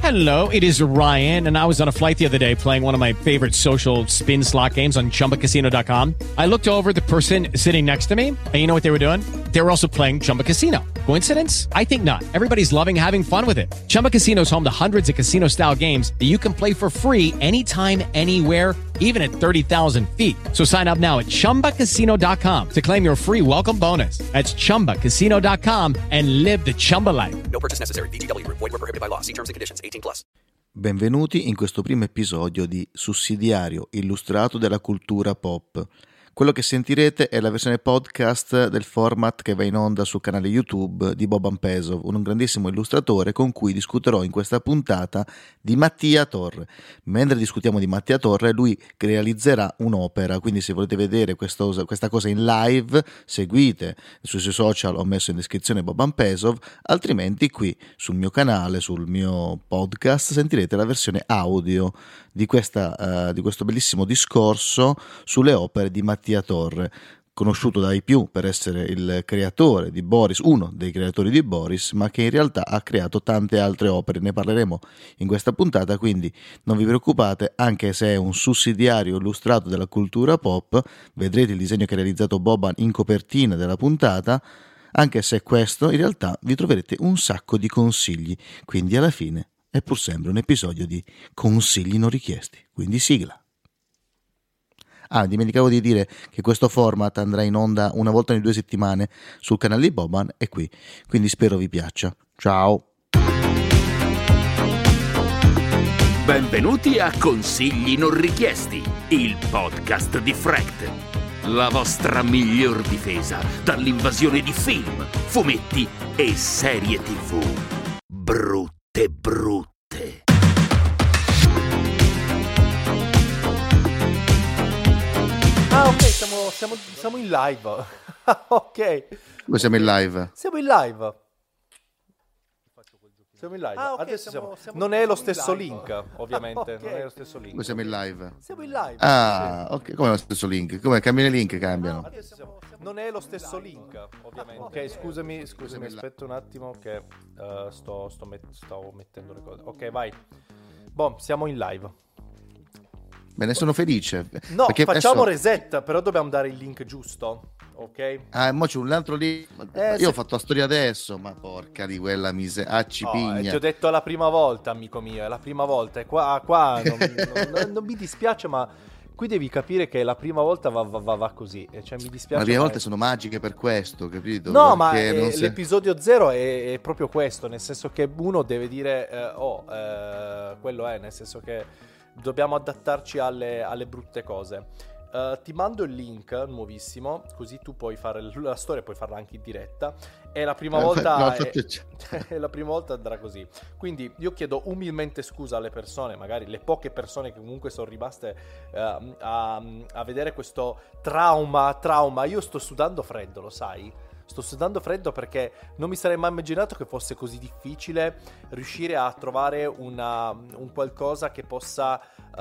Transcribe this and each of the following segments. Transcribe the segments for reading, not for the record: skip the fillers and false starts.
Hello, it is Ryan, and I was on a flight the other day playing one of my favorite social spin slot games on ChumbaCasino.com. I looked over at the person sitting next to me, and you know what they were doing? They were also playing Chumba Casino. Coincidence? I think not. Everybody's loving having fun with it. Chumba Casino is home to hundreds of casino-style games that you can play for free anytime, anywhere, even at 30,000 feet. So sign up now at ChumbaCasino.com to claim your free welcome bonus. That's ChumbaCasino.com and live the Chumba life. No purchase necessary. VGW Group. Void where prohibited by law. See terms and conditions. 18+. Benvenuti in questo primo episodio di Sussidiario illustrato della cultura pop. Quello che sentirete è la versione podcast del format che va in onda sul canale YouTube di Boban Pesov, un grandissimo illustratore con cui discuterò in questa puntata di Mattia Torre. Mentre discutiamo di Mattia Torre, lui realizzerà un'opera, quindi se volete vedere questa cosa in live, seguite sui suoi social, ho messo in descrizione Boban Pesov, altrimenti qui sul mio canale, sul mio podcast, sentirete la versione audio di questo bellissimo discorso sulle opere di Mattia Torre, conosciuto dai più per essere il creatore di Boris, uno dei creatori di Boris, ma che in realtà ha creato tante altre opere. Ne parleremo in questa puntata, quindi non vi preoccupate, anche se è un sussidiario illustrato della cultura pop, vedrete il disegno che ha realizzato Boban in copertina della puntata, anche se questo in realtà vi troverete un sacco di consigli, quindi alla fine è pur sempre un episodio di consigli non richiesti, quindi sigla. Dimenticavo di dire che questo format andrà in onda una volta ogni 2 settimane sul canale di Boban e qui, quindi spero vi piaccia. Ciao! Benvenuti a Consigli non richiesti, il podcast di Fract, la vostra miglior difesa dall'invasione di film, fumetti e serie TV. Brutte. Ok, siamo in live. Ok. Noi siamo in live. Siamo in live. Okay, adesso non è lo stesso link, ovviamente. Okay. Non è lo stesso link. Noi siamo in live. Siamo in live. Ok. Come è lo stesso link? Come cambiano i link? Cambiano. Non è lo stesso link, ovviamente. Ok, scusami, aspetta un attimo che sto mettendo le cose. Ok, vai. Siamo in live. Bene, sono felice. No, facciamo reset, però dobbiamo dare il link giusto, ok? Mo c'è un altro link. Io ho fatto la storia adesso, ma porca di quella accipigna. Ti ho detto la prima volta, amico mio, è la prima volta. E qua non mi dispiace, ma qui devi capire che la prima volta va così. Cioè, mi dispiace. Ma le prime volte sono magiche per questo, capito? No, ma l'episodio 0 è proprio questo, nel senso che uno deve dire, quello è, nel senso che dobbiamo adattarci alle brutte cose. Ti mando il link nuovissimo, così tu puoi fare la storia, puoi farla anche in diretta. E la prima volta la prima volta andrà così. Quindi io chiedo umilmente scusa alle persone, magari le poche persone che comunque sono rimaste a vedere questo trauma. Io sto sudando freddo, lo sai? Sto sudando freddo perché non mi sarei mai immaginato che fosse così difficile riuscire a trovare un qualcosa che possa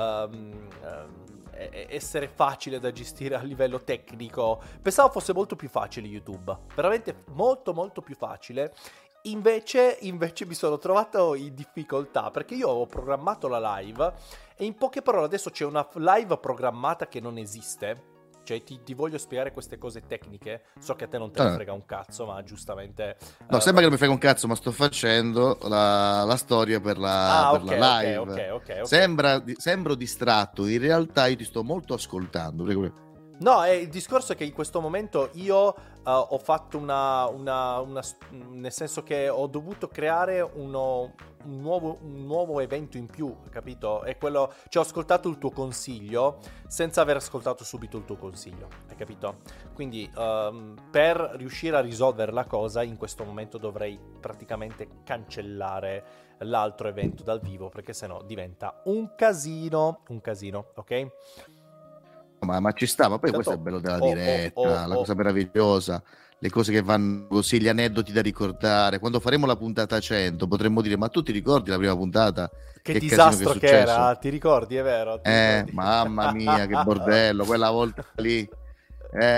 essere facile da gestire a livello tecnico. Pensavo fosse molto più facile YouTube, veramente molto molto più facile. Invece mi sono trovato in difficoltà perché io ho programmato la live e in poche parole adesso c'è una live programmata che non esiste. Cioè ti voglio spiegare queste cose tecniche. So che a te non te ne frega un cazzo, ma giustamente no, sembra che non mi frega un cazzo, ma sto facendo la storia per la live. Okay. Sembro distratto, in realtà io ti sto molto ascoltando. No, il discorso è che in questo momento io ho fatto nel senso che ho dovuto creare un nuovo evento in più, capito? E quello, cioè ho ascoltato il tuo consiglio senza aver ascoltato subito il tuo consiglio, hai capito? Quindi per riuscire a risolvere la cosa in questo momento dovrei praticamente cancellare l'altro evento dal vivo, perché sennò diventa un casino, ok? Ma ci sta, ma poi questo è il bello della diretta, la cosa meravigliosa, le cose che vanno così, gli aneddoti da ricordare. Quando faremo la puntata 100 potremmo dire: ma tu ti ricordi la prima puntata? Che disastro che era, ti ricordi, è vero? Mamma mia, che bordello, quella volta lì.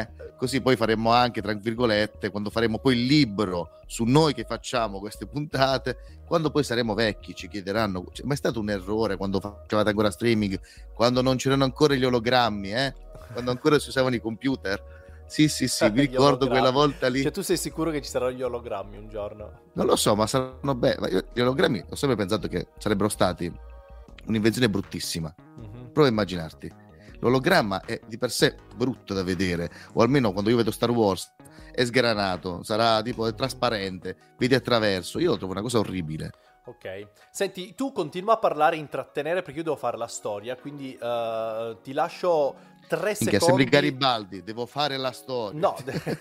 così poi faremo anche, tra virgolette, quando faremo poi il libro su noi che facciamo queste puntate, quando poi saremo vecchi ci chiederanno, ma è stato un errore quando facevate ancora streaming, quando non c'erano ancora gli ologrammi, quando ancora si usavano i computer? Sì, mi ricordo quella volta lì. Cioè, tu sei sicuro che ci saranno gli ologrammi un giorno? Non lo so, ma saranno belli. Gli ologrammi ho sempre pensato che sarebbero stati un'invenzione bruttissima. Prova a immaginarti. L'ologramma è di per sé brutto da vedere, o almeno quando io vedo Star Wars è sgranato, sarà tipo è trasparente, vedi attraverso. Io lo trovo una cosa orribile. Ok, senti, tu continua a parlare e intrattenere perché io devo fare la storia, quindi ti lascio 3 secondi. Sembri Garibaldi, devo fare la storia. No.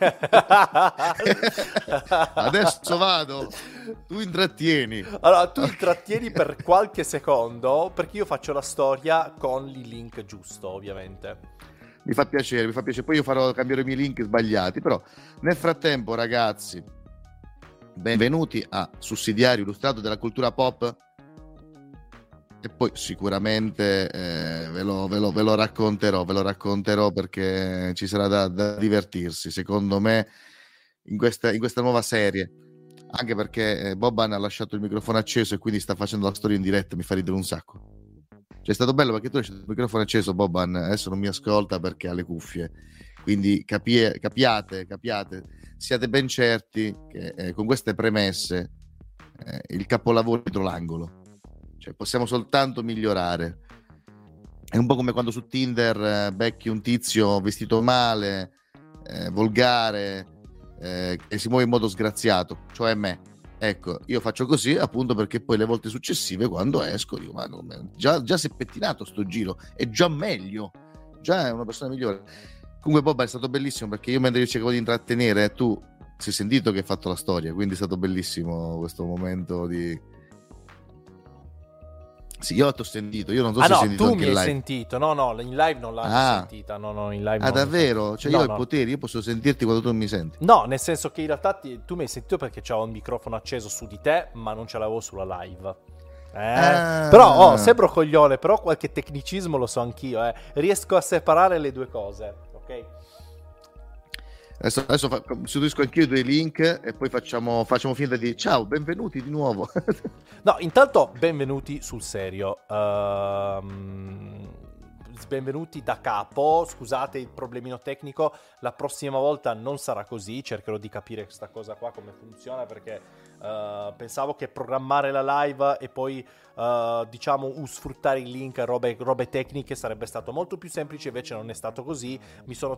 Adesso vado, tu intrattieni. Allora, tu intrattieni per qualche secondo perché io faccio la storia con il link giusto, ovviamente. Mi fa piacere. Poi io farò cambiare i miei link sbagliati, però nel frattempo, ragazzi, benvenuti a Sussidiario Illustrato della Cultura Pop. E poi sicuramente ve lo racconterò perché ci sarà da divertirsi, secondo me, in questa nuova serie. Anche perché Boban ha lasciato il microfono acceso e quindi sta facendo la storia in diretta, mi fa ridere un sacco. Cioè, è stato bello perché tu hai lasciato il microfono acceso, Boban, adesso non mi ascolta perché ha le cuffie. Quindi capiate, siate ben certi che con queste premesse il capolavoro è dietro l'angolo. Cioè, possiamo soltanto migliorare. È un po' come quando su Tinder becchi un tizio vestito male, volgare, e si muove in modo sgraziato, cioè me. Ecco, io faccio così appunto perché poi le volte successive quando esco dico, ma già si è pettinato sto giro, è già meglio, già è una persona migliore. Comunque Bob è stato bellissimo perché io mentre io cercavo di intrattenere, tu si è sentito che hai fatto la storia, quindi è stato bellissimo questo momento di... Sì, io t'ho sentito, io non so se hai sentito anche in live. Tu mi hai sentito, no, in live non l'ho sentita, no, in live non davvero? Cioè io ho i poteri, io posso sentirti quando tu mi senti? No, nel senso che in realtà tu mi hai sentito perché c'avevo il microfono acceso su di te, ma non ce l'avevo sulla live. Però, sembro coglione, però qualche tecnicismo lo so anch'io, riesco a separare le due cose, ok? Adesso istituisco anch'io i 2 link e poi facciamo finta di ciao, benvenuti di nuovo. No, intanto benvenuti sul serio. Benvenuti da capo, scusate il problemino tecnico, la prossima volta non sarà così, cercherò di capire questa cosa qua come funziona perché pensavo che programmare la live e poi sfruttare il link, robe tecniche sarebbe stato molto più semplice, invece non è stato così, mi sono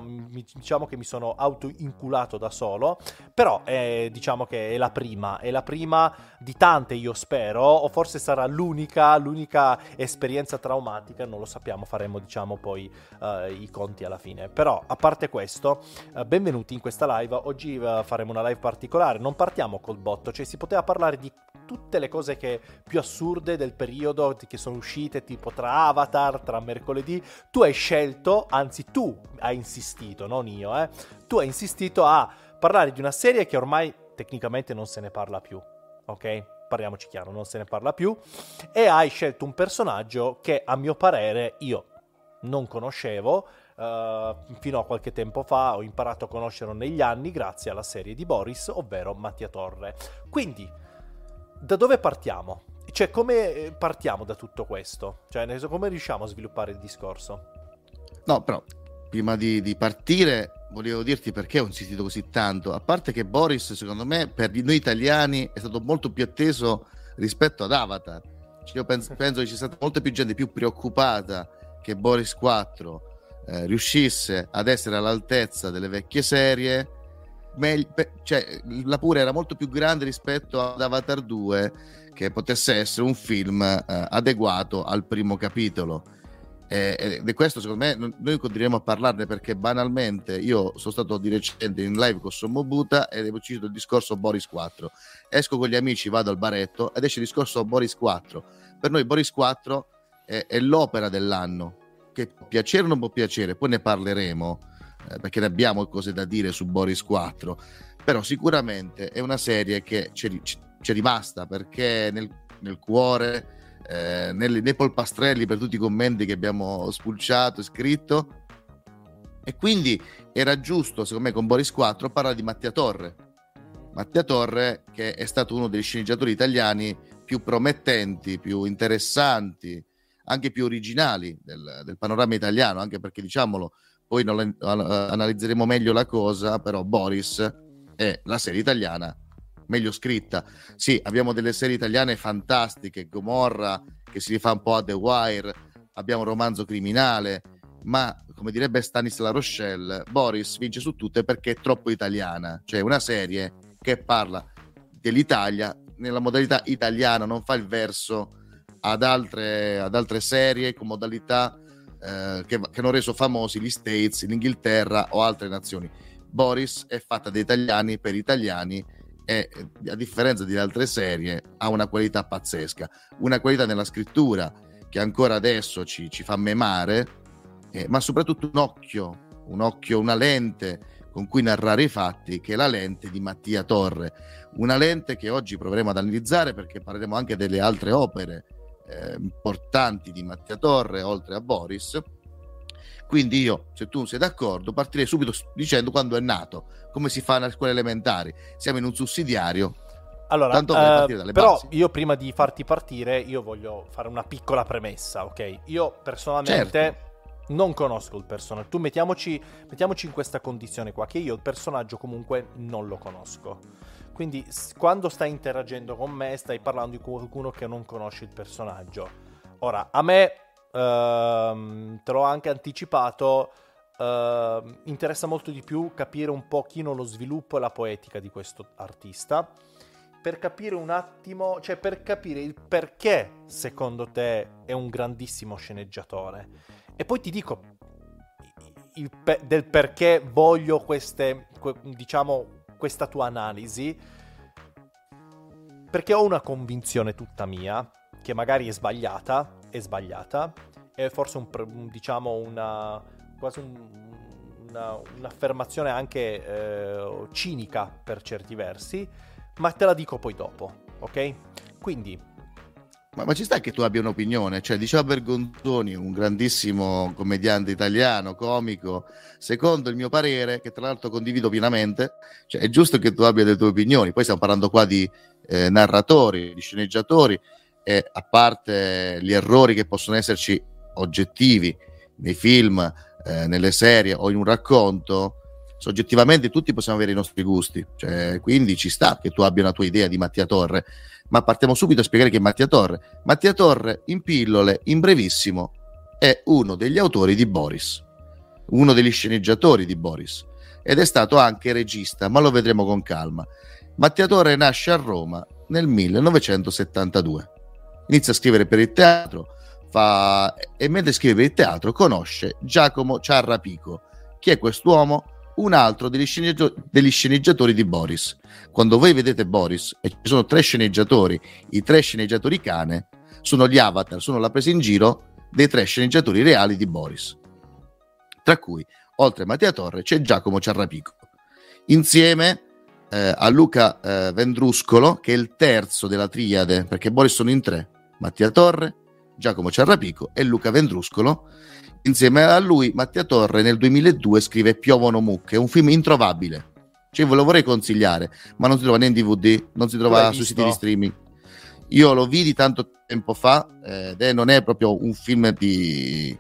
auto-inculato da solo, però diciamo che è la prima di tante, io spero, o forse sarà l'unica esperienza traumatica, non lo sappiamo, faremo poi i conti alla fine. Però a parte questo, benvenuti in questa live. Oggi faremo una live particolare, non partiamo col botto, cioè si poteva parlare di tutte le cose più assurde del periodo che sono uscite, tipo tra Avatar, tra mercoledì. Tu hai scelto, anzi tu hai insistito, non io, tu hai insistito a parlare di una serie che ormai tecnicamente non se ne parla più, ok? Parliamoci chiaro, non se ne parla più, e hai scelto un personaggio che a mio parere io non conoscevo, fino a qualche tempo fa ho imparato a conoscerlo negli anni grazie alla serie di Boris, ovvero Mattia Torre. Quindi, da dove partiamo? Cioè, come partiamo da tutto questo? Cioè, come riusciamo a sviluppare il discorso? No, però, prima di partire, volevo dirti perché ho insistito così tanto. A parte che Boris, secondo me, per noi italiani è stato molto più atteso rispetto ad Avatar. Cioè, io penso che ci sia stata molta più gente più preoccupata che Boris 4 riuscisse ad essere all'altezza delle vecchie serie. Cioè, la pura era molto più grande rispetto ad Avatar 2, che potesse essere un film adeguato al primo capitolo. Ed è questo, secondo me, noi continueremo a parlarne perché banalmente io sono stato di recente in live con Sommobuta ed ho ucciso il discorso Boris 4. Esco con gli amici, vado al baretto ed esce il discorso Boris 4. Per noi Boris 4 è l'opera dell'anno, che può piacere o non può piacere, poi ne parleremo perché ne abbiamo cose da dire su Boris 4, però sicuramente è una serie che c'è rimasta perché nel cuore, nei polpastrelli per tutti i commenti che abbiamo spulciato e scritto, E quindi era giusto, secondo me, con Boris 4 parlare di Mattia Torre. Mattia Torre, che è stato uno degli sceneggiatori italiani più promettenti, più interessanti, anche più originali del panorama italiano, anche perché, diciamolo, poi analizzeremo meglio la cosa, però Boris è la serie italiana meglio scritta. Sì, abbiamo delle serie italiane fantastiche, Gomorra, che si rifà un po' a The Wire, abbiamo Romanzo Criminale, ma come direbbe Stanis La Rochelle, Boris vince su tutte perché è troppo italiana, cioè una serie che parla dell'Italia nella modalità italiana, non fa il verso ad altre serie con modalità che hanno reso famosi gli States, l'Inghilterra o altre nazioni. Boris è fatta da italiani per italiani e, a differenza di altre serie, ha una qualità pazzesca, una qualità nella scrittura che ancora adesso ci fa memare, ma soprattutto un occhio, una lente con cui narrare i fatti, che è la lente di Mattia Torre, una lente che oggi proveremo ad analizzare, perché parleremo anche delle altre opere importanti di Mattia Torre oltre a Boris. Quindi io, se tu sei d'accordo, partirei subito dicendo quando è nato, come si fa nelle scuole elementari. Siamo in un sussidiario. Allora, tanto per partire dalle però basi. io prima di farti partire, io voglio fare una piccola premessa, ok? Io personalmente non conosco il personaggio. Tu mettiamoci in questa condizione qua, che io il personaggio comunque non lo conosco. Quindi quando stai interagendo con me stai parlando di qualcuno che non conosce il personaggio. Ora, a me, te l'ho anche anticipato, interessa molto di più capire un pochino lo sviluppo e la poetica di questo artista, per capire un attimo, cioè per capire il perché secondo te è un grandissimo sceneggiatore. E poi ti dico del perché voglio questa tua analisi, perché ho una convinzione tutta mia, che magari è sbagliata, è forse un'affermazione anche cinica per certi versi, ma te la dico poi dopo, ok? Quindi Ma ci sta che tu abbia un'opinione, cioè diceva Bergonzoni, un grandissimo commediante italiano, comico, secondo il mio parere, che tra l'altro condivido pienamente, cioè è giusto che tu abbia le tue opinioni. Poi stiamo parlando qua di narratori, di sceneggiatori, e a parte gli errori che possono esserci oggettivi nei film, nelle serie o in un racconto, soggettivamente tutti possiamo avere i nostri gusti, cioè, quindi ci sta che tu abbia una tua idea di Mattia Torre, ma partiamo subito a spiegare che Mattia Torre, in pillole, in brevissimo, è uno degli autori di Boris, uno degli sceneggiatori di Boris, ed è stato anche regista, ma lo vedremo con calma. Mattia Torre nasce a Roma nel 1972, inizia a scrivere per il teatro, e mentre scrive per il teatro conosce Giacomo Ciarrapico. Chi è quest'uomo? Un altro degli sceneggiatori di Boris. Quando voi vedete Boris e ci sono 3 sceneggiatori, i 3 sceneggiatori cane sono gli avatar, sono la presa in giro dei 3 sceneggiatori reali di Boris, tra cui oltre a Mattia Torre c'è Giacomo Ciarrapico, insieme a Luca Vendruscolo, che è il terzo della triade, perché Boris sono in 3: Mattia Torre, Giacomo Ciarrapico e Luca Vendruscolo. Insieme a lui Mattia Torre nel 2002 scrive Piovono mucche, un film introvabile, cioè ve lo vorrei consigliare, ma non si trova né in DVD, non si trova sui siti di streaming. Io lo vidi tanto tempo fa ed non è proprio un film di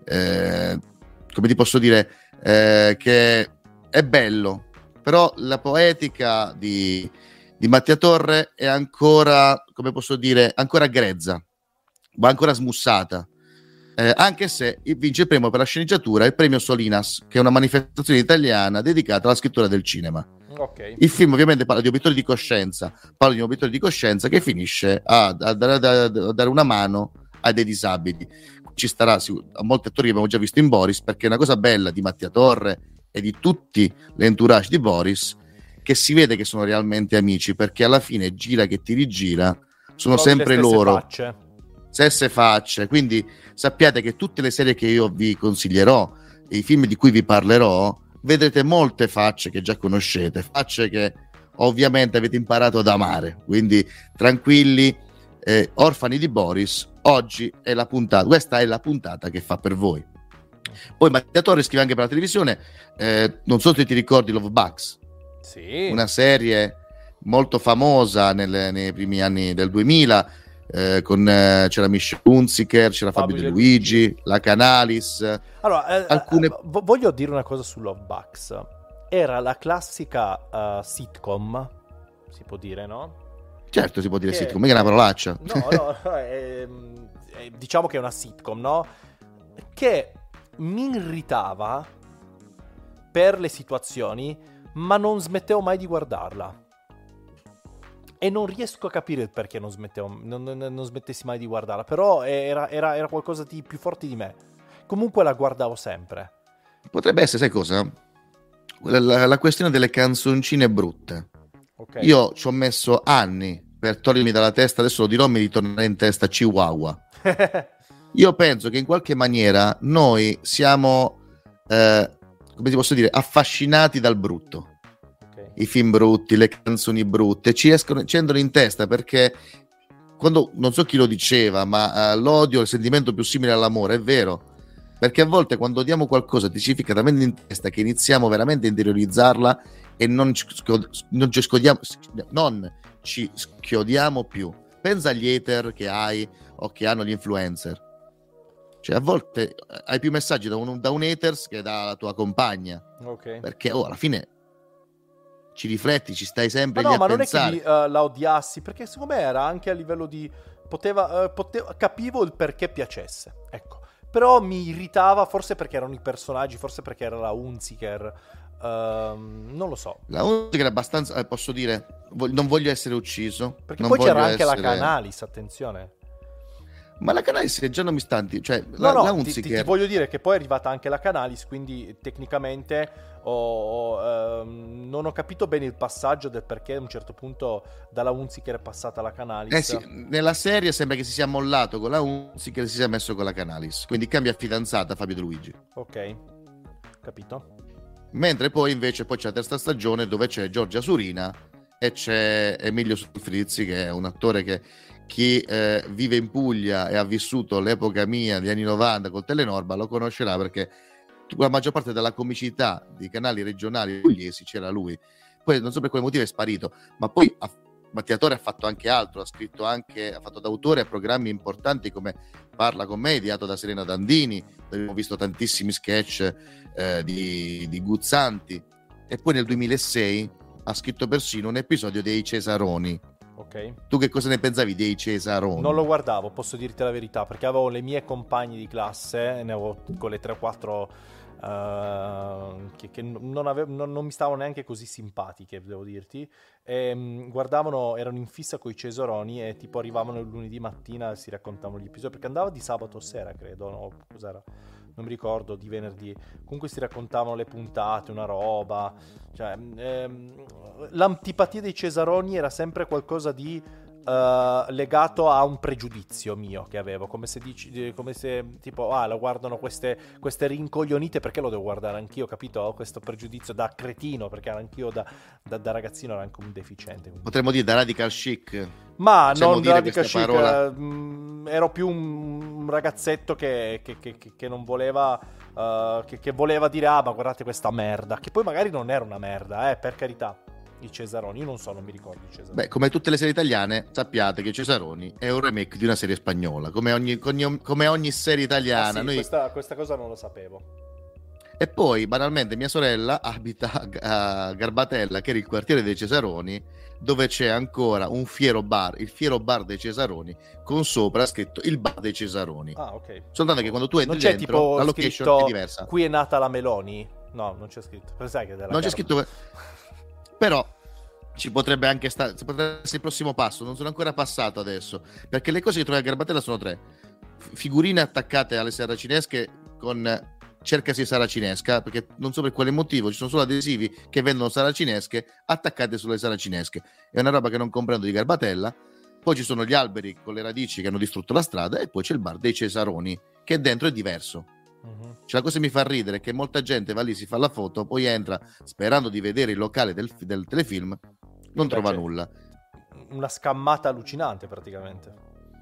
come ti posso dire, che è bello, però la poetica di Mattia Torre è ancora, come posso dire, ancora grezza, ma ancora smussata. Anche se vince il premio per la sceneggiatura, il premio Solinas, che è una manifestazione italiana dedicata alla scrittura del cinema. Okay. Il film ovviamente parla di obiettori di coscienza, che finisce a dare una mano a dei disabili. Ci starà a molti attori che abbiamo già visto in Boris, perché è una cosa bella di Mattia Torre e di tutti l'entourage di Boris, che si vede che sono realmente amici, perché alla fine, gira che ti rigira, sono sempre loro. Stesse facce, quindi sappiate che tutte le serie che io vi consiglierò e i film di cui vi parlerò, vedrete molte facce che già conoscete, facce che ovviamente avete imparato ad amare, quindi tranquilli, orfani di Boris, oggi è la puntata, questa è la puntata che fa per voi. Poi Mattiatore scrive anche per la televisione, non so se ti ricordi Love Bugs, Sì. una serie molto famosa nei primi anni del 2000, c'era Michelle Hunziker, c'era Fabio De Luigi, la Canalis. Allora, alcune... voglio dire una cosa su Love Bugs. Era la classica sitcom, si può dire, no? Certo, si può dire sitcom, mica è una parolaccia. No, diciamo che è una sitcom, no? Che mi irritava per le situazioni, ma non smettevo mai di guardarla. E non riesco a capire il perché non smettessi mai di guardarla. Però era qualcosa di più forte di me. Comunque la guardavo sempre. Potrebbe essere, sai cosa? La questione delle canzoncine brutte. Okay. Io ci ho messo anni per togliermi dalla testa, adesso lo dirò, mi ritornerà in testa Chihuahua. Io penso che in qualche maniera noi siamo, come ti posso dire, affascinati dal brutto. Okay. I film brutti, le canzoni brutte ci entrano in testa, perché quando, non so chi lo diceva, ma l'odio è il sentimento più simile all'amore, è vero. Perché a volte quando odiamo qualcosa ci fica talmente in testa che iniziamo veramente a interiorizzarla e non ci schiodiamo più. Pensa agli hater che hai o che hanno gli influencer. Cioè a volte hai più messaggi da un haters che dalla tua compagna. Ok. Perché alla fine ci rifletti, ci stai sempre lì a ma pensare. non è che la odiassi, perché secondo me era anche a livello di... capivo il perché piacesse, ecco. Però mi irritava, forse perché erano i personaggi, forse perché era la Hunziker, non lo so. La Hunziker è abbastanza, posso dire, non voglio essere ucciso. Perché non poi c'era voglio anche la essere... Canalis, attenzione. Ma la Canalis è già non mi stanti, cioè No, la Hunziker... ti voglio dire che poi è arrivata anche la Canalis, quindi tecnicamente non ho capito bene il passaggio del perché a un certo punto dalla Hunziker è passata alla Canalis. Sì, nella serie sembra che si sia mollato con la Hunziker e si sia messo con la Canalis, quindi cambia fidanzata Fabio De Luigi. Ok, capito. Mentre poi invece c'è la terza stagione dove c'è Giorgia Surina e c'è Emilio Sulfrizzi, che è un attore che chi vive in Puglia e ha vissuto l'epoca mia degli anni 90 col Telenorba lo conoscerà, perché la maggior parte della comicità dei canali regionali pugliesi c'era lui. Poi non so per quale motivo è sparito, ma poi Mattiatore ha fatto anche altro, ha fatto da autore a programmi importanti come Parla con me, ideato da Serena Dandini, dove abbiamo visto tantissimi sketch di Guzzanti, e poi nel 2006 ha scritto persino un episodio dei Cesaroni. Ok. Tu che cosa ne pensavi dei Cesaroni? Non lo guardavo, posso dirti la verità, perché avevo le mie compagne di classe, ne avevo con le 3 o 4 che non mi stavano neanche così simpatiche, devo dirti, e guardavano, erano in fissa con i Cesaroni e tipo arrivavano il lunedì mattina e si raccontavano gli episodi, perché andava di sabato sera, credo, no? Cos'era? Non mi ricordo, di venerdì. Comunque si raccontavano le puntate, una roba. Cioè, l'antipatia dei Cesaroni era sempre qualcosa di legato a un pregiudizio mio che avevo, come se tipo lo guardano queste rincoglionite, perché lo devo guardare anch'io, capito? Ho questo pregiudizio da cretino, perché anch'io da ragazzino ero anche un deficiente, quindi. Potremmo dire da radical chic. Ma possiamo non dire radical questa chic, parola? ero più un ragazzetto che non voleva, che voleva dire ma guardate questa merda, che poi magari non era una merda, per carità. I Cesaroni, io non mi ricordo i Cesaroni. Beh, come tutte le serie italiane, sappiate che Cesaroni è un remake di una serie spagnola, come ogni serie italiana. Sì, Noi... questa cosa non lo sapevo. E poi, banalmente, mia sorella abita a Garbatella, che era il quartiere dei Cesaroni, dove c'è ancora un fiero bar, il Fiero Bar dei Cesaroni, con sopra scritto il bar dei Cesaroni. Ah, ok. Soltanto che quando tu entri non c'è dentro, tipo la location scritto, è diversa. Qui è nata la Meloni? No, non c'è scritto. Sai che non c'è scritto... Però ci potrebbe anche essere il prossimo passo, non sono ancora passato adesso, perché le cose che trovi a Garbatella sono 3: figurine attaccate alle saracinesche con cercasi saracinesca, perché non so per quale motivo ci sono solo adesivi che vendono saracinesche attaccate sulle saracinesche, è una roba che non comprendo di Garbatella. Poi ci sono gli alberi con le radici che hanno distrutto la strada, e poi c'è il bar dei Cesaroni, che dentro è diverso. Cioè, la cosa che mi fa ridere è che molta gente va lì, si fa la foto, poi entra sperando di vedere il locale del telefilm, non trova nulla. Una scammata allucinante praticamente.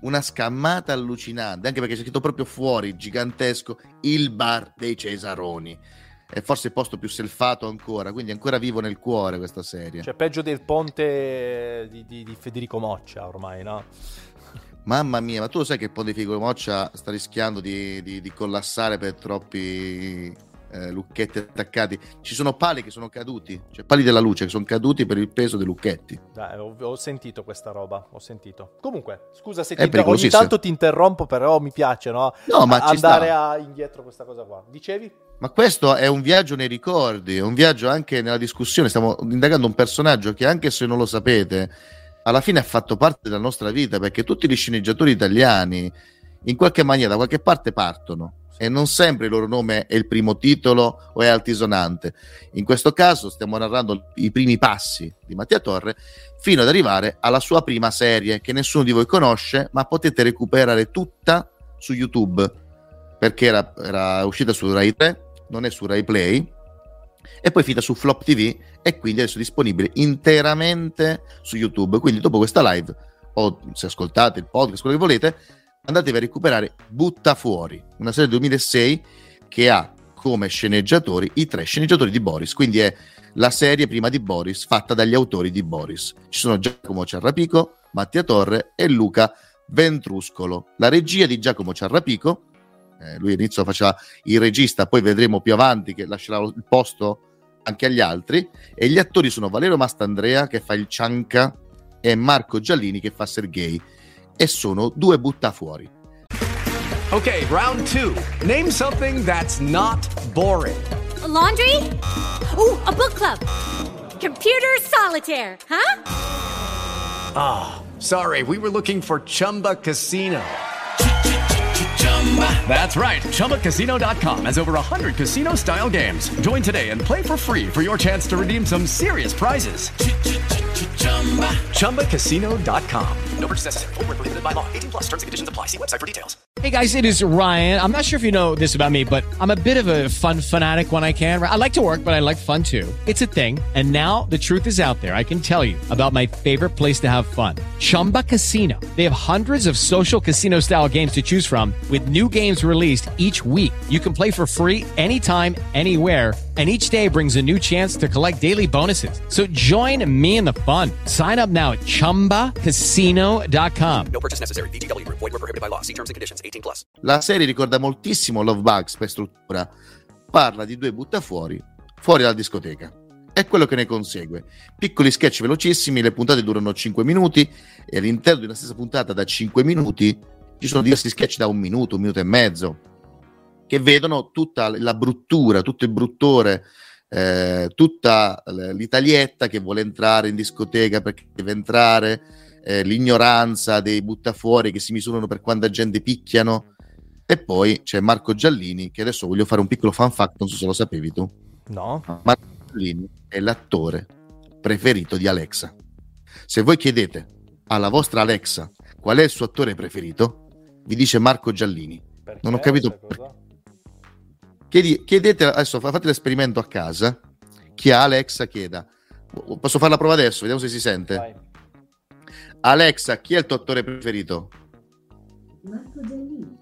una scammata allucinante, anche perché c'è scritto proprio fuori, gigantesco, il bar dei Cesaroni. È forse il posto più selfato ancora, quindi ancora vivo nel cuore questa serie. Cioè peggio del ponte di Federico Moccia ormai, no? Mamma mia, ma tu lo sai che il ponte di Federico Moccia sta rischiando di collassare per troppi lucchetti attaccati? Ci sono pali che sono caduti, cioè pali della luce che sono caduti per il peso dei lucchetti. Dai, ho sentito questa roba, ho sentito. Comunque, scusa se ogni pericolosissimo. tanto ti interrompo, però mi piace, no? No, ma ci sta. Andare indietro questa cosa qua. Dicevi? Ma questo è un viaggio nei ricordi, è un viaggio anche nella discussione. Stiamo indagando un personaggio che, anche se non lo sapete, alla fine ha fatto parte della nostra vita, perché tutti gli sceneggiatori italiani in qualche maniera da qualche parte partono, e non sempre il loro nome è il primo titolo o è altisonante. In questo caso stiamo narrando i primi passi di Mattia Torre fino ad arrivare alla sua prima serie, che nessuno di voi conosce, ma potete recuperare tutta su YouTube, perché era uscita su Rai 3, non è su Rai Play, e poi finita su Flop TV, e quindi adesso è disponibile interamente su YouTube. Quindi dopo questa live, o se ascoltate il podcast, quello che volete, andatevi a recuperare Butta Fuori, una serie del 2006 che ha come sceneggiatori i 3 sceneggiatori di Boris, quindi è la serie prima di Boris fatta dagli autori di Boris. Ci sono Giacomo Ciarrapico, Mattia Torre e Luca Ventruscolo. La regia di Giacomo Ciarrapico, lui all'inizio faceva il regista, poi vedremo più avanti che lascerà il posto anche agli altri, e gli attori sono Valerio Mastandrea che fa il Cianca e Marco Giallini che fa Sergei, e sono 2 buttafuori. Okay, round 2. Name something that's not boring. A laundry? Ooh, a book club. Computer solitaire, huh? Sorry, we were looking for Chumba Casino. That's right. ChumbaCasino.com has over 100 casino-style games. Join today and play for free for your chance to redeem some serious prizes. ChumbaCasino.com. No purchase necessary. Void where prohibited by law. 18 plus terms and conditions apply. See website for details. Hey guys, it is Ryan. I'm not sure if you know this about me, but I'm a bit of a fun fanatic when I can. I like to work, but I like fun too. It's a thing. And now the truth is out there. I can tell you about my favorite place to have fun. Chumba Casino. They have hundreds of social casino style games to choose from, with new games released each week. You can play for free anytime, anywhere, and each day brings a new chance to collect daily bonuses. So join me in the fun. Sign up now at ChumbaCasino.com. No purchase necessary. VGW Group. Void where prohibited by law. See terms and conditions. 18 plus. La serie ricorda moltissimo Love Bugs per struttura. Parla di 2 buttafuori fuori dalla discoteca e quello che ne consegue. Piccoli sketch velocissimi, le puntate durano 5 minuti e all'interno di una stessa puntata da 5 minuti ci sono diversi sketch da 1 minuto e mezzo, che vedono tutta la bruttura, tutto il bruttore, tutta l'italietta che vuole entrare in discoteca perché deve entrare, l'ignoranza dei buttafuori che si misurano per quanta gente picchiano. E poi c'è Marco Giallini, che adesso voglio fare un piccolo fan fact, non so se lo sapevi tu. No. Marco Giallini è l'attore preferito di Alexa. Se voi chiedete alla vostra Alexa qual è il suo attore preferito, vi dice Marco Giallini. Perché? Non ho capito perché. Chiedete adesso, fate l'esperimento a casa. Chi ha Alexa chieda. Posso fare la prova adesso? Vediamo se si sente. Vai. Alexa, chi è il tuo attore preferito? Marco Giallini.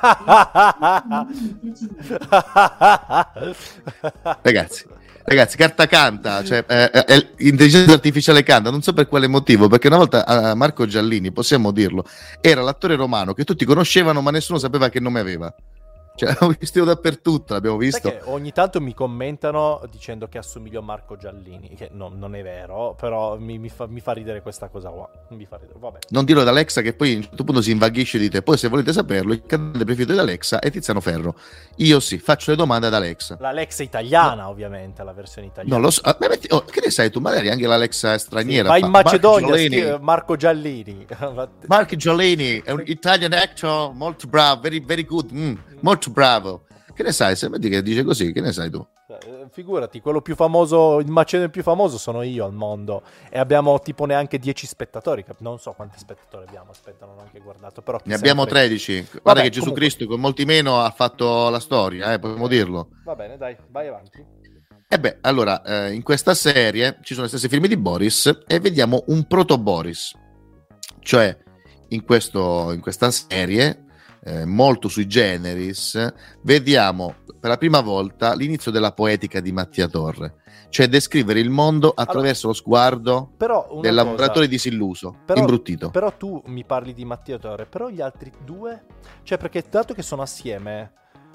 Ragazzi, carta canta, cioè intelligenza artificiale canta, non so per quale motivo, perché una volta Marco Giallini, possiamo dirlo, era l'attore romano che tutti conoscevano ma nessuno sapeva che nome aveva. Cioè, l'abbiamo visto dappertutto, l'abbiamo visto. Sai che ogni tanto mi commentano dicendo che assomiglio a Marco Giallini, che non è vero, però mi fa ridere questa cosa qua. Mi fa ridere, vabbè. Non dirlo ad Alexa, che poi a un certo punto si invaghisce di te. Poi, se volete saperlo, il cantante preferito di Alexa è Tiziano Ferro. Io sì, faccio le domande ad Alexa. L'Alexa italiana, ovviamente, la versione italiana. Non lo so. Che ne sai tu? Magari anche l'Alexa è straniera. Vai in Macedonia, Giallini. Marco Giallini. Marco Giallini è un Italian actor molto bravo, very, very good, molto bravo. Che ne sai? Se vedi che dice così, che ne sai tu? Figurati, quello più famoso, il macedone più famoso sono io al mondo, e abbiamo tipo neanche 10 spettatori, non so quanti spettatori abbiamo, aspetta, non ho anche guardato, però ne abbiamo 13. Guarda che Gesù Cristo con molti meno ha fatto la storia, possiamo dirlo. Va bene, dai, vai avanti. E beh, allora, in questa serie ci sono le stesse firme di Boris e vediamo un proto Boris, cioè in questa serie molto sui generis vediamo per la prima volta l'inizio della poetica di Mattia Torre, cioè descrivere il mondo attraverso lo sguardo del lavoratore disilluso, imbruttito. Però tu mi parli di Mattia Torre, però gli altri due, cioè perché dato che sono assieme,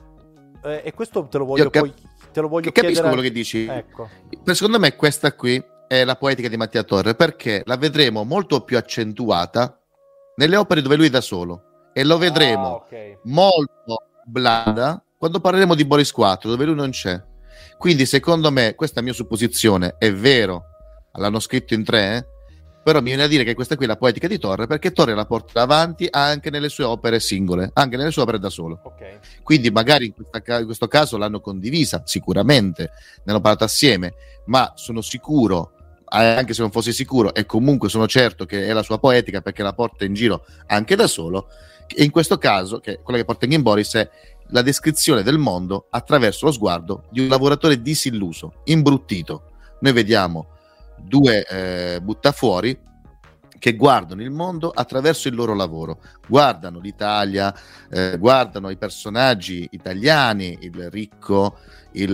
e questo te lo voglio capisco chiedere. Quello che dici. Ecco. Secondo me questa qui è la poetica di Mattia Torre, perché la vedremo molto più accentuata nelle opere dove lui è da solo, e lo vedremo molto blanda quando parleremo di Boris 4, dove lui non c'è. Quindi secondo me, questa è la mia supposizione, è vero, l'hanno scritto in 3, però mi viene a dire che questa qui è la poetica di Torre, perché Torre la porta avanti anche nelle sue opere singole, anche nelle sue opere da solo. Quindi magari in questo caso l'hanno condivisa, sicuramente, ne hanno parlato assieme, ma sono sicuro, anche se non fossi sicuro, e comunque sono certo che è la sua poetica, perché la porta in giro anche da solo. E in questo caso, che quella che porta in Boris è la descrizione del mondo attraverso lo sguardo di un lavoratore disilluso, imbruttito. Noi vediamo due buttafuori che guardano il mondo attraverso il loro lavoro, guardano l'Italia, guardano i personaggi italiani, il ricco, il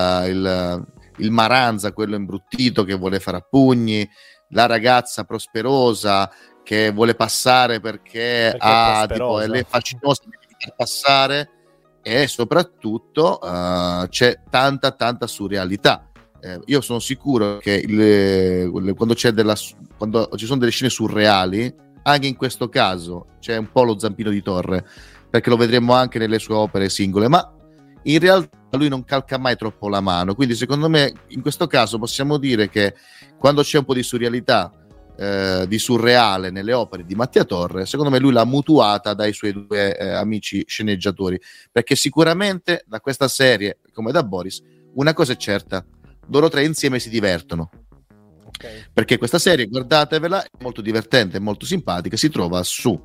Maranza, quello imbruttito che vuole fare a pugni, la ragazza prosperosa che vuole passare perché è fascinosa per passare, e soprattutto c'è tanta surrealità. Io sono sicuro che quando ci sono delle scene surreali, anche in questo caso c'è un po' lo zampino di Torre, perché lo vedremo anche nelle sue opere singole, ma in realtà lui non calca mai troppo la mano, quindi secondo me in questo caso possiamo dire che quando c'è un po' di surrealità, di surreale nelle opere di Mattia Torre, secondo me lui l'ha mutuata dai suoi due amici sceneggiatori, perché sicuramente da questa serie, come da Boris, una cosa è certa: loro tre insieme si divertono, perché questa serie, guardatevela, è molto divertente, è molto simpatica, si trova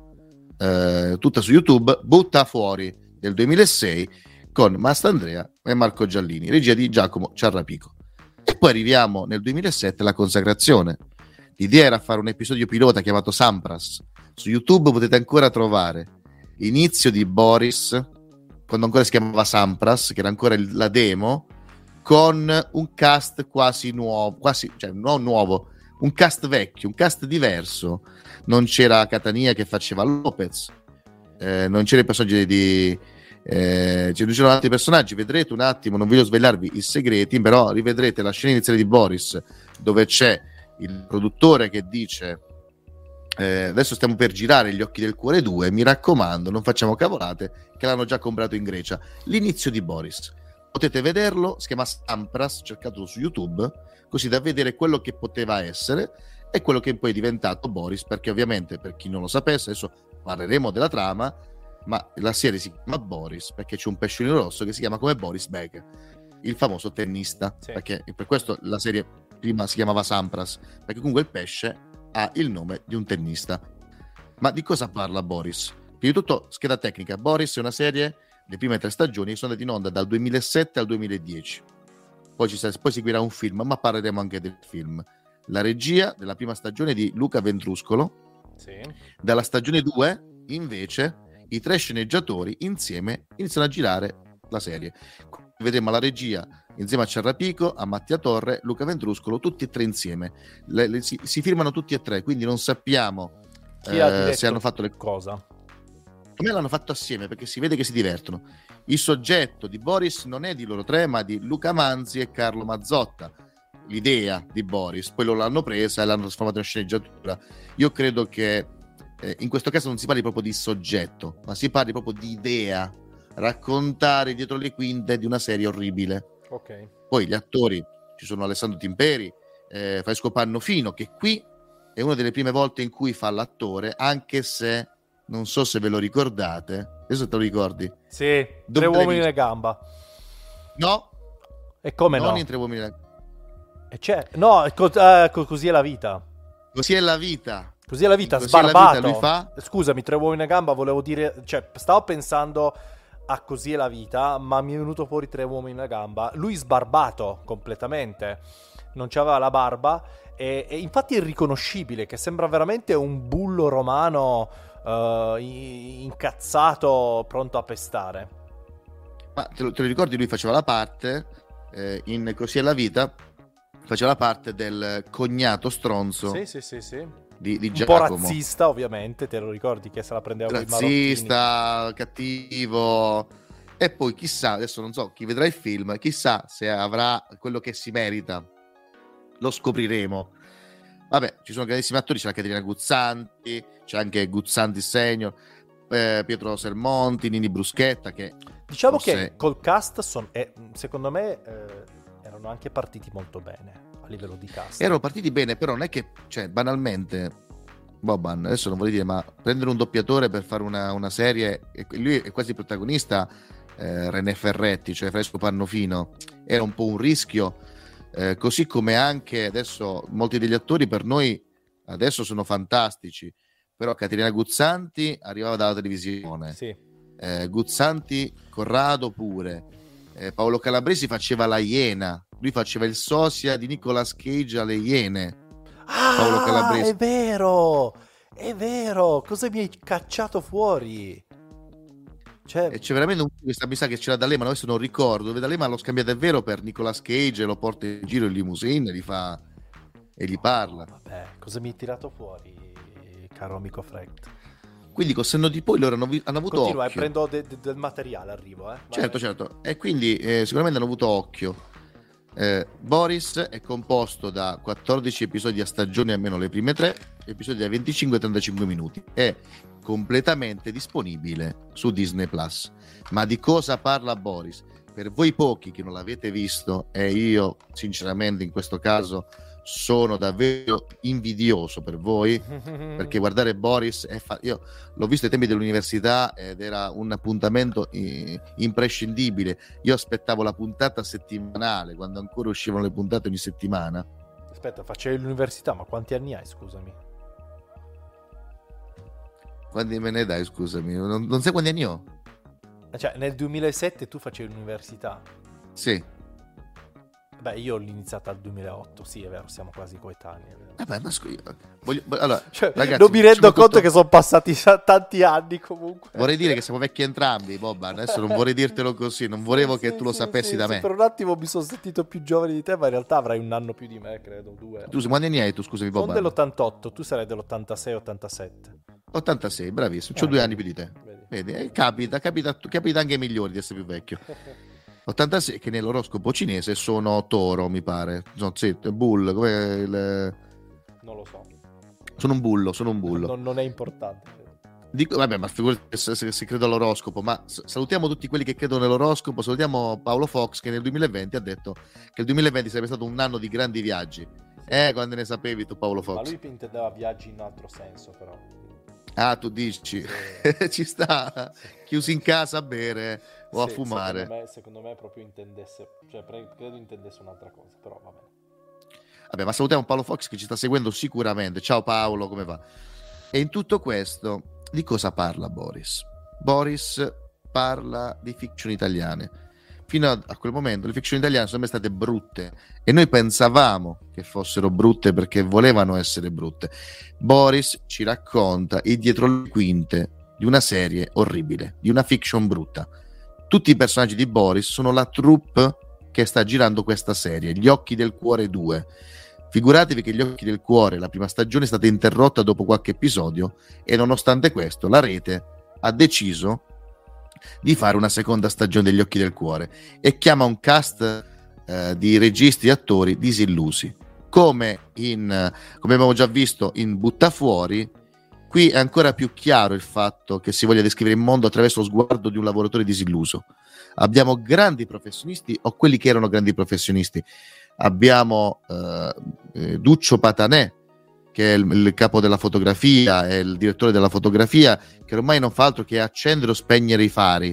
tutta su YouTube, Butta Fuori del 2006, con Mastandrea e Marco Giallini, regia di Giacomo Ciarrapico. E poi arriviamo nel 2007 alla consacrazione. L'idea era fare un episodio pilota chiamato Sampras. Su YouTube potete ancora trovare l'inizio di Boris, quando ancora si chiamava Sampras, che era ancora la demo, con un cast quasi nuovo, non nuovo, un cast vecchio, un cast diverso. Non c'era Catania che faceva Lopez, non c'era i personaggi c'erano altri personaggi. Vedrete un attimo, non voglio svegliarvi i segreti, però rivedrete la scena iniziale di Boris, dove c'è il produttore che dice adesso stiamo per girare Gli occhi del cuore 2, mi raccomando non facciamo cavolate, che l'hanno già comprato in Grecia. L'inizio di Boris potete vederlo, si chiama Sampras, cercatelo su YouTube, così da vedere quello che poteva essere e quello che poi è diventato Boris, perché ovviamente, per chi non lo sapesse, adesso parleremo della trama, ma la serie si chiama Boris perché c'è un pesciolino rosso che si chiama come Boris Becker, il famoso tennista, perché per questo la serie prima si chiamava Sampras, perché comunque il pesce ha il nome di un tennista. Ma di cosa parla Boris? Prima di tutto, scheda tecnica: Boris è una serie, le prime 3 stagioni sono andate in onda dal 2007 al 2010, poi seguirà un film, ma parleremo anche del film. La regia della prima stagione di Luca Ventruscolo, dalla stagione 2 invece i 3 sceneggiatori insieme iniziano a girare la serie. Vedremo la regia insieme a Ciarrapico, a Mattia Torre, Luca Ventruscolo, tutti e 3 insieme. Si firmano tutti e 3, quindi non sappiamo se hanno fatto le cosa. A me l'hanno fatto assieme, perché si vede che si divertono. Il soggetto di Boris non è di loro 3, ma di Luca Manzi e Carlo Mazzotta. L'idea di Boris, poi loro l'hanno presa e l'hanno trasformata in sceneggiatura. Io credo che in questo caso non si parli proprio di soggetto, ma si parli proprio di idea, raccontare dietro le quinte di una serie orribile. Poi gli attori, ci sono Alessandro Timperi, Francesco Pannofino, che qui è una delle prime volte in cui fa l'attore, anche se non so se ve lo ricordate. Adesso te lo ricordi? Sì, Tre uomini e gamba. No. E come non no? In Tre uomini e e c'è. No, così è la vita. Così è la vita. Così è la vita, Così sbarbato. È la vita, lui fa... Scusami, Tre uomini e gamba, volevo dire, cioè, stavo pensando a Così è la vita, ma mi è venuto fuori Tre uomini e gamba. Lui sbarbato completamente, non c'aveva la barba e infatti è irriconoscibile, che sembra veramente un bullo romano incazzato, pronto a pestare. Ma te lo ricordi, lui faceva la parte in Così è la vita, faceva la parte del cognato stronzo Sì. di Un Giacomo. po' razzista, ovviamente, te lo ricordi che se la prendeva con i marocchini. Razzista, cattivo. E poi chissà, adesso non so chi vedrà il film, chissà se avrà quello che si merita. Lo scopriremo. Vabbè, ci sono grandissimi attori, c'è la Caterina Guzzanti, c'è anche Guzzanti Senior, Pietro Sermonti, Nini Bruschetta, che Diciamo forse che col cast secondo me erano anche partiti molto bene a livello di cast. erano partiti bene, però non è che, cioè, banalmente, Boban, adesso non vorrei dire, ma prendere un doppiatore per fare una serie, e lui è quasi protagonista, René Ferretti, cioè Fresco Pannofino, era un po' un rischio, così come anche adesso molti degli attori per noi adesso sono fantastici, però Caterina Guzzanti arrivava dalla televisione, Sì. Guzzanti, Corrado pure, Paolo Calabresi faceva la Iena, lui faceva il sosia di Nicolas Cage alle Iene. Paolo Calabresi. È vero, cosa mi hai cacciato fuori? Cioè, E c'è veramente questa, mi sa che c'era D'Alema, adesso non ricordo, dove D'Alema lo scambia davvero per Nicolas Cage, lo porta in giro in limousine e gli parla. vabbè, cosa mi hai tirato fuori, caro amico Frecht? Quindi col senno di poi loro hanno avuto Continua, occhio. prendo del materiale, arrivo. Vai. Certo. E quindi sicuramente hanno avuto occhio. Boris è composto da 14 episodi a stagione, almeno le prime 3, episodi da 25-35 minuti. È completamente disponibile su Disney Plus. Ma di cosa parla Boris? Per voi pochi che non l'avete visto, e io sinceramente in questo caso sono davvero invidioso per voi, perché guardare Boris io l'ho visto ai tempi dell'università ed era un appuntamento imprescindibile. Io aspettavo la puntata settimanale, quando ancora uscivano le puntate ogni settimana. Aspetta, facevi l'università, ma quanti anni hai, scusami? Quanti me ne dai, scusami? Non sai quanti anni ho? Cioè, nel 2007 tu facevi l'università? Sì. Beh, io l'ho iniziata al 2008, sì, è vero, siamo quasi coetanei. Vabbè, ma allora, Cioè, ragazzi, non mi rendo conto soprattutto che sono passati tanti anni comunque. vorrei dire che siamo vecchi entrambi, Boban. Adesso non vorrei dirtelo così, non volevo che tu lo sapessi da me. Per un attimo mi sono sentito più giovane di te, ma in realtà avrai un anno più di me, credo, 2. Tu quanti anni hai tu, scusami, Sono Boban? dell'88, tu sarai dell'86-87. 86, bravissimo, c'ho 2 anni più di te. Vedi, capita anche ai migliori di essere più vecchio. 86 che nell'oroscopo cinese sono toro, mi pare. No, sì, bull, com'è Non lo so. Sono un bullo. Non è importante. Dico, vabbè, ma figurati se credo all'oroscopo, ma salutiamo tutti quelli che credono nell'oroscopo, salutiamo Paolo Fox che nel 2020 ha detto che il 2020 sarebbe stato un anno di grandi viaggi. Quando ne sapevi tu, Paolo Fox? Ma lui intendeva viaggi in altro senso, però. Ah, tu dici, ci sta, chiusi in casa a bere o a fumare. Secondo me proprio intendesse, cioè credo intendesse un'altra cosa, però va bene. Vabbè, ma salutiamo Paolo Fox che ci sta seguendo sicuramente. Ciao Paolo, come va? E in tutto questo, di cosa parla Boris? Boris parla di fiction italiane. Fino a quel momento le fiction italiane sono sempre state brutte e noi pensavamo che fossero brutte perché volevano essere brutte. Boris ci racconta il dietro le quinte di una serie orribile, di una fiction brutta. Tutti i personaggi di Boris sono la troupe che sta girando questa serie, Gli Occhi del Cuore 2. Figuratevi che Gli Occhi del Cuore, la prima stagione, è stata interrotta dopo qualche episodio e nonostante questo la rete ha deciso di fare una seconda stagione degli Occhi del Cuore e chiama un cast di registi e attori disillusi. Come abbiamo già visto in Buttafuori, qui è ancora più chiaro il fatto che si voglia descrivere il mondo attraverso lo sguardo di un lavoratore disilluso. Abbiamo grandi professionisti o quelli che erano grandi professionisti. Abbiamo Duccio Patanè, che è il capo della fotografia, è il direttore della fotografia, che ormai non fa altro che accendere o spegnere i fari.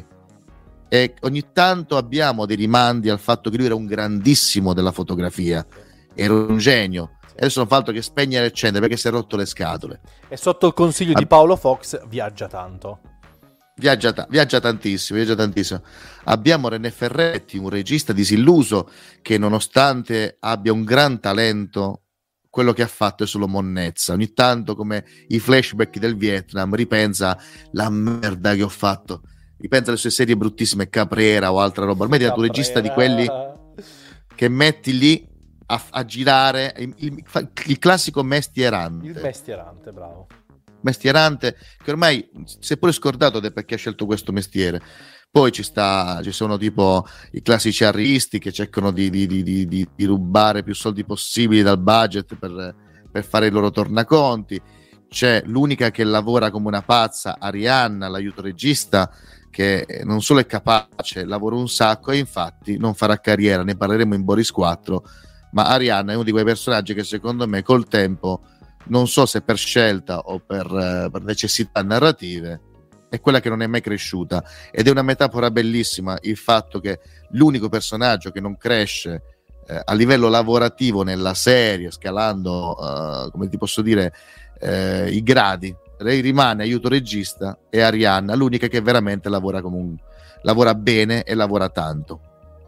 E ogni tanto abbiamo dei rimandi al fatto che lui era un grandissimo della fotografia, era un genio. E adesso non fa altro che spegnere e accendere perché si è rotto le scatole. E sotto il consiglio di Paolo Fox viaggia tanto. Viaggia tantissimo. Abbiamo René Ferretti, un regista disilluso che nonostante abbia un gran talento, quello che ha fatto è solo monnezza. Ogni tanto, come i flashback del Vietnam, ripensa la merda che ho fatto, ripensa alle sue serie bruttissime, Caprera o altra roba. Ormai è diventato un regista di quelli che metti lì a girare il classico mestierante. Il mestierante, bravo. Mestierante che ormai si è pure scordato del perché ha scelto questo mestiere. Poi ci sono tipo i classici arristi che cercano di rubare più soldi possibili dal budget per fare i loro tornaconti. C'è l'unica che lavora come una pazza, Arianna, l'aiuto regista, che non solo è capace, lavora un sacco e infatti non farà carriera, ne parleremo in Boris 4, ma Arianna è uno di quei personaggi che secondo me col tempo, non so se per scelta o per necessità narrative, è quella che non è mai cresciuta, ed è una metafora bellissima il fatto che l'unico personaggio che non cresce a livello lavorativo nella serie, scalando come ti posso dire i gradi, lei rimane aiuto regista, e Arianna l'unica che veramente lavora bene e lavora tanto.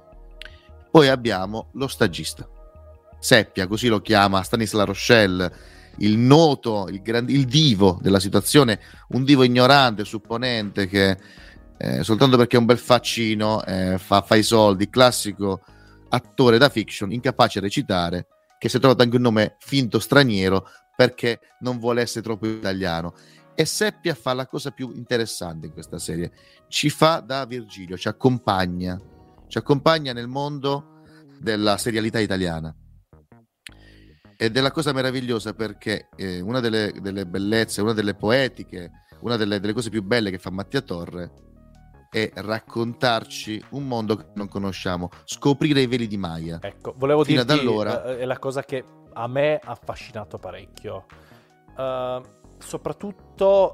Poi abbiamo lo stagista, Seppia, così lo chiama Stanislas Rochelle, il noto, il divo della situazione, un divo ignorante, supponente, che soltanto perché è un bel faccino fa i soldi, classico attore da fiction, incapace a recitare, che si è trovato anche un nome finto straniero perché non vuole essere troppo italiano. E Seppia fa la cosa più interessante in questa serie, ci fa da Virgilio, ci accompagna nel mondo della serialità italiana. Ed è la cosa meravigliosa perché una delle bellezze, una delle poetiche, una delle cose più belle che fa Mattia Torre è raccontarci un mondo che non conosciamo, scoprire i veli di Maya. Ecco, volevo Fino dirti, ad allora è la cosa che a me ha affascinato parecchio. Soprattutto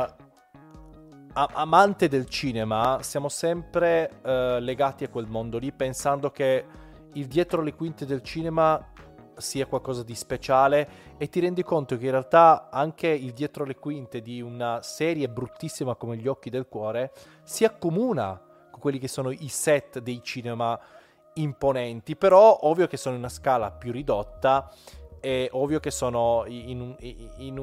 amante del cinema, siamo sempre legati a quel mondo lì, pensando che il dietro le quinte del cinema sia qualcosa di speciale, e ti rendi conto che in realtà anche il dietro le quinte di una serie bruttissima come Gli occhi del cuore si accomuna con quelli che sono i set dei cinema imponenti, però ovvio che sono in una scala più ridotta, e ovvio che sono in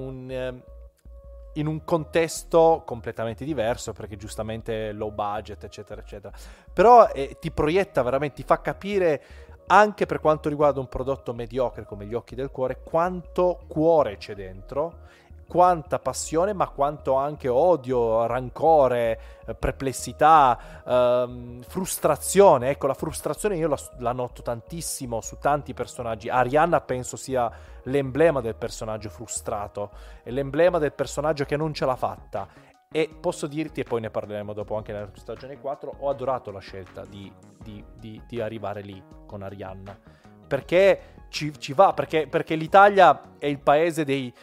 un contesto completamente diverso, perché giustamente low budget eccetera eccetera, però ti proietta veramente, ti fa capire, anche per quanto riguarda un prodotto mediocre come Gli occhi del cuore, quanto cuore c'è dentro, quanta passione, ma quanto anche odio, rancore, perplessità, frustrazione. Ecco, la frustrazione io la noto tantissimo su tanti personaggi. Arianna penso sia l'emblema del personaggio frustrato, è l'emblema del personaggio che non ce l'ha fatta. E posso dirti, e poi ne parleremo dopo anche nella stagione 4, ho adorato la scelta di arrivare lì con Arianna, perché ci va, perché l'Italia è il paese dei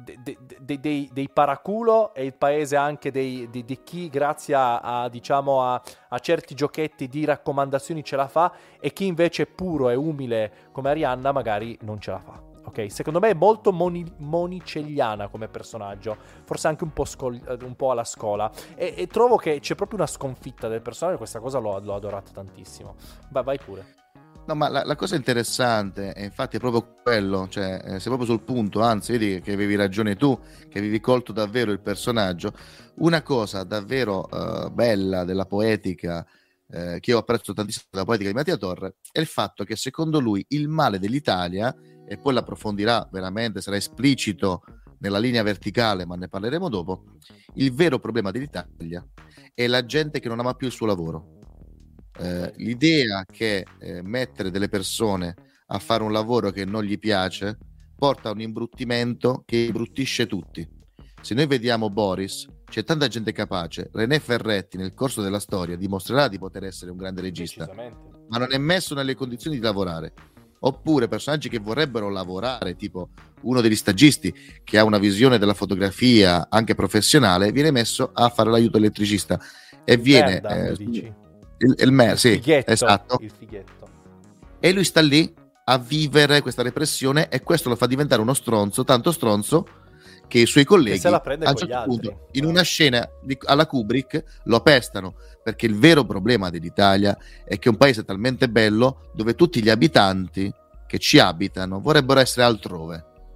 paraculo, è il paese anche di chi grazie a certi giochetti di raccomandazioni ce la fa, e chi invece è puro e umile come Arianna magari non ce la fa. Ok, secondo me è molto monicelliana come personaggio, forse anche un po' alla scuola, e trovo che c'è proprio una sconfitta del personaggio. Questa cosa l'ho adorata tantissimo. Vai pure. No, ma la cosa interessante è infatti è proprio quello, cioè sei proprio sul punto, anzi vedi che avevi ragione tu, che avevi colto davvero il personaggio. Una cosa davvero bella della poetica, che io apprezzo tantissimo della poetica di Mattia Torre, è il fatto che secondo lui il male dell'Italia, e poi l'approfondirà veramente, sarà esplicito nella linea verticale, ma ne parleremo dopo, il vero problema dell'Italia è la gente che non ama più il suo lavoro. L'idea che mettere delle persone a fare un lavoro che non gli piace porta a un imbruttimento che imbruttisce tutti. Se noi vediamo Boris, c'è tanta gente capace. René Ferretti nel corso della storia dimostrerà di poter essere un grande regista, ma non è messo nelle condizioni di lavorare. Oppure personaggi che vorrebbero lavorare, tipo uno degli stagisti che ha una visione della fotografia anche professionale, viene messo a fare l'aiuto elettricista e viene il fighetto, esatto. Il fighetto. E lui sta lì a vivere questa repressione, e questo lo fa diventare uno stronzo, tanto stronzo che i suoi colleghi se la prende a un con certo gli punto altri. in una scena alla Kubrick lo pestano, perché il vero problema dell'Italia è che è un paese talmente bello dove tutti gli abitanti che ci abitano vorrebbero essere altrove.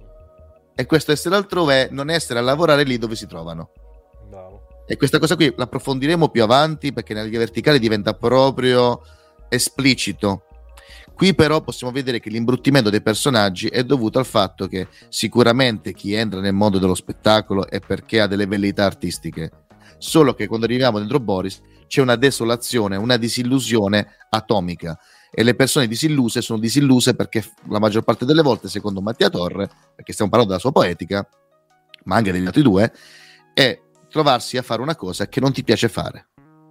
E questo essere altrove è non essere a lavorare lì dove si trovano. Bravo. E questa cosa qui l'approfondiremo più avanti, perché nelle vie verticali diventa proprio esplicito. Qui però possiamo vedere che l'imbruttimento dei personaggi è dovuto al fatto che sicuramente chi entra nel mondo dello spettacolo è perché ha delle velleità artistiche, solo che quando arriviamo dentro Boris c'è una desolazione, una disillusione atomica, e le persone disilluse sono disilluse perché la maggior parte delle volte, secondo Mattia Torre, perché stiamo parlando della sua poetica, ma anche degli altri due, è trovarsi a fare una cosa che non ti piace fare.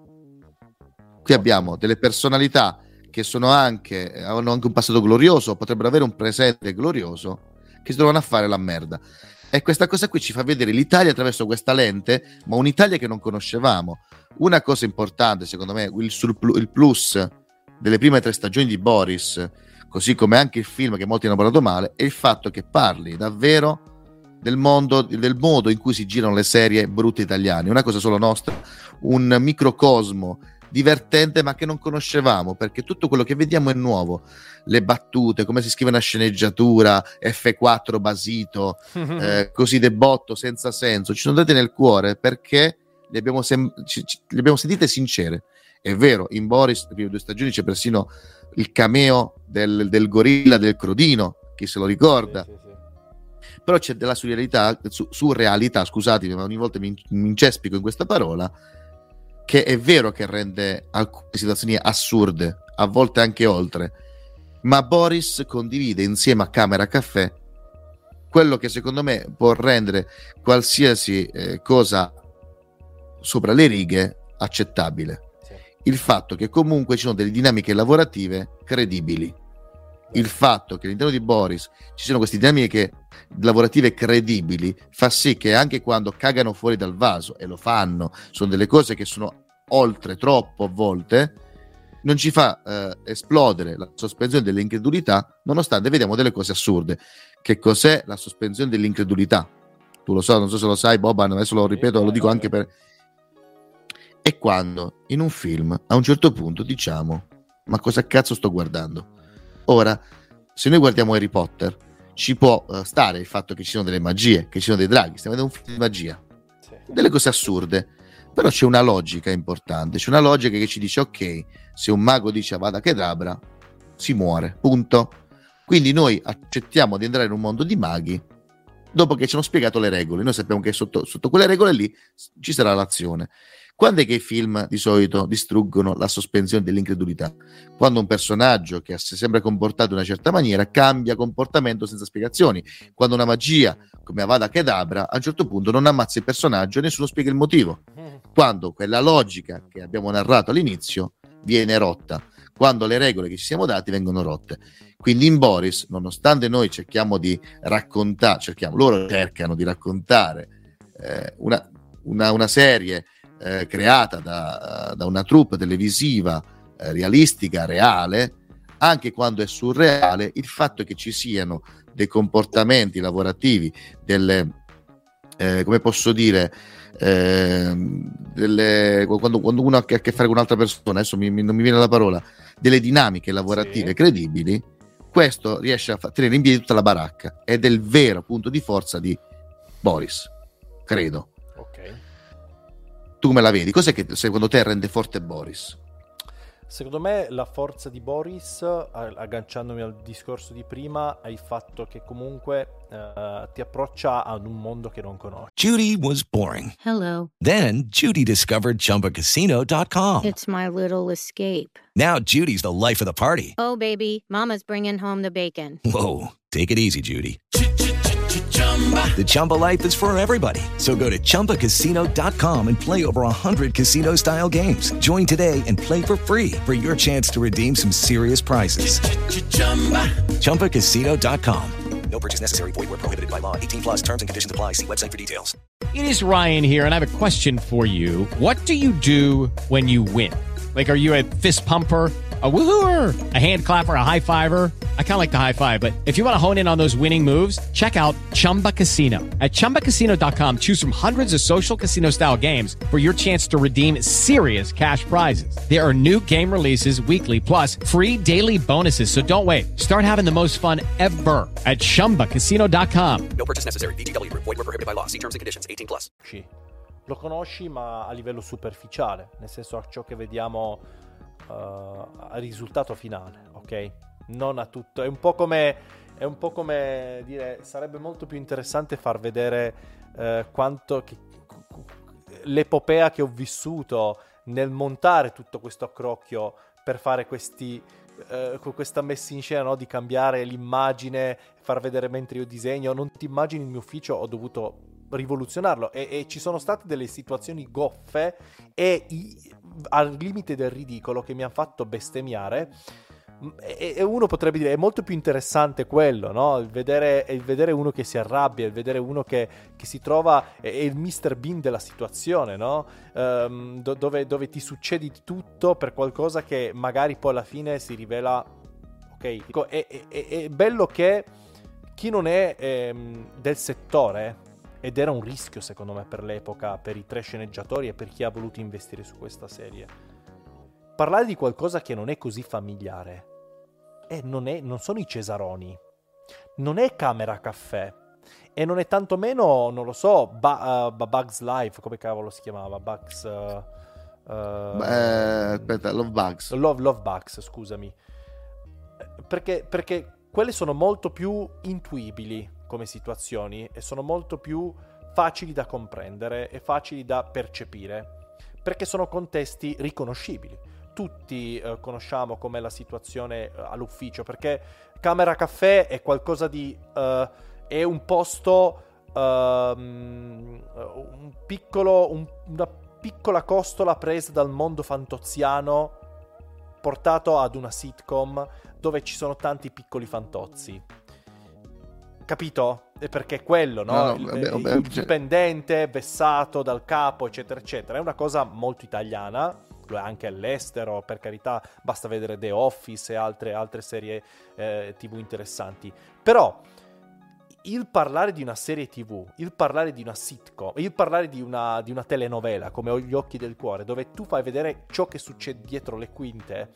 Qui abbiamo delle personalità che hanno anche un passato glorioso, potrebbero avere un presente glorioso, che si trovano a fare la merda. E questa cosa qui ci fa vedere l'Italia attraverso questa lente, ma un'Italia che non conoscevamo. Una cosa importante, secondo me, il plus delle prime 3 stagioni di Boris, così come anche il film che molti hanno parlato male, è il fatto che parli davvero del mondo, del modo in cui si girano le serie brutte italiane. Una cosa solo nostra, un microcosmo divertente ma che non conoscevamo, perché tutto quello che vediamo è nuovo, le battute, come si scrive una sceneggiatura, F4 basito, così de botto, senza senso, ci sono date nel cuore perché le abbiamo sentite sincere. È vero, in Boris le prime 2 stagioni c'è persino il cameo del gorilla del Crodino, chi se lo ricorda. Sì. Però c'è della surrealità, scusatemi, ma ogni volta mi incespico in questa parola, che è vero che rende alcune situazioni assurde, a volte anche oltre, ma Boris condivide insieme a Camera Caffè quello che secondo me può rendere qualsiasi cosa sopra le righe accettabile. Sì. Il fatto che comunque ci sono delle dinamiche lavorative credibili. Il fatto che all'interno di Boris ci siano queste dinamiche lavorative credibili fa sì che anche quando cagano fuori dal vaso, e lo fanno, sono delle cose che sono oltre troppo a volte, non ci fa esplodere la sospensione dell'incredulità, nonostante vediamo delle cose assurde. Che cos'è la sospensione dell'incredulità? Tu lo so, non so se lo sai, Boban, adesso lo ripeto, lo dico anche per... È quando in un film a un certo punto diciamo: ma cosa cazzo sto guardando? Ora, se noi guardiamo Harry Potter, ci può stare il fatto che ci siano delle magie, che ci siano dei draghi, stiamo vedendo un film di magia, delle cose assurde, però c'è una logica importante, c'è una logica che ci dice: ok, se un mago dice Avada Kedavra, si muore, punto. Quindi noi accettiamo di entrare in un mondo di maghi dopo che ci hanno spiegato le regole. Noi sappiamo che sotto quelle regole lì ci sarà l'azione. Quando è che i film di solito distruggono la sospensione dell'incredulità? Quando un personaggio che si è sempre comportato in una certa maniera cambia comportamento senza spiegazioni. Quando una magia come Avada Kedavra a un certo punto non ammazza il personaggio e nessuno spiega il motivo. Quando quella logica che abbiamo narrato all'inizio viene rotta. Quando le regole che ci siamo dati vengono rotte. Quindi in Boris, nonostante noi cerchiamo di raccontare, loro cercano di raccontare una serie creata da una troupe televisiva realistica, reale, anche quando è surreale, il fatto che ci siano dei comportamenti lavorativi, delle come posso dire, quando uno ha a che fare con un'altra persona, adesso non mi viene la parola, delle dinamiche lavorative credibili, questo riesce a tenere in piedi tutta la baracca ed è il vero punto di forza di Boris, credo. Tu come la vedi? Cos'è che secondo te rende forte Boris? Secondo me la forza di Boris, agganciandomi al discorso di prima, è il fatto che comunque ti approccia ad un mondo che non conosci. Judy was boring. Hello. Then Judy discovered ChumbaCasino.com. It's my little escape. Now Judy's the life of the party. Oh, baby, mama's bringing home the bacon. Whoa, take it easy, Judy. The Chumba life is for everybody. So go to ChumbaCasino.com and play over 100 casino-style games. Join today and play for free for your chance to redeem some serious prizes. ChumbaCasino.com. No purchase necessary. Void where prohibited by law. 18 plus terms and conditions apply. See website for details. It is Ryan here, and I have a question for you. What do you do when you win? Like, are you a fist pumper? A woohooer, a hand clapper, a high fiver. I kind of like the high five, but if you want to hone in on those winning moves, check out Chumba Casino. At ChumbaCasino.com, choose from hundreds of social casino style games for your chance to redeem serious cash prizes. There are new game releases weekly, plus free daily bonuses. So don't wait. Start having the most fun ever at ChumbaCasino.com. No purchase necessary. VGW Group. Void were prohibited by law. See terms and conditions. 18 plus. Lo conosci, ma a livello superficiale, nel senso a ciò che vediamo al risultato finale, ok? Non a tutto. È un po' come dire, sarebbe molto più interessante far vedere l'epopea che ho vissuto nel montare tutto questo accrocchio per fare con questa messa in scena, no? Di cambiare l'immagine, far vedere mentre io disegno. Non ti immagini il mio ufficio, ho dovuto rivoluzionarlo e ci sono state delle situazioni goffe e al limite del ridicolo che mi hanno fatto bestemmiare. E uno potrebbe dire è molto più interessante quello, no? Il vedere uno che si arrabbia, il vedere uno che si trova, è il Mr. Bean della situazione, no? Dove ti succede di tutto per qualcosa che magari poi alla fine si rivela ok. È bello che chi non è del settore, ed era un rischio secondo me per l'epoca, per i tre sceneggiatori e per chi ha voluto investire su questa serie, parlare di qualcosa che non è così familiare non sono i Cesaroni, non è Camera Caffè e non è tantomeno, non lo so, Bugs Life, come cavolo si chiamava? Bugs aspetta, Love Bugs. Love Bugs, scusami, perché quelle sono molto più intuibili come situazioni e sono molto più facili da comprendere e facili da percepire, perché sono contesti riconoscibili. Tutti conosciamo com'è la situazione all'ufficio, perché Camera Caffè è qualcosa di è un posto una piccola costola presa dal mondo fantoziano, portato ad una sitcom dove ci sono tanti piccoli fantozzi, capito? È perché quello, no? Il dipendente vessato dal capo, eccetera eccetera, è una cosa molto italiana, anche all'estero, per carità, basta vedere The Office e altre serie TV interessanti. Però il parlare di una serie TV, il parlare di una sitcom, il parlare di una telenovela come Ho gli occhi del cuore, dove tu fai vedere ciò che succede dietro le quinte,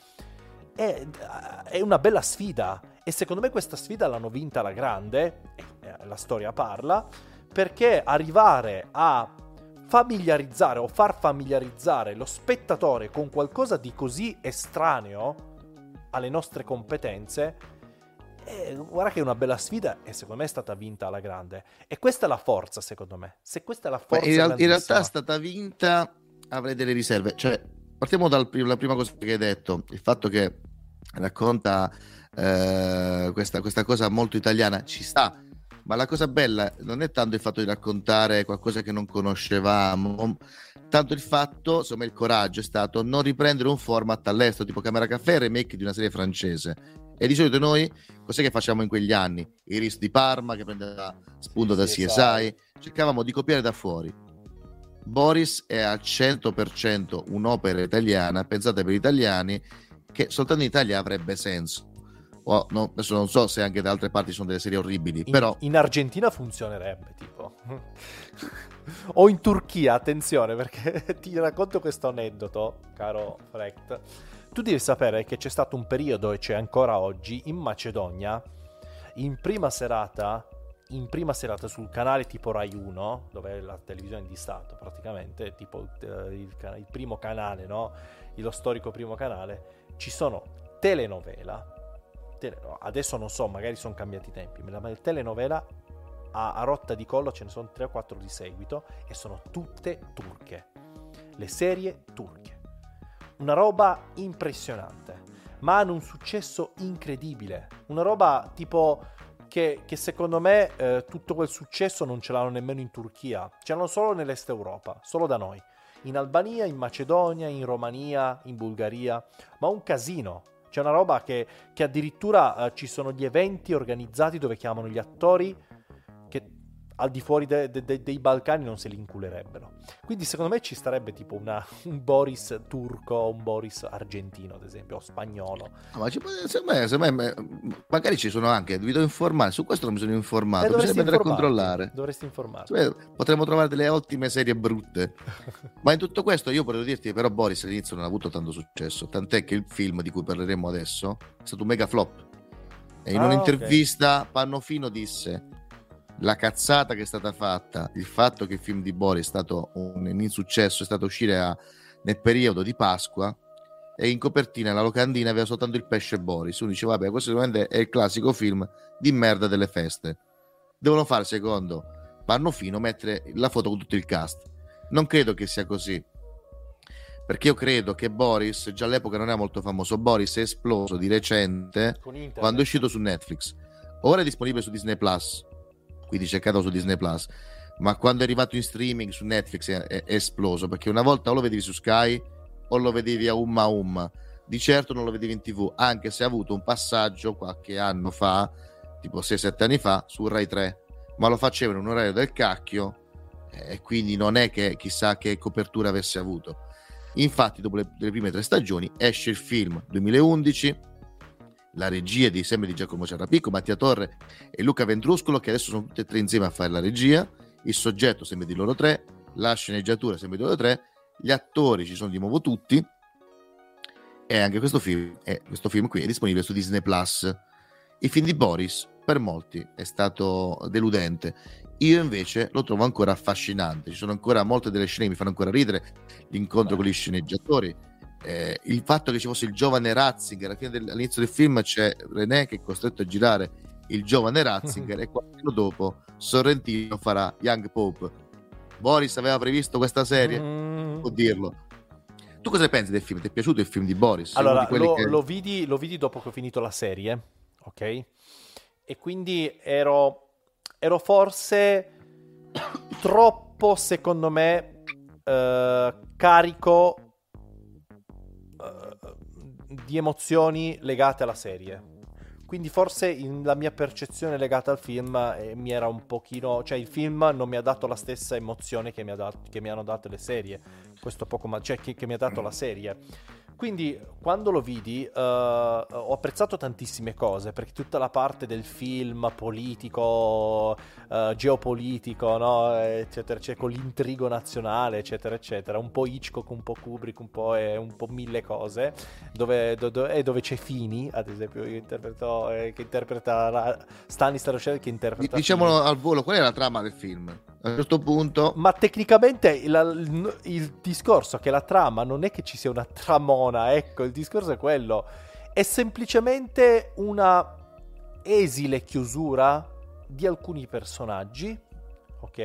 è una bella sfida. E secondo me questa sfida l'hanno vinta alla grande, la storia parla, perché arrivare a familiarizzare o far familiarizzare lo spettatore con qualcosa di così estraneo alle nostre competenze, guarda che è una bella sfida e secondo me è stata vinta alla grande. E questa è la forza, secondo me. Se questa è la forza, in realtà è stata vinta, avrei delle riserve. Cioè, partiamo dalla prima cosa che hai detto, il fatto che racconta questa cosa molto italiana, ci sta. Ma la cosa bella non è tanto il fatto di raccontare qualcosa che non conoscevamo, tanto il fatto, insomma, il coraggio è stato non riprendere un format all'estero, tipo Camera Caffè, remake di una serie francese. E di solito noi, cos'è che facciamo in quegli anni? Iris di Parma, che prendeva spunto da CSI, cercavamo di copiare da fuori. Boris è al 100% un'opera italiana, pensata per italiani, che soltanto in Italia avrebbe senso. No, adesso non so se anche da altre parti sono delle serie orribili, però in Argentina funzionerebbe, tipo. O in Turchia, attenzione, perché ti racconto questo aneddoto, caro Frecht. Tu devi sapere che c'è stato un periodo, e c'è ancora oggi, in Macedonia, in prima serata sul canale tipo Rai 1, dove è la televisione di Stato praticamente, tipo il primo canale, no? Lo storico primo canale, ci sono telenovela. Adesso non so, magari sono cambiati i tempi, ma la telenovela a rotta di collo ce ne sono 3 o 4 di seguito e sono tutte turche, le serie turche, una roba impressionante, ma hanno un successo incredibile, una roba tipo che secondo me tutto quel successo non ce l'hanno nemmeno in Turchia, ce l'hanno solo nell'est Europa, solo da noi, in Albania, in Macedonia, in Romania, in Bulgaria, ma un casino. C'è una roba che addirittura ci sono gli eventi organizzati dove chiamano gli attori che al di fuori dei Balcani non se li inculerebbero. Quindi secondo me ci starebbe tipo un Boris turco, un Boris argentino ad esempio, o spagnolo. Ma secondo me, magari ci sono anche, vi devo informare, su questo non mi sono informato, bisogna andare a controllare. Dovresti informarti. Potremmo trovare delle ottime serie brutte. Ma in tutto questo io volevo dirti che però Boris all'inizio non ha avuto tanto successo, tant'è che il film di cui parleremo adesso è stato un mega flop. E in un'intervista Pannofino disse: la cazzata che è stata fatta, il fatto che il film di Boris è stato un insuccesso, è stato uscire nel periodo di Pasqua, e in copertina la locandina aveva soltanto il pesce Boris. Uno dice vabbè, questo sicuramente è il classico film di merda delle feste. Devono fare, secondo Pannofino, mettere la foto con tutto il cast. Non credo che sia così, perché io credo che Boris già all'epoca non era molto famoso. Boris è esploso di recente quando è uscito su Netflix. Ora è disponibile su Disney Plus, quindi cercatelo su Disney Plus, ma quando è arrivato in streaming su Netflix è esploso, perché una volta o lo vedevi su Sky o lo vedevi a Umma, di certo non lo vedevi in TV, anche se ha avuto un passaggio qualche anno fa, tipo 6-7 anni fa, su Rai 3, ma lo facevano in un orario del cacchio, e quindi non è che chissà che copertura avesse avuto. Infatti dopo le prime 3 stagioni esce il film 2011, la regia sempre di Giacomo Ciarrapico, Mattia Torre e Luca Ventruscolo, che adesso sono tutti e 3 insieme a fare la regia. Il soggetto sempre di loro 3, la sceneggiatura sempre di loro 3, gli attori ci sono di nuovo tutti, e anche questo film qui è disponibile su Disney Plus. Il film di Boris per molti è stato deludente, io invece lo trovo ancora affascinante. Ci sono ancora molte delle scene che mi fanno ancora ridere, l'incontro con gli sceneggiatori, il fatto che ci fosse il giovane Ratzinger all'inizio del film, c'è René che è costretto a girare il giovane Ratzinger e qualche anno dopo Sorrentino farà Young Pope. Boris aveva previsto questa serie? Può dirlo. Tu cosa ne pensi del film? Ti è piaciuto il film di Boris? Allora, lo vidi dopo che ho finito la serie, ok? E quindi ero forse troppo, secondo me, carico di emozioni legate alla serie. Quindi forse la mia percezione legata al film mi era un pochino, cioè il film non mi ha dato la stessa emozione che mi hanno dato le serie, questo poco ma cioè che mi ha dato la serie. Quindi quando lo vidi ho apprezzato tantissime cose, perché tutta la parte del film politico, geopolitico, no? Eccetera, cioè, con l'intrigo nazionale, eccetera, eccetera, un po' Hitchcock, un po' Kubrick, un po' mille cose, dove c'è Fini, ad esempio, che interpreta Stanislas, che interpreta diciamolo Fini. Al volo, qual è la trama del film? A un certo punto, ma tecnicamente il discorso è che la trama non è che ci sia una tramona, ecco, il discorso è quello, è semplicemente una esile chiusura di alcuni personaggi, ok?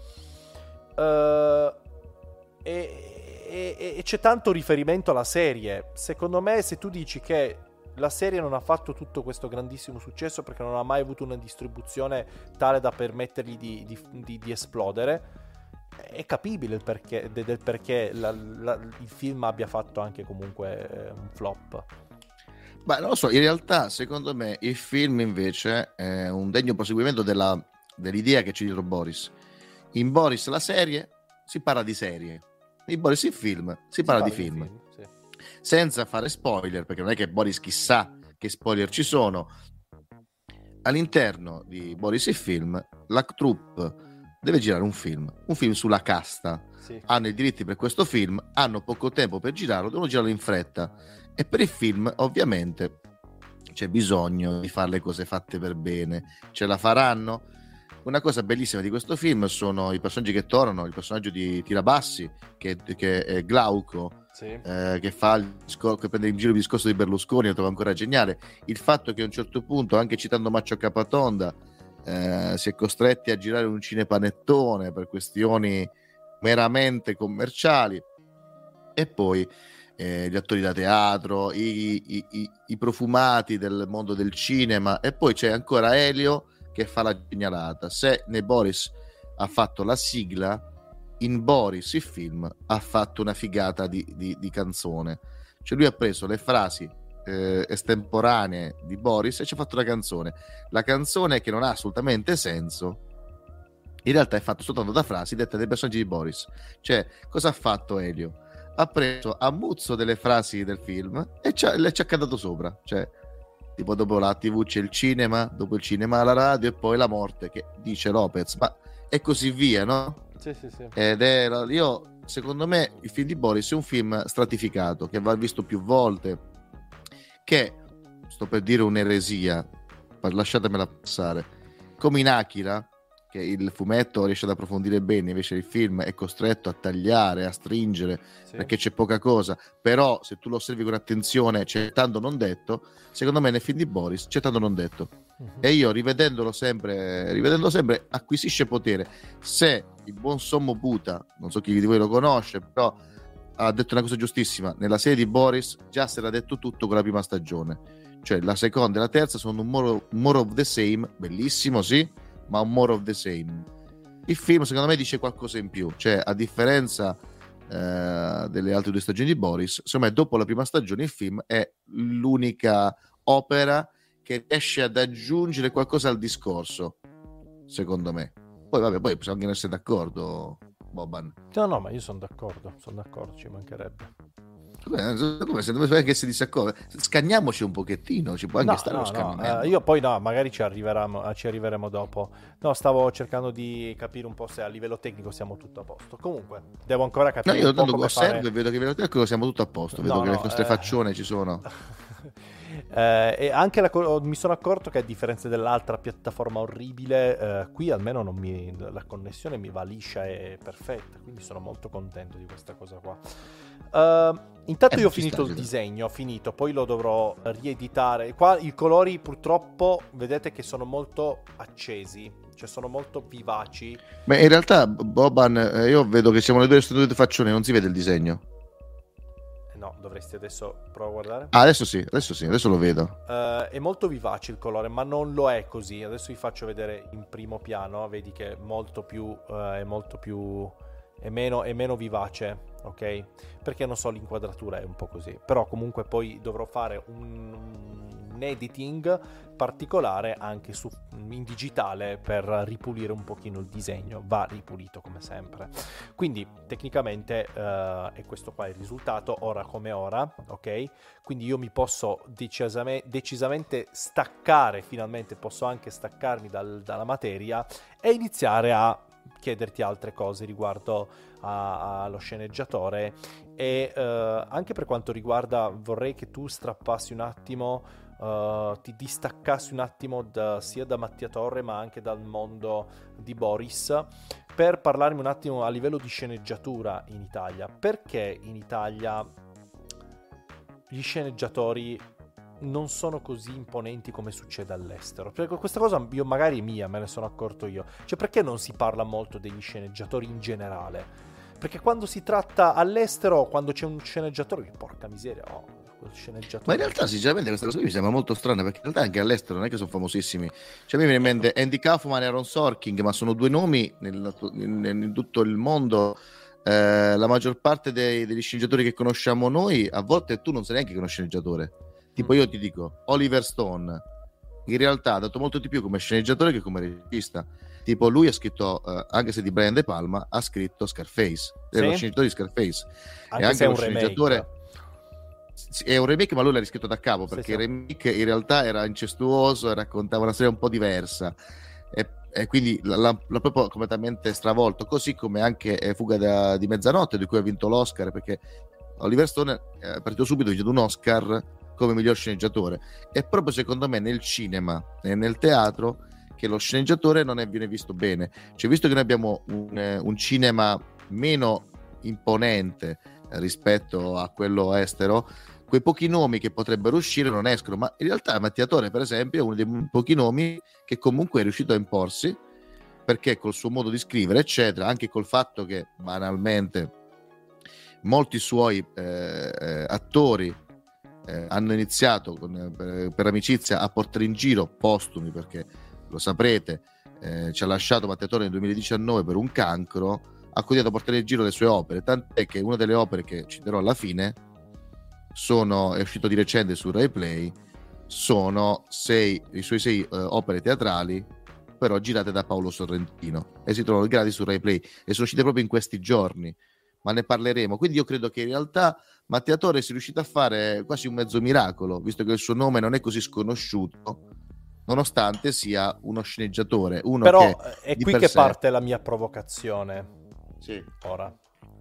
E c'è tanto riferimento alla serie. Secondo me, se tu dici che la serie non ha fatto tutto questo grandissimo successo perché non ha mai avuto una distribuzione tale da permettergli di esplodere, è capibile il perché, del perché il film abbia fatto anche comunque un flop. Beh, non lo so, in realtà secondo me il film invece è un degno proseguimento dell'idea che c'è dietro Boris. In Boris la serie si parla di serie, in Boris il film si parla di film. Sì. Senza fare spoiler, perché non è che Boris chissà che spoiler ci sono. All'interno di Boris il film, la troupe deve girare un film sulla casta. Sì. Hanno i diritti per questo film, hanno poco tempo per girarlo, devono girarlo in fretta. E per il film, ovviamente, c'è bisogno di fare le cose fatte per bene. Ce la faranno? Una cosa bellissima di questo film sono i personaggi che tornano, il personaggio di Tirabassi, che è Glauco, sì. Che prende in giro il discorso di Berlusconi, lo trovo ancora geniale. Il fatto che a un certo punto, anche citando Maccio Capatonda, si è costretti a girare un cinepanettone per questioni meramente commerciali, e poi gli attori da teatro, i profumati del mondo del cinema, e poi c'è ancora Elio che fa la genialata. Se ne Boris ha fatto la sigla, in Boris il film ha fatto una figata di canzone. Cioè lui ha preso le frasi estemporanee di Boris e ci ha fatto la canzone che non ha assolutamente senso, in realtà è fatto soltanto da frasi dette dai personaggi di Boris. Cioè, cosa ha fatto Elio? Ha preso a muzzo delle frasi del film e le ci ha cantato sopra. Cioè, tipo dopo la TV c'è il cinema, dopo il cinema la radio e poi la morte, che dice Lopez, ma e così via, no? Sì. Ed io, secondo me, il film di Boris è un film stratificato, che va visto più volte, che, sto per dire un'eresia, lasciatemela passare, come in Akira, che il fumetto riesce ad approfondire bene, invece il film è costretto a tagliare, a stringere, perché c'è poca cosa, però se tu lo osservi con attenzione c'è tanto non detto. Secondo me nel film di Boris c'è tanto non detto, e io rivedendolo sempre acquisisce potere. Se il buon Sommo Buta, non so chi di voi lo conosce, però ha detto una cosa giustissima, nella serie di Boris già si era detto tutto con la prima stagione, cioè la seconda e la terza sono un more of the same, bellissimo sì, ma un more of the same. Il film secondo me dice qualcosa in più, cioè a differenza delle altre due stagioni di Boris, secondo me dopo la prima stagione il film è l'unica opera che riesce ad aggiungere qualcosa al discorso, secondo me. Poi vabbè, poi possiamo anche essere d'accordo, Boban. No, ma io sono d'accordo, ci mancherebbe. Come se dovesse che si disaccorda, scagniamoci un pochettino, ci può anche stare lo scannamento. Io poi magari ci arriveremo dopo. No, stavo cercando di capire un po' se a livello tecnico siamo tutto a posto. Comunque devo ancora capire io un po' come osservo fare. e vedo che a livello tecnico siamo tutto a posto, vedo che le nostre faccione ci sono. E anche mi sono accorto che a differenza dell'altra piattaforma orribile, qui almeno la connessione mi va liscia e perfetta, quindi sono molto contento di questa cosa qua. Intanto io ho finito il disegno, poi lo dovrò rieditare. Qua i colori purtroppo vedete che sono molto accesi, cioè sono molto vivaci. Beh, in realtà Boban, io vedo che siamo le due faccione, non si vede il disegno. No, dovresti adesso provare a guardare. Adesso lo vedo. È molto vivace il colore, ma non lo è così. Adesso vi faccio vedere in primo piano, vedi che è molto più è meno vivace, ok? Perché non so, l'inquadratura è un po' così. Però comunque poi dovrò fare un editing particolare anche in digitale per ripulire un pochino il disegno. Va ripulito come sempre. Quindi tecnicamente è questo qua il risultato, ora come ora, ok? Quindi io mi posso decisamente staccare, finalmente posso anche staccarmi dalla materia e iniziare a chiederti altre cose riguardo allo sceneggiatore e anche per quanto riguarda, vorrei che tu strappassi un attimo, ti distaccassi un attimo sia da Mattia Torre ma anche dal mondo di Boris, per parlarmi un attimo a livello di sceneggiatura in Italia. Perché in Italia gli sceneggiatori non sono così imponenti come succede all'estero? Perché questa cosa io magari me ne sono accorto io. Cioè, perché non si parla molto degli sceneggiatori in generale? Perché quando si tratta all'estero, quando c'è un sceneggiatore, porca miseria, quel sceneggiatore. Ma in realtà sinceramente questa cosa mi sembra molto strana, perché in realtà anche all'estero non è che sono famosissimi. Cioè, mi viene in mente Andy Kaufman e Aaron Sorkin, ma sono due nomi in tutto il mondo. La maggior parte degli sceneggiatori che conosciamo noi, a volte tu non sai neanche che è uno sceneggiatore. Tipo io ti dico, Oliver Stone in realtà ha dato molto di più come sceneggiatore che come regista. Tipo lui ha scritto, anche se di Brian De Palma, ha scritto Scarface, è lo sceneggiatore di Scarface. Anche è anche se è uno un sceneggiatore. È un remake, ma lui l'ha riscritto da capo, perché il remake in realtà era incestuoso e raccontava una storia un po' diversa. E quindi l'ha proprio completamente stravolto, così come anche Fuga di mezzanotte, di cui ha vinto l'Oscar, perché Oliver Stone è partito subito vincendo un Oscar come miglior sceneggiatore. È proprio secondo me nel cinema e nel teatro che lo sceneggiatore non viene visto bene. Cioè, visto che noi abbiamo un cinema meno imponente rispetto a quello estero, quei pochi nomi che potrebbero uscire non escono. Ma in realtà Mattia Torre, per esempio, è uno dei pochi nomi che comunque è riuscito a imporsi, perché col suo modo di scrivere eccetera, anche col fatto che banalmente molti suoi attori hanno iniziato per amicizia a portare in giro postumi, perché lo saprete, ci ha lasciato Mattia Torre nel 2019 per un cancro, ha continuato a portare in giro le sue opere, tant'è che una delle opere che citerò alla fine è uscito di recente su Rai Play, sono i suoi 6 opere teatrali però girate da Paolo Sorrentino e si trovano gratis su Rai Play e sono uscite proprio in questi giorni, ma ne parleremo. Quindi io credo che in realtà Mattia Torre sia riuscito a fare quasi un mezzo miracolo, visto che il suo nome non è così sconosciuto, nonostante sia uno sceneggiatore, uno però che è di qui per che sé... parte la mia provocazione. Sì. Ora,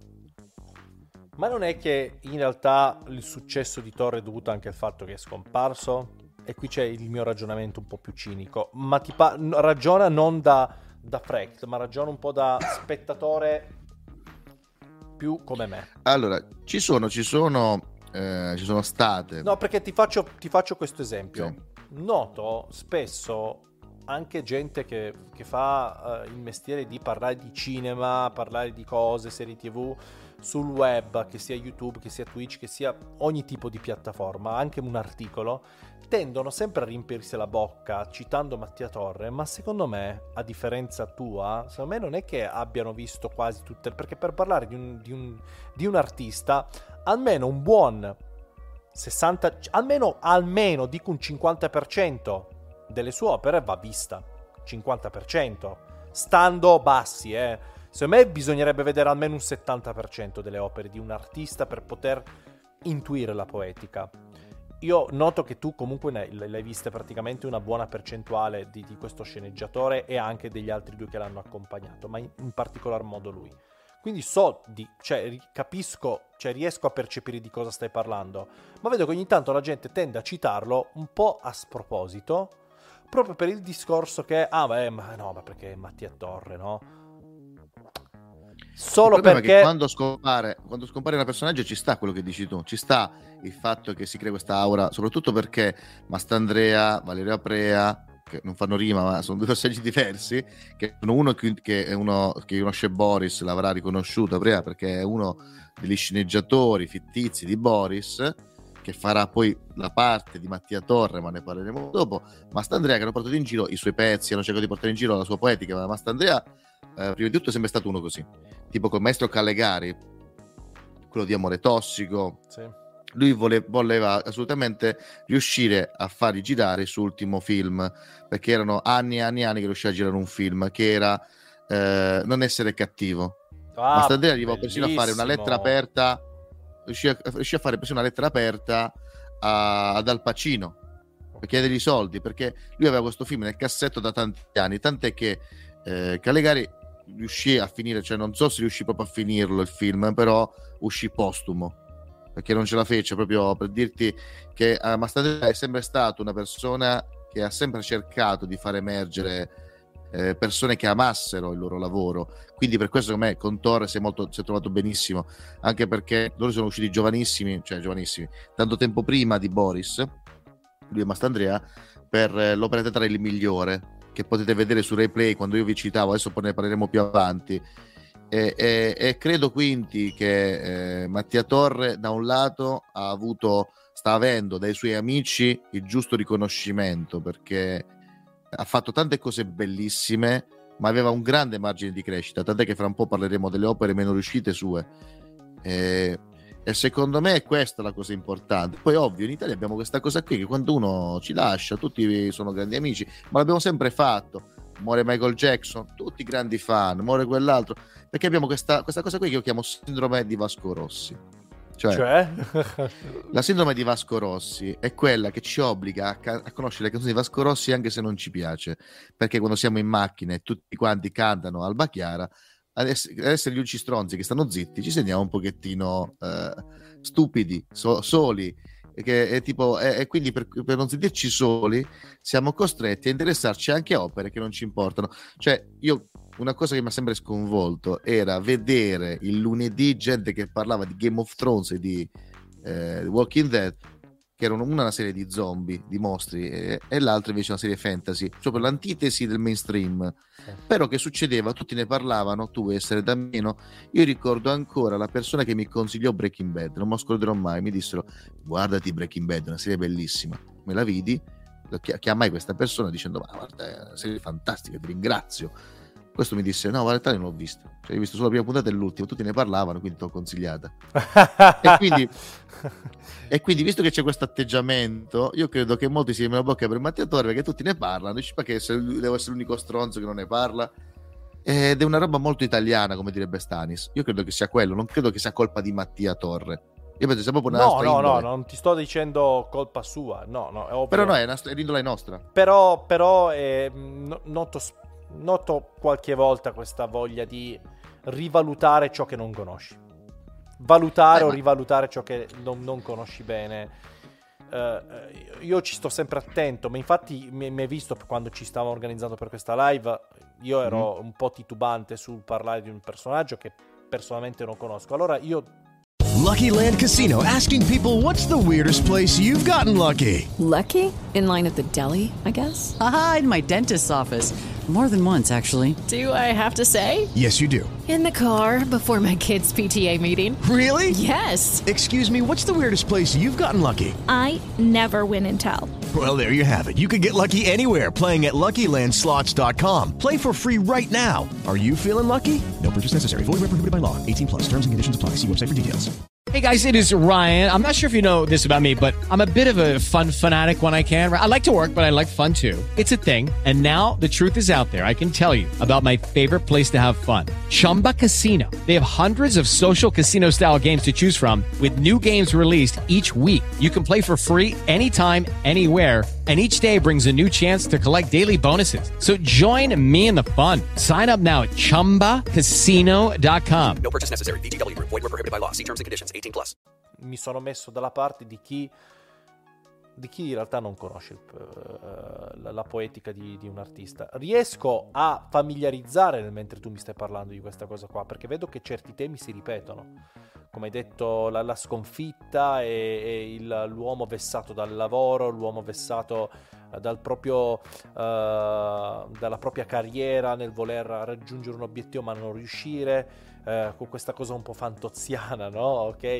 ma non è che in realtà il successo di Torre è dovuto anche al fatto che è scomparso? E qui c'è il mio ragionamento un po' più cinico, ma ragiona non da Frecht, ma ragiona un po' da spettatore più come me. Allora, ci sono state... No, perché ti faccio questo esempio. Sì. Noto spesso anche gente che fa il mestiere di parlare di cinema, parlare di cose, serie TV sul web, che sia YouTube, che sia Twitch, che sia ogni tipo di piattaforma, anche un articolo, tendono sempre a riempirsi la bocca citando Mattia Torre, ma secondo me, a differenza tua, secondo me non è che abbiano visto quasi tutte, perché per parlare di un artista, almeno un buon 60, almeno dico un 50% delle sue opere va vista, 50%, stando bassi, Secondo me bisognerebbe vedere almeno un 70% delle opere di un artista per poter intuire la poetica. Io noto che tu comunque l'hai viste praticamente una buona percentuale di questo sceneggiatore e anche degli altri due che l'hanno accompagnato, ma in particolar modo lui. Quindi capisco, riesco a percepire di cosa stai parlando, ma vedo che ogni tanto la gente tende a citarlo un po' a sproposito, proprio per il discorso che, ma perché è Mattia Torre, no? Solo perché che quando scompare un personaggio ci sta quello che dici tu, ci sta il fatto che si crea questa aura, soprattutto perché Mastandrea, Valerio Aprea, che non fanno rima ma sono due personaggi diversi, che sono uno che conosce Boris, l'avrà riconosciuto Aprea perché è uno degli sceneggiatori fittizi di Boris, che farà poi la parte di Mattia Torre, ma ne parleremo dopo. Mastandrea, che hanno portato in giro i suoi pezzi, hanno cercato di portare in giro la sua poetica, ma Mastandrea prima di tutto è sempre stato uno così, tipo col maestro Callegari, quello di Amore Tossico. Sì. Lui voleva assolutamente riuscire a farli girare il suo ultimo film, perché erano anni e anni e anni che riusciva a girare un film che era Non essere cattivo. Mastandrea arrivò persino a fare una lettera aperta, riuscì a fare persino una lettera aperta ad Al Pacino per chiedergli soldi, perché lui aveva questo film nel cassetto da tanti anni, tant'è che Callegari riuscì a finire, cioè non so se riuscì proprio a finirlo il film, però uscì postumo perché non ce la fece, proprio per dirti che Mastandrea è sempre stato una persona che ha sempre cercato di far emergere persone che amassero il loro lavoro, quindi per questo secondo me con Torre si è trovato benissimo, anche perché loro sono usciti giovanissimi, tanto tempo prima di Boris, lui e Mastandrea, per l'opera teatrale Il Migliore, che potete vedere su Rai Play quando io vi citavo, adesso poi ne parleremo più avanti, e credo quindi che Mattia Torre da un lato sta avendo dai suoi amici il giusto riconoscimento, perché ha fatto tante cose bellissime ma aveva un grande margine di crescita, tant'è che fra un po' parleremo delle opere meno riuscite sue, e secondo me è questa la cosa importante. Poi ovvio in Italia abbiamo questa cosa qui, che quando uno ci lascia tutti sono grandi amici, ma l'abbiamo sempre fatto. Muore Michael Jackson, tutti grandi fan, muore quell'altro, perché abbiamo questa cosa qui che io chiamo sindrome di Vasco Rossi. Cioè? La sindrome di Vasco Rossi è quella che ci obbliga a conoscere le canzoni di Vasco Rossi anche se non ci piace, perché quando siamo in macchina e tutti quanti cantano Alba Chiara, ad essere gli unici stronzi che stanno zitti, ci sentiamo un pochettino stupidi, soli, e quindi per non sentirci soli siamo costretti a interessarci anche a opere che non ci importano. Cioè, una cosa che mi ha sempre sconvolto era vedere il lunedì gente che parlava di Game of Thrones e di Walking Dead, che erano una serie di zombie, di mostri, e l'altra invece una serie fantasy, proprio l'antitesi del mainstream. Però che succedeva? Tutti ne parlavano, tu vuoi essere da meno. Io ricordo ancora la persona che mi consigliò Breaking Bad, non me lo scorderò mai, mi dissero guardati Breaking Bad, è una serie bellissima. Me la vidi, chiamai questa persona dicendo ma guarda, è una serie fantastica, ti ringrazio. Questo mi disse: no, Valentano non l'ho visto, cioè ho visto solo la prima puntata e l'ultima, tutti ne parlavano, quindi ti ho consigliata. e quindi visto che c'è questo atteggiamento, io credo che molti si riempiano la bocca per Mattia Torre, perché tutti ne parlano, dici: ma che devo essere l'unico stronzo che non ne parla? Ed è una roba molto italiana, come direbbe Stanis. Io credo che sia quello, non credo che sia colpa di Mattia Torre. Io penso sia proprio una nostra indole. No, non ti sto dicendo colpa sua, no, è ovvio. Però no, è l'indole nostra. Però noto qualche volta questa voglia di rivalutare ciò che non conosci. Valutare o rivalutare ciò che non conosci bene. Io ci sto sempre attento, ma infatti mi hai visto quando ci stavamo organizzando per questa live, io ero un po' titubante sul parlare di un personaggio che personalmente non conosco. Allora io... Lucky Land Casino, asking people, what's the weirdest place you've gotten lucky? Lucky? In line at the deli, I guess? Aha, in my dentist's office. More than once, actually. Do I have to say? Yes, you do. In the car before my kids' PTA meeting. Really? Yes. Excuse me, what's the weirdest place you've gotten lucky? I never win and tell. Well, there you have it. You can get lucky anywhere, playing at LuckyLandSlots.com. Play for free right now. Are you feeling lucky? No purchase necessary. Void where prohibited by law. 18+. Terms and conditions apply. See website for details. Hey guys, it is Ryan. I'm not sure if you know this about me, but I'm a bit of a fun fanatic when I can. I like to work, but I like fun too. It's a thing. And now the truth is out there. I can tell you about my favorite place to have fun. Chumba Casino. They have hundreds of social casino style games to choose from with new games released each week. You can play for free anytime, anywhere. And each day brings a new chance to collect daily bonuses. So join me in the fun. Sign up now at ChumbaCasino.com. No purchase necessary. VGW Group. Void where prohibited by law. See terms and conditions. 18+. Mi sono messo dalla parte di chi in realtà non conosce la poetica di un artista. Riesco a familiarizzare mentre tu mi stai parlando di questa cosa qua, perché vedo che certi temi si ripetono. Come hai detto, la sconfitta e l'uomo vessato dal lavoro, l'uomo vessato dalla propria carriera nel voler raggiungere un obiettivo ma non riuscire, con questa cosa un po' fantoziana, no? Ok?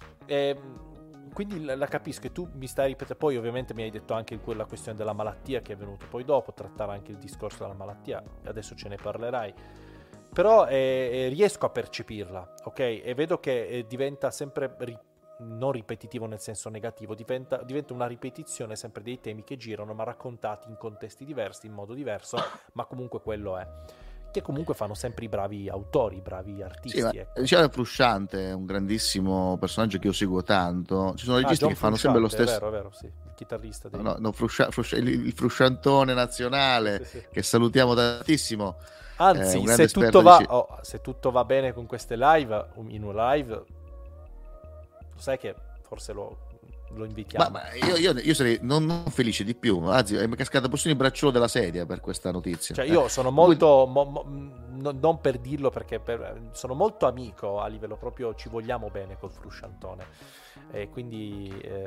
Quindi la capisco, e tu mi stai ripetendo. Poi ovviamente mi hai detto anche quella questione della malattia che è venuto poi dopo, trattare anche il discorso della malattia, adesso ce ne parlerai. Però riesco a percepirla, ok? E vedo che diventa sempre non ripetitivo nel senso negativo, diventa una ripetizione sempre dei temi che girano ma raccontati in contesti diversi, in modo diverso, ma comunque quello è. Che comunque fanno sempre i bravi autori, i bravi artisti. Sì, ecco. Diciamo Frusciante è un grandissimo personaggio che io seguo tanto. Ci sono registi che fanno sempre lo stesso. È vero, sì, il chitarrista. Il frusciantone nazionale, sì. Che salutiamo tantissimo. Anzi, se tutto va bene con queste live, in un live, lo sai che forse lo invitiamo. Ma io sarei non felice di più, anzi mi è cascato persino il bracciolo della sedia per questa notizia. Cioè io sono molto non per dirlo, perché sono molto amico a livello proprio, ci vogliamo bene col Frusciantone, e quindi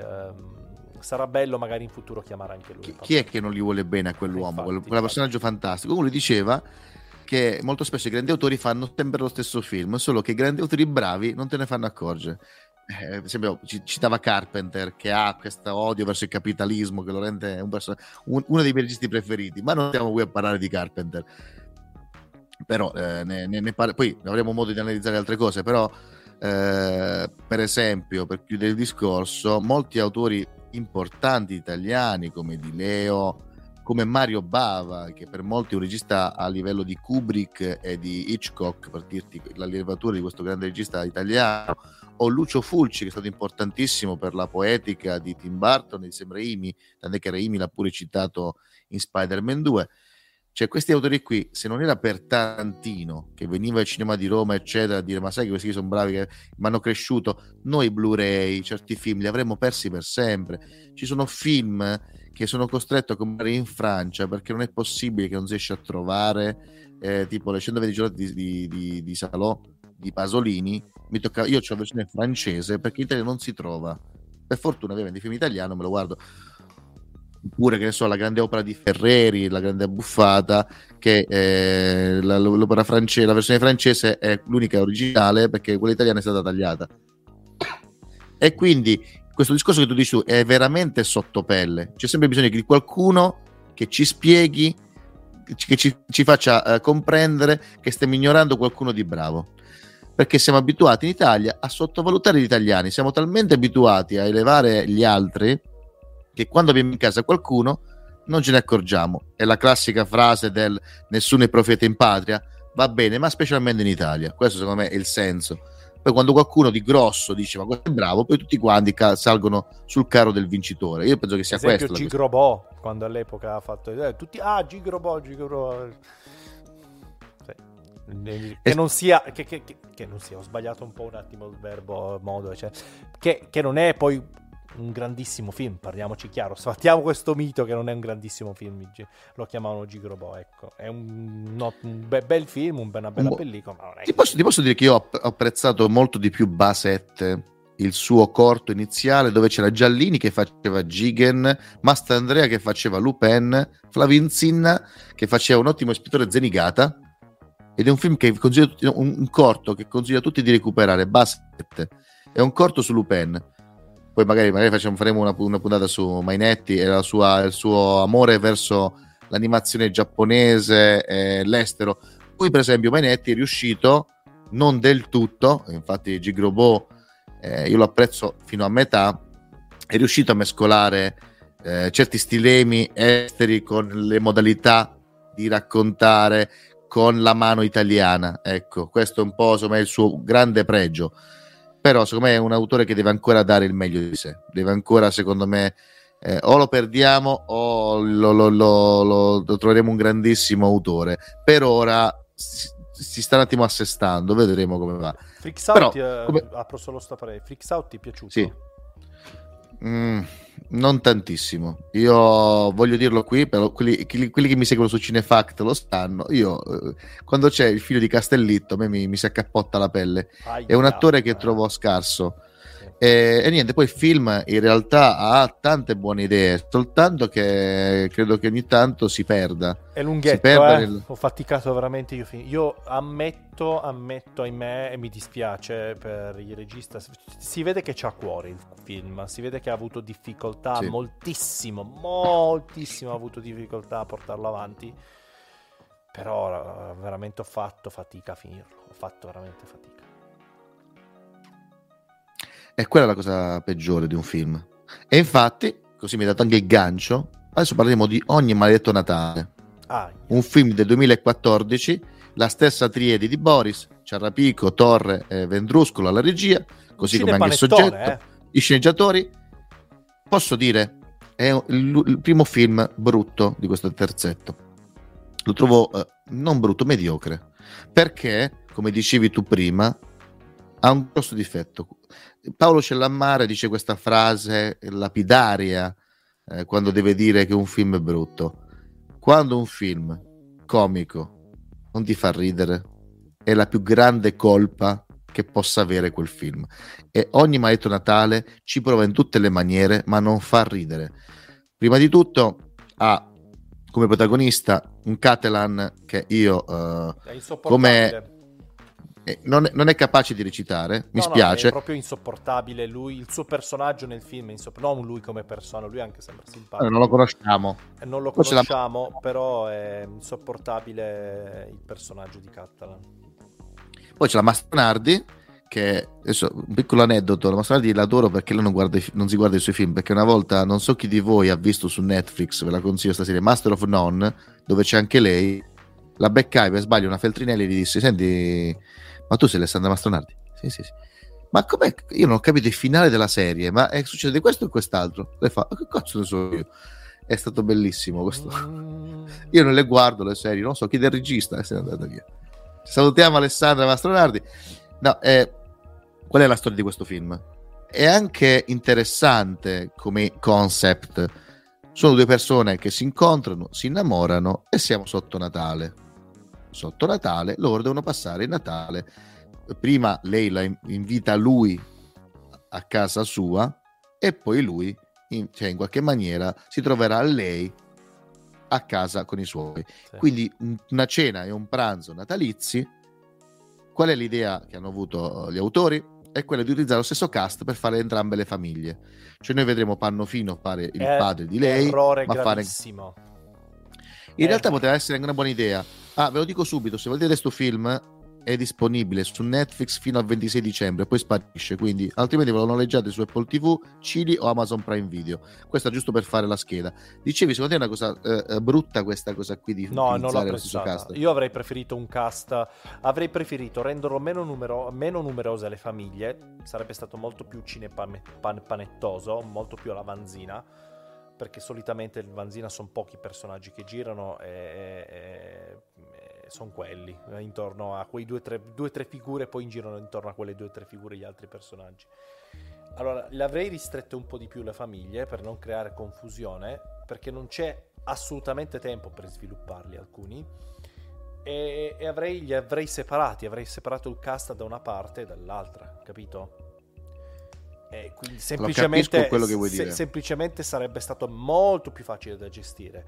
sarà bello magari in futuro chiamare anche lui. Chi è che non gli vuole bene a quell'uomo, quel personaggio fantastico? Uno diceva che molto spesso i grandi autori fanno sempre lo stesso film, solo che i grandi autori bravi non te ne fanno accorgere. Per esempio citava Carpenter, che ha questo odio verso il capitalismo che lo rende uno dei miei registi preferiti, ma non stiamo qui a parlare di Carpenter. Però poi avremo modo di analizzare altre cose. Però per esempio, per chiudere il discorso, molti autori importanti italiani come Di Leo, come Mario Bava, che per molti è un regista a livello di Kubrick e di Hitchcock, per dirti la levatura di questo grande regista italiano, o Lucio Fulci, che è stato importantissimo per la poetica di Tim Burton e di Sam Raimi, tant'è che Raimi l'ha pure citato in Spider-Man 2. Cioè questi autori qui, se non era per Tarantino, che veniva al cinema di Roma eccetera a dire ma sai che questi sono bravi, che mi hanno cresciuto, noi Blu-ray, certi film li avremmo persi per sempre. Ci sono film che sono costretto a comprare in Francia perché non è possibile che non si riesce a trovare, tipo le 120 giornate di Salò di Pasolini. Io ho la versione francese perché in Italia non si trova, per fortuna ovviamente il film italiano me lo guardo. Oppure che ne so, la grande opera di Ferreri, La grande abbuffata, che l'opera francese, la versione francese è l'unica originale perché quella italiana è stata tagliata. E quindi questo discorso che tu dici tu è veramente sottopelle, c'è sempre bisogno di qualcuno che ci spieghi ci faccia comprendere che stiamo ignorando qualcuno di bravo, perché siamo abituati in Italia a sottovalutare gli italiani, siamo talmente abituati a elevare gli altri che quando abbiamo in casa qualcuno non ce ne accorgiamo. È la classica frase del nessuno è profeta in patria, va bene, ma specialmente in Italia. Questo secondo me è il senso. Poi quando qualcuno di grosso dice ma questo è bravo, poi tutti quanti salgono sul carro del vincitore. Io penso che sia questo. Gigrobò, quando all'epoca ha fatto tutti Gigrobò. Che non sia, ho sbagliato un po' un attimo il verbo modo, cioè, che non è poi un grandissimo film, parliamoci chiaro, sfattiamo questo mito che non è un grandissimo film, lo chiamavano Gigrobò, ecco, è un bel film, una bella pellicola, ma non è ti posso dire che io ho apprezzato molto di più Basette, il suo corto iniziale dove c'era Giallini che faceva Gigen, Mastandrea che faceva Lupin, Flavinzin che faceva un ottimo ispettore Zenigata, ed è un film che un corto che consiglio a tutti di recuperare. Basset è un corto su Lupin, poi magari faremo una puntata su Mainetti e il suo amore verso l'animazione giapponese e l'estero. Poi per esempio Mainetti è riuscito non del tutto, infatti Gigrobò io lo apprezzo fino a metà, è riuscito a mescolare certi stilemi esteri con le modalità di raccontare con la mano italiana, ecco, questo è un po' insomma il suo grande pregio. Però secondo me è un autore che deve ancora dare il meglio di sé, deve ancora, secondo me, o lo perdiamo o lo troveremo un grandissimo autore. Per ora si sta un attimo assestando, vedremo come va. Freaks Out, apro solo sta parere, Freaks Out ti è piaciuto? Sì. Non tantissimo, io voglio dirlo qui, però quelli che mi seguono su Cinefact lo sanno, io quando c'è il figlio di Castellitto a me mi si accappotta la pelle. È un attore che trovo scarso, e niente, poi il film in realtà ha tante buone idee, soltanto che credo che ogni tanto si perda. È lunghetto, ho faticato veramente io ammetto ahimè, e mi dispiace per il regista, si vede che c'ha cuore il film, si vede che ha avuto difficoltà, sì. moltissimo ha avuto difficoltà a portarlo avanti, però veramente ho fatto fatica a finirlo, ho fatto veramente fatica. E quella è la cosa peggiore di un film. E infatti, così mi ha dato anche il gancio, adesso parleremo di Ogni maledetto Natale. Un film del 2014, la stessa triade di Boris, Ciarrapico, Torre e Vendruscolo alla regia, così come anche il soggetto, i sceneggiatori. Posso dire, è il primo film brutto di questo terzetto. Lo trovo non brutto, mediocre, perché, come dicevi tu prima, ha un grosso difetto. Paolo Cellammare dice questa frase lapidaria quando deve dire che un film è brutto. Quando un film comico non ti fa ridere, è la più grande colpa che possa avere quel film. E Ogni maledetto Natale ci prova in tutte le maniere, ma non fa ridere. Prima di tutto ha come protagonista un Catalan che io come non è capace di recitare, mi spiace. È proprio insopportabile lui, il suo personaggio nel film è non lui come persona, lui anche sembra simpatico. Non lo conosciamo. Non lo conosciamo, però è insopportabile il personaggio di Catalan. Poi c'è la Mastronardi, che adesso un piccolo aneddoto, la Mastronardi l'adoro perché lei non si guarda i suoi film, perché una volta, non so chi di voi ha visto su Netflix, ve la consiglio stasera, Master of None, dove c'è anche lei, la beccai per sbaglio una Feltrinelli e gli disse: senti, ma tu sei Alessandra Mastronardi? Sì. Ma com'è? Io non ho capito il finale della serie, ma succede questo o quest'altro? Lei fa: che cazzo ne so io? È stato bellissimo questo. Io non le guardo le serie, non so chi del regista, se n'è andata via. Salutiamo Alessandra Mastronardi. No, qual è la storia di questo film? È anche interessante come concept. Sono due persone che si incontrano, si innamorano e siamo sotto Natale. Sotto Natale loro devono passare il Natale. Prima lei la invita lui a casa sua e poi lui in qualche maniera si troverà lei a casa con i suoi. Sì. Quindi una cena e un pranzo natalizi. Qual è l'idea che hanno avuto gli autori? È quella di utilizzare lo stesso cast per fare entrambe le famiglie. Cioè noi vedremo Pannofino fare il padre di lei, errore ma gravissimo. In realtà poteva essere anche una buona idea. Ve lo dico subito, se volete vedere sto film è disponibile su Netflix fino al 26 dicembre, poi sparisce, quindi altrimenti ve lo noleggiate su Apple TV, Cili o Amazon Prime Video. Questo è giusto per fare la scheda. Dicevi, secondo te è una cosa brutta questa cosa qui di No, non l'ho lo stesso apprezzata. cast? Io avrei preferito un cast, avrei preferito renderlo meno numerose le famiglie, sarebbe stato molto più cinepanettoso, molto più alla Vanzina, perché solitamente il Vanzina sono pochi personaggi che girano e sono quelli, intorno a quei due o tre figure, poi girano intorno a quelle 2 o 3 figure gli altri personaggi. Allora, le avrei ristrette un po' di più le famiglie per non creare confusione, perché non c'è assolutamente tempo per svilupparli alcuni, e li avrei separato il cast da una parte e dall'altra, capito? E quindi semplicemente, quello che vuoi dire. Semplicemente sarebbe stato molto più facile da gestire.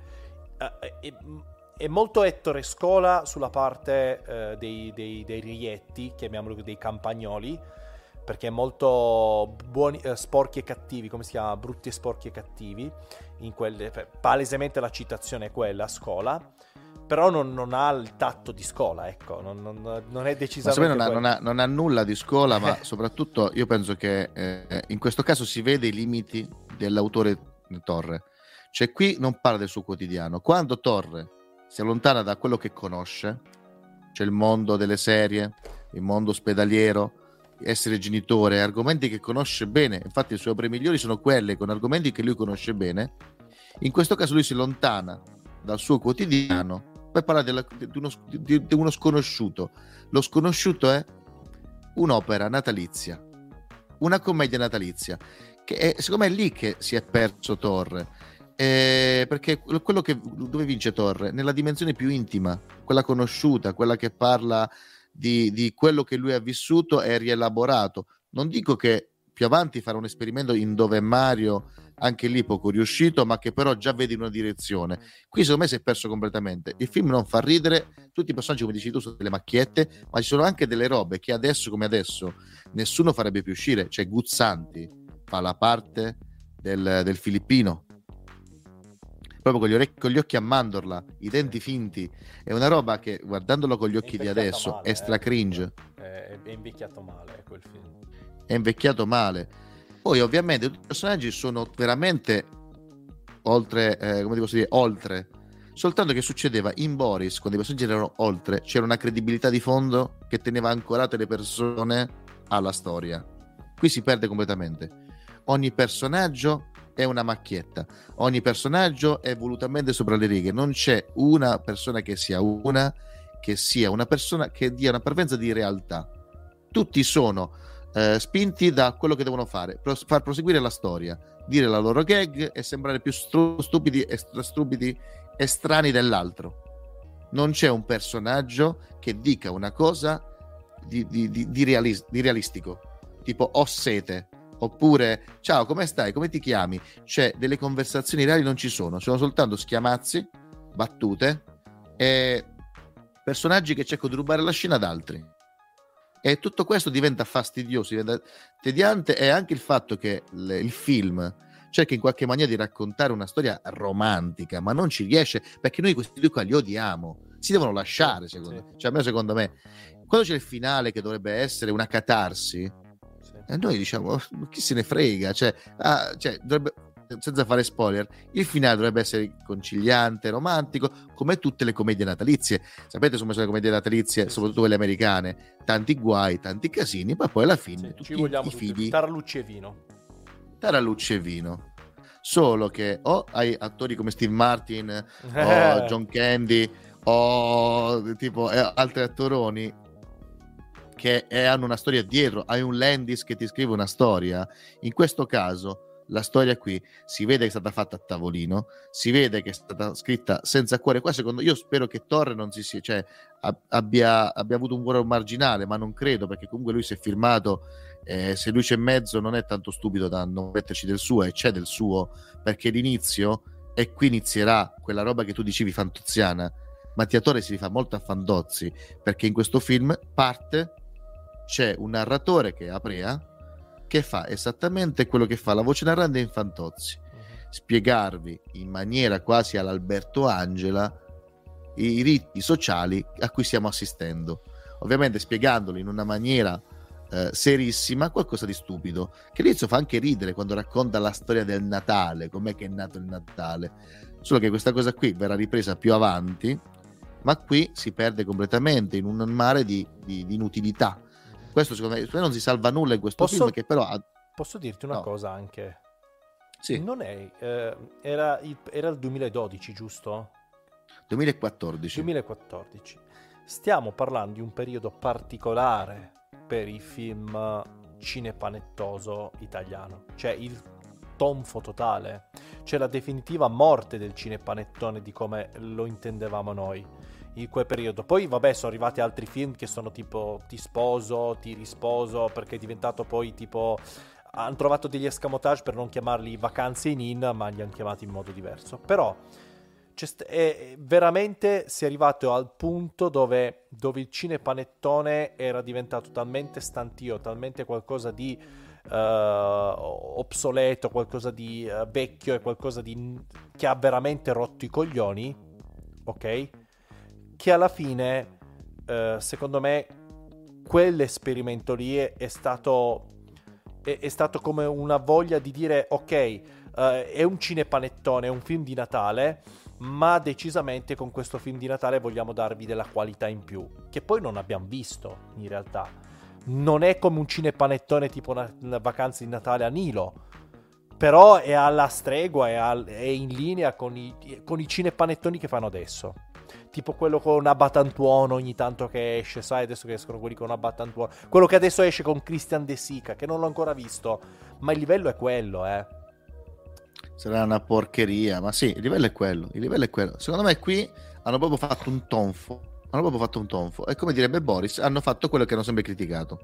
È molto Ettore Scola sulla parte dei rietti, chiamiamoli dei campagnoli, perché è molto buoni, sporchi e cattivi, come si chiama? Brutti e sporchi e cattivi, palesemente la citazione è quella, Scola, però non ha il tatto di Scola, ecco, non è decisamente non ha nulla di Scola, ma soprattutto io penso che in questo caso si vede i limiti dell'autore Torre. Cioè qui non parla del suo quotidiano, quando Torre si allontana da quello che conosce, cioè il mondo delle serie, il mondo ospedaliero, essere genitore, argomenti che conosce bene, infatti le sue opere migliori sono quelle con argomenti che lui conosce bene. In questo caso lui si allontana dal suo quotidiano per parlare di uno sconosciuto. Lo sconosciuto è un'opera natalizia, una commedia natalizia, che è, secondo me è lì che si è perso Torre, perché quello dove vince Torre? Nella dimensione più intima, quella conosciuta, quella che parla di quello che lui ha vissuto e rielaborato. Non dico che più avanti farà un esperimento in Dove Mario, anche lì poco riuscito, ma che però già vede in una direzione. Qui secondo me si è perso completamente. Il film non fa ridere, tutti i personaggi, come dici tu, sono delle macchiette, ma ci sono anche delle robe che adesso come adesso nessuno farebbe più uscire. Cioè Guzzanti fa la parte del filippino, proprio con gli occhi a mandorla, i denti finti. È una roba che, guardandolo con gli occhi di adesso, male, è stra cringe. È invecchiato male quel film. È invecchiato male. Poi ovviamente tutti i personaggi sono veramente oltre, come devo dire, oltre. Soltanto che succedeva in Boris, quando i personaggi erano oltre, c'era una credibilità di fondo che teneva ancorate le persone alla storia. Qui si perde completamente. Ogni personaggio è una macchietta, ogni personaggio è volutamente sopra le righe, non c'è una persona che sia una persona che dia una parvenza di realtà. Tutti sono spinti da quello che devono fare, far proseguire la storia, dire la loro gag e sembrare più stupidi e strani dell'altro. Non c'è un personaggio che dica una cosa di realistico, tipo ho sete, oppure ciao, come stai, come ti chiami. Cioè delle conversazioni reali non ci sono soltanto schiamazzi, battute e personaggi che cercano di rubare la scena ad altri. E tutto questo diventa fastidioso, diventa tediante, e anche il fatto che il film cerca in qualche maniera di raccontare una storia romantica, ma non ci riesce, perché noi questi due qua li odiamo, si devono lasciare, secondo me. Quando c'è il finale che dovrebbe essere una catarsi, noi diciamo chi se ne frega, dovrebbe, senza fare spoiler, il finale dovrebbe essere conciliante, romantico, come tutte le commedie natalizie. Sapete come sono le commedie natalizie, soprattutto quelle americane? Tanti guai, tanti casini, ma poi alla fine tutti ci vogliamo i figli tarallucce e vino. Solo che o hai attori come Steve Martin o John Candy o tipo altri attoroni che hanno una storia dietro, hai un Landis che ti scrive una storia. In questo caso la storia qui si vede che è stata fatta a tavolino, si vede che è stata scritta senza cuore. Qua io spero che Torre non abbia avuto un cuore marginale, ma non credo, perché comunque lui si è firmato, se lui c'è in mezzo non è tanto stupido da non metterci del suo, e c'è del suo, perché l'inizio, e qui inizierà quella roba che tu dicevi fantoziana. Mattia Torre si rifà molto a Fandozzi, perché in questo film c'è un narratore che è Aprea, che fa esattamente quello che fa la voce narrante in Fantozzi, spiegarvi in maniera quasi all'Alberto Angela i riti sociali a cui stiamo assistendo, ovviamente spiegandolo in una maniera serissima, qualcosa di stupido, che all'inizio fa anche ridere quando racconta la storia del Natale, com'è che è nato il Natale, solo che questa cosa qui verrà ripresa più avanti, ma qui si perde completamente in un mare di inutilità. Questo secondo me non si salva nulla in questo film, che però posso dirti una cosa anche? Sì. Non è era il 2012, giusto? 2014. Stiamo parlando di un periodo particolare per il film cinepanettoso italiano, cioè il tonfo totale, cioè la definitiva morte del cinepanettone di come lo intendevamo noi in quel periodo. Poi vabbè, sono arrivati altri film che sono tipo Ti sposo, Ti risposo, perché è diventato poi tipo, hanno trovato degli escamotage per non chiamarli Vacanze in In, ma li hanno chiamati in modo diverso. Però veramente si è arrivato al punto dove il cinepanettone era diventato talmente stantio, talmente qualcosa di obsoleto, qualcosa di vecchio e qualcosa di che ha veramente rotto i coglioni, ok? Che alla fine secondo me quell'esperimento lì è stato come una voglia di dire ok, è un cinepanettone, è un film di Natale, ma decisamente con questo film di Natale vogliamo darvi della qualità in più, che poi non abbiamo visto in realtà. Non è come un cinepanettone tipo una Vacanza di Natale a Nilo, però è alla stregua, è in linea con i cinepanettoni che fanno adesso, tipo quello con Abbatantuono ogni tanto che esce, sai, adesso che escono quelli con Abbatantuono, quello che adesso esce con Christian De Sica, che non l'ho ancora visto, ma il livello è quello, Sarà una porcheria, ma sì, il livello è quello. Secondo me qui hanno proprio fatto un tonfo. E come direbbe Boris, hanno fatto quello che hanno sempre criticato.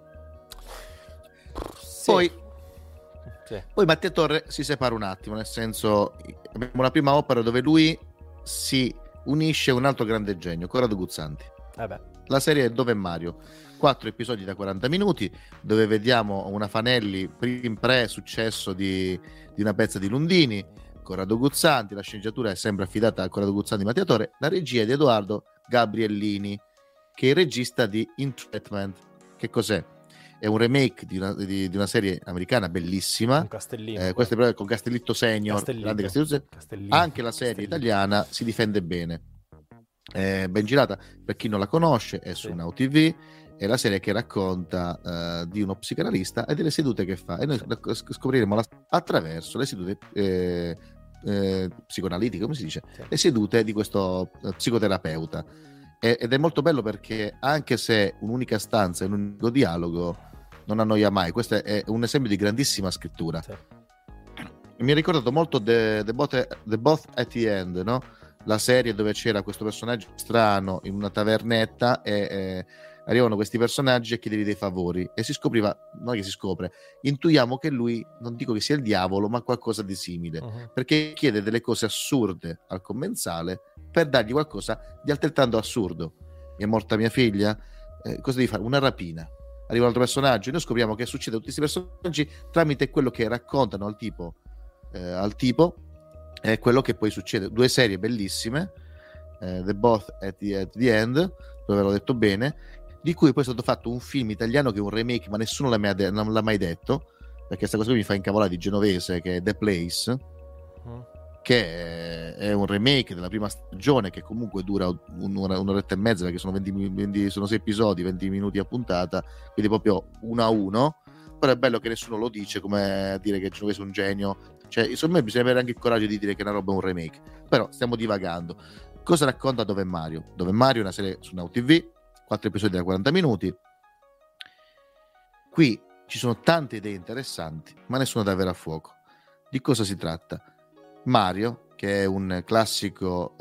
Sì. Poi Mattia Torre si separa un attimo, nel senso, abbiamo una prima opera dove lui si unisce a un altro grande genio, Corrado Guzzanti. La serie è Dove è Mario? 4 episodi da 40 minuti, dove vediamo una Fanelli pre-successo di una pezza di Lundini, Corrado Guzzanti, la sceneggiatura è sempre affidata a Corrado Guzzanti e Mattia Torre, la regia è di Edoardo Gabriellini, che è il regista di Entrapment. Che cos'è? È un remake di una serie americana bellissima, con Castellino, questo è con Castellitto Senior, grande Castellino. Anche la serie italiana si difende bene, è ben girata, per chi non la conosce è su Now TV, è la serie che racconta di uno psicanalista e delle sedute che fa, e noi scopriremo attraverso le sedute psicoanalitiche, come si dice, le sedute di questo psicoterapeuta, ed è molto bello perché anche se un'unica stanza e un unico dialogo non annoia mai. Questo è un esempio di grandissima scrittura. Mi ha ricordato molto The Both at the End, no? La serie dove c'era questo personaggio strano in una tavernetta e arrivano questi personaggi a chiedergli dei favori e si scopriva, non che si scopre, intuiamo che lui, non dico che sia il diavolo, ma qualcosa di simile, perché chiede delle cose assurde al commensale per dargli qualcosa di altrettanto assurdo. Mi è morta mia figlia? Cosa devi fare? Una rapina. Arriva un altro personaggio e noi scopriamo che succede a tutti questi personaggi tramite quello che raccontano al tipo è quello che poi succede. 2 serie bellissime, The Both at the End, dove l'ho detto bene, di cui poi è stato fatto un film italiano che è un remake, ma nessuno non l'ha mai detto, perché questa cosa qui mi fa incavolare, di genovese, che è The Place, che è un remake della prima stagione, che comunque dura un'oretta e mezza, perché sono 6 episodi, 20 minuti a puntata, quindi proprio 1 a 1. Però è bello che nessuno lo dice, come a dire che Genovese è un genio. Cioè, insomma, bisogna avere anche il coraggio di dire che una roba è un remake. Però stiamo divagando. Cosa racconta Dove è Mario? Dove è Mario è una serie su Now TV, 4 episodi da 40 minuti. Qui ci sono tante idee interessanti, ma nessuna da avere a fuoco. Di cosa si tratta? Mario, che è un classico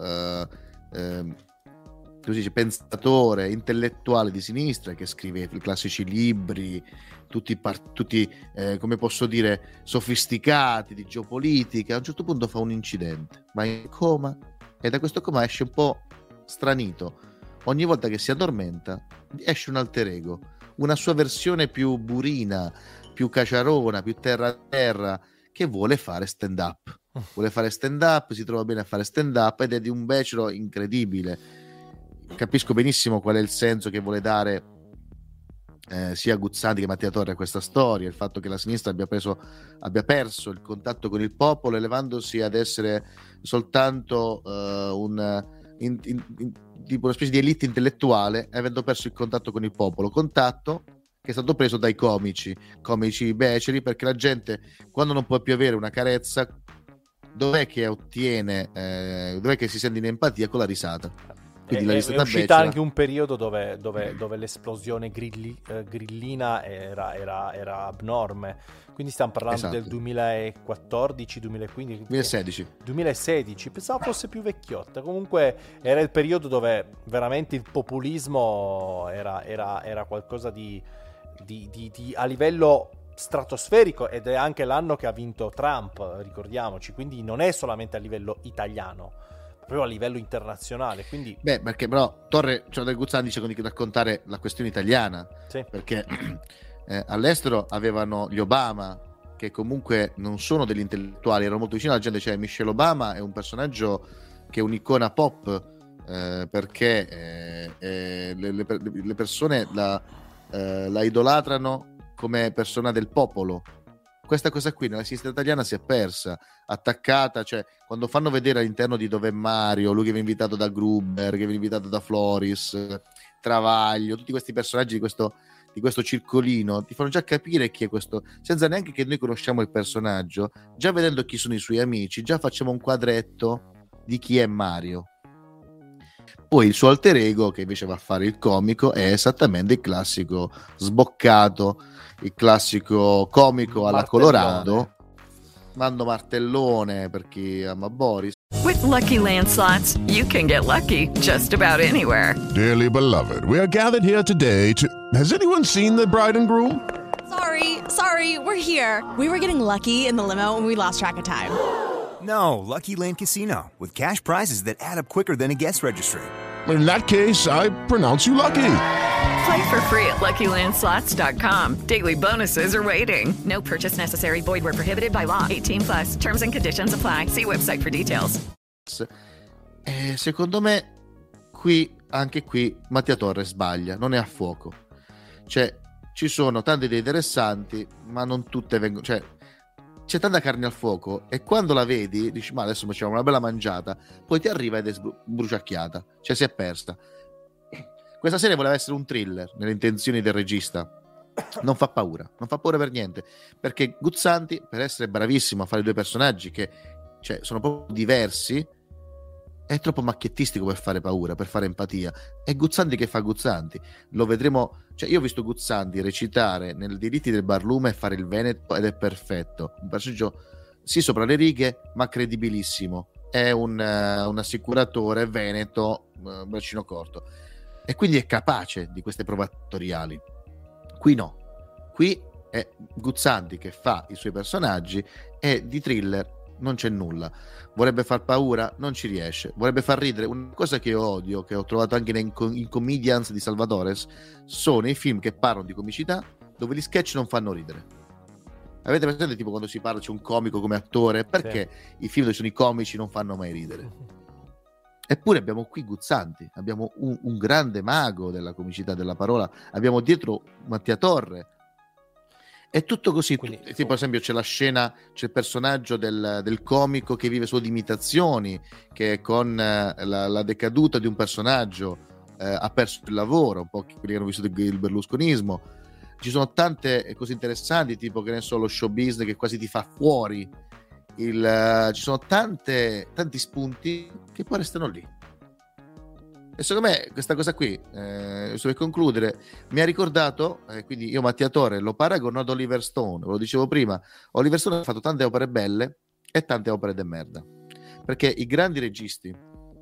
così, pensatore, intellettuale di sinistra, che scrive i classici libri, tutti come posso dire, sofisticati di geopolitica. A un certo punto fa un incidente, va in coma, e da questo coma esce un po' stranito. Ogni volta che si addormenta esce un alter ego, una sua versione più burina, più caciarona, più terra-terra, che vuole fare stand-up. vuole fare stand up, si trova bene a fare stand up ed è di un becero incredibile. Capisco benissimo qual è il senso che vuole dare sia Guzzanti che Mattia Torre a questa storia, il fatto che la sinistra abbia perso il contatto con il popolo, elevandosi ad essere soltanto tipo una specie di elite intellettuale, avendo perso il contatto con il popolo, contatto che è stato preso dai comici beceri, perché la gente, quando non può più avere una carezza, dov'è che ottiene, dov'è che si sente in empatia? Con la risata. Quindi è uscita anche un periodo dove l'esplosione grillina era abnorme, quindi stiamo parlando del 2014, 2015, 2016, pensavo fosse più vecchiotta. Comunque era il periodo dove veramente il populismo era qualcosa di a livello stratosferico, ed è anche l'anno che ha vinto Trump, ricordiamoci, quindi non è solamente a livello italiano, proprio a livello internazionale. Quindi perché però Torre, cioè del Guzzanti, dice di raccontare la questione italiana, sì. Perché all'estero avevano gli Obama, che comunque non sono degli intellettuali, erano molto vicini alla gente. Cioè Michelle Obama è un personaggio che è un'icona pop, perché le persone la idolatrano come persona del popolo. Questa cosa qui nella sinistra italiana si è persa, attaccata, cioè quando fanno vedere all'interno di Dov'è Mario, lui che viene invitato da Gruber, che viene invitato da Floris, Travaglio, tutti questi personaggi di questo circolino, ti fanno già capire chi è questo, senza neanche che noi conosciamo il personaggio, già vedendo chi sono i suoi amici, già facciamo un quadretto di chi è Mario. Poi il suo alter ego, che invece va a fare il comico, è esattamente il classico sboccato, il classico comico alla Colorado, Mando Martellone per chi ama Boris. With Lucky Land Slots, you can get lucky just about anywhere. Dearly beloved, we are gathered here today to... Has anyone seen the bride and groom? Sorry, we're here. We were getting lucky in the limo and we lost track of time. No, Lucky Land Casino, with cash prizes that add up quicker than a guest registry. In that case, I pronounce you lucky. Play for free at LuckyLandSlots.com. Daily bonuses are waiting. No purchase necessary. Void where prohibited by law. 18+. Terms and conditions apply. See website for details. Secondo me, anche qui, Mattia Torre sbaglia, non è a fuoco. Cioè, ci sono tante idee interessanti, ma non tutte vengono... Cioè, c'è tanta carne al fuoco e quando la vedi dici ma adesso facciamo una bella mangiata, poi ti arriva ed è bruciacchiata, cioè si è persa. Questa serie voleva essere un thriller nelle intenzioni del regista, non fa paura per niente, perché Guzzanti, per essere bravissimo a fare due personaggi che cioè sono proprio diversi, è troppo macchiettistico per fare paura, per fare empatia. È Guzzanti che fa Guzzanti, lo vedremo. Cioè io ho visto Guzzanti recitare nel Diritti del Barlume e fare il Veneto ed è perfetto, un personaggio sì sopra le righe ma credibilissimo, è un assicuratore veneto, bacino corto, e quindi è capace di queste prove attoriali. Qui no, qui è Guzzanti che fa i suoi personaggi e di thriller non c'è nulla. Vorrebbe far paura? Non ci riesce. Vorrebbe far ridere? Una cosa che odio, che ho trovato anche in Comedians di Salvatores, sono i film che parlano di comicità dove gli sketch non fanno ridere. Avete presente tipo quando si parla c'è un comico come attore? Perché i film dove sono i comici non fanno mai ridere? Eppure abbiamo qui Guzzanti, abbiamo un grande mago della comicità della parola, abbiamo dietro Mattia Torre. È tutto così. Quindi, tipo, per esempio, c'è la scena, c'è il personaggio del comico che vive solo di imitazioni, che con la decaduta di un personaggio ha perso il lavoro, un po' quelli che hanno vissuto il berlusconismo. Ci sono tante cose interessanti, tipo che ne so, lo show business che quasi ti fa fuori. Ci sono tanti spunti che poi restano lì. E secondo me questa cosa qui, per concludere, mi ha ricordato, quindi io Mattia Torre lo paragono ad Oliver Stone, ve lo dicevo prima. Oliver Stone ha fatto tante opere belle e tante opere de merda, perché i grandi registi,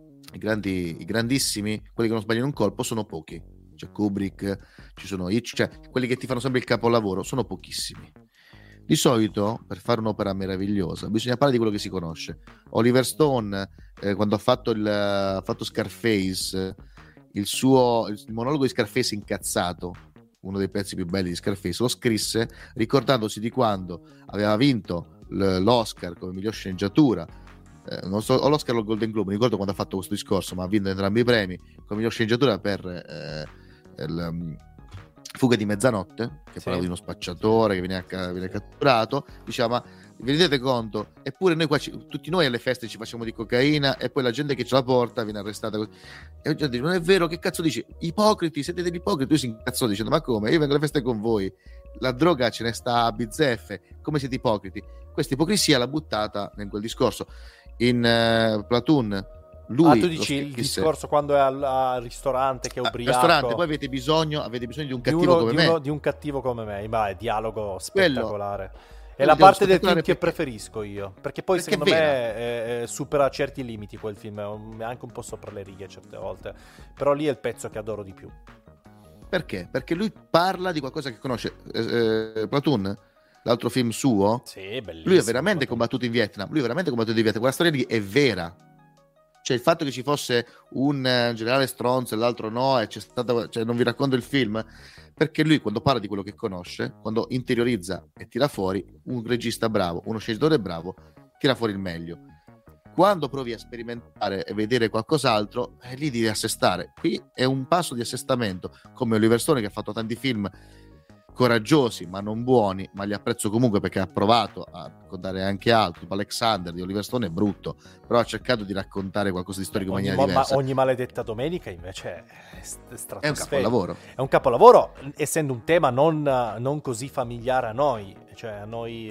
i grandissimi, quelli che non sbagliano un colpo, sono pochi. C'è Kubrick, ci sono Hitchcock, cioè quelli che ti fanno sempre il capolavoro sono pochissimi. Di solito, per fare un'opera meravigliosa, bisogna parlare di quello che si conosce. Oliver Stone, quando ha fatto Scarface, il monologo di Scarface incazzato, uno dei pezzi più belli di Scarface, lo scrisse ricordandosi di quando aveva vinto l'Oscar come miglior sceneggiatura, non so, o l'Oscar o il Golden Globe, non ricordo quando ha fatto questo discorso, ma ha vinto entrambi i premi come miglior sceneggiatura per Fuga di mezzanotte, che parlava di uno spacciatore che viene catturato. Diciamo, ma vi rendete conto? Eppure noi qua tutti noi alle feste ci facciamo di cocaina e poi la gente che ce la porta viene arrestata. E io dico, non è vero, che cazzo dici? Ipocriti, siete degli ipocriti. Lui si incazzò dicendo, ma come? Io vengo alle feste con voi, la droga ce ne sta a bizzeffe, come siete ipocriti? Questa ipocrisia l'ha buttata in quel discorso. In Platoon lui, tu dici il discorso quando è al ristorante che è ubriaco, ristorante, poi avete bisogno di un cattivo come me, di un cattivo come me, ma è dialogo spettacolare. È quello la parte del film perché che preferisco io, perché poi secondo me supera certi limiti quel film, è anche un po' sopra le righe certe volte, però lì è il pezzo che adoro di più. Perché? Perché lui parla di qualcosa che conosce. Platoon, l'altro film suo, lui ha veramente combattuto in Vietnam, quella storia lì è vera. Cioè il fatto che ci fosse un generale stronzo e l'altro no, e c'è stata, cioè, non vi racconto il film, perché lui quando parla di quello che conosce, quando interiorizza e tira fuori, un regista bravo, uno sceneggiatore bravo, tira fuori il meglio. Quando provi a sperimentare e vedere qualcos'altro, lì devi assestare. Qui è un passo di assestamento, come Oliver Stone, che ha fatto tanti film coraggiosi ma non buoni, ma li apprezzo comunque perché ha provato a raccontare anche altro. Tipo Alexander di Oliver Stone è brutto, però ha cercato di raccontare qualcosa di storico in maniera diversa. Ogni maledetta domenica invece è un capolavoro. È un capolavoro, essendo un tema non così familiare a noi, cioè a noi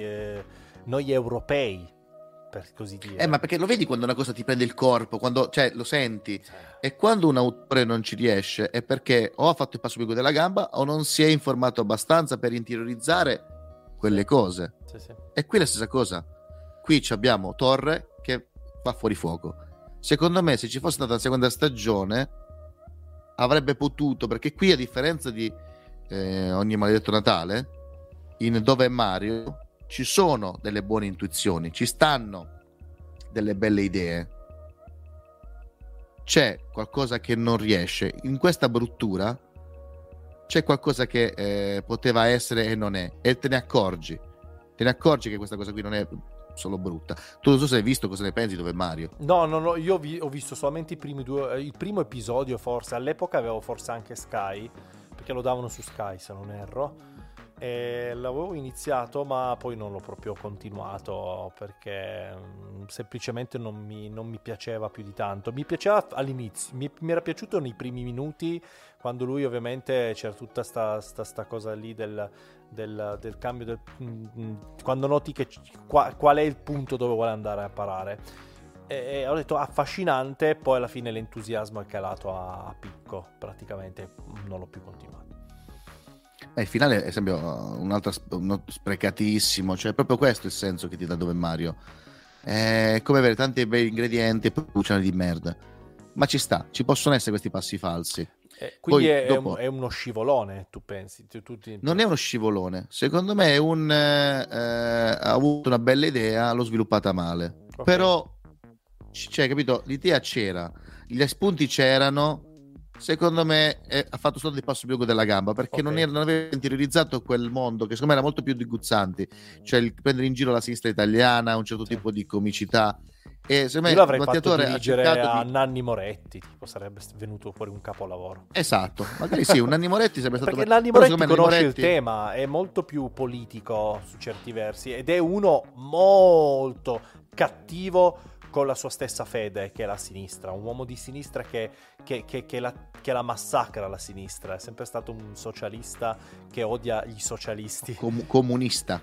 europei, per così dire. Ma perché lo vedi quando una cosa ti prende il corpo, quando, cioè, lo senti, e quando un autore non ci riesce è perché o ha fatto il passo più della gamba o non si è informato abbastanza per interiorizzare quelle cose. Sì. E qui la stessa cosa. Qui abbiamo Torre che va fuori fuoco. Secondo me se ci fosse stata la seconda stagione avrebbe potuto, perché qui a differenza di Ogni maledetto Natale, in Dove è Mario ci sono delle buone intuizioni, ci stanno delle belle idee, c'è qualcosa che non riesce. In questa bruttura c'è qualcosa che poteva essere e non è, e te ne accorgi che questa cosa qui non è solo brutta. Tu non so se hai visto, cosa ne pensi Dove è Mario? No, io ho visto solamente i primi due, il primo episodio forse, all'epoca avevo forse anche Sky, perché lo davano su Sky se non erro. E l'avevo iniziato ma poi non l'ho proprio continuato perché semplicemente non mi piaceva più di tanto. Mi piaceva all'inizio, mi era piaciuto nei primi minuti, quando lui ovviamente c'era tutta sta cosa lì del cambio quando noti che qual è il punto dove vuole andare a parare, e ho detto affascinante, poi alla fine l'entusiasmo è calato a picco, praticamente non l'ho più continuato. Il finale è sempre uno sprecatissimo, cioè proprio questo è il senso che ti dà Dove è Mario. È come avere tanti bei ingredienti e poi cucinare di merda, ma ci possono essere questi passi falsi. Quindi è uno scivolone, tu pensi? Non è uno scivolone, secondo me ha avuto una bella idea, l'ho sviluppata male, okay. Però cioè, capito, l'idea c'era, gli spunti c'erano. Secondo me ha fatto solo dei passi più lungo della gamba, perché non aveva interiorizzato quel mondo che secondo me era molto più diguzzanti, cioè il prendere in giro la sinistra italiana, un certo tipo di comicità. E secondo me io l'avrei fatto dirigere a Nanni Moretti, tipo sarebbe venuto fuori un capolavoro. Esatto, magari sì, un Nanni Moretti sarebbe stato perché Nanni Moretti conosce il tema, è molto più politico su certi versi ed è uno molto cattivo con la sua stessa fede, che è la sinistra, un uomo di sinistra che la massacra la sinistra, è sempre stato un socialista che odia gli socialisti. Comunista,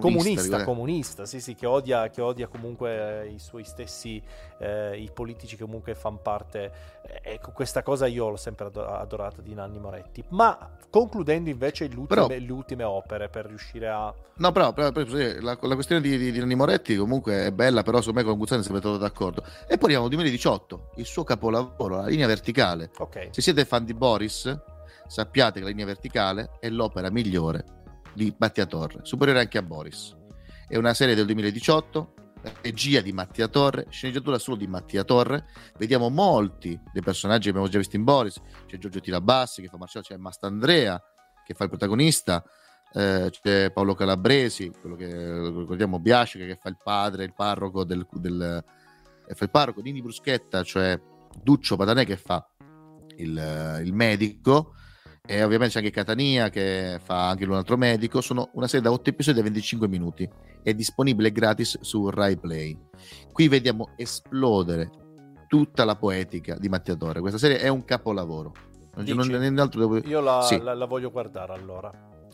sì, che odia comunque i suoi stessi, i politici che comunque fanno parte. Ecco, questa cosa io l'ho sempre adorata di Nanni Moretti. Ma concludendo invece le ultime opere per riuscire a... No, però la questione di Nanni Moretti comunque è bella, però secondo me con Guzzanti siamo trovato d'accordo. E poi arriviamo al 2018, il suo capolavoro, La linea verticale. Okay. Se siete fan di Boris, sappiate che La linea verticale è l'opera migliore di Mattia Torre, superiore anche a Boris. È una serie del 2018, regia di Mattia Torre, sceneggiatura solo di Mattia Torre. Vediamo molti dei personaggi che abbiamo già visto in Boris. C'è Giorgio Tirabassi che fa Marcello, c'è Mastandrea che fa il protagonista, c'è Paolo Calabresi, quello che ricordiamo, Biasci, che fa il padre, il parroco fa il parroco, Nini Bruschetta, cioè Duccio Patanè, che fa il medico, e ovviamente c'è anche Catania che fa anche un altro medico. Sono una serie da 8 episodi da 25 minuti, è disponibile gratis su Rai Play. Qui vediamo esplodere tutta la poetica di Mattia Torre. Questa serie è un capolavoro. Io la Sì. voglio guardare allora.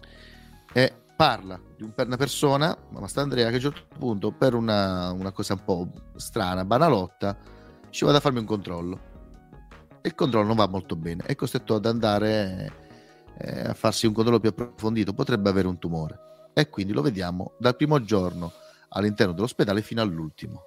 Parla di una persona, Mastandrea, che a un certo punto, per una cosa un po' strana, banalotta, ci vado a farmi un controllo. Il controllo non va molto bene, è costretto ad andare a farsi un controllo più approfondito, potrebbe avere un tumore, e quindi lo vediamo dal primo giorno all'interno dell'ospedale fino all'ultimo.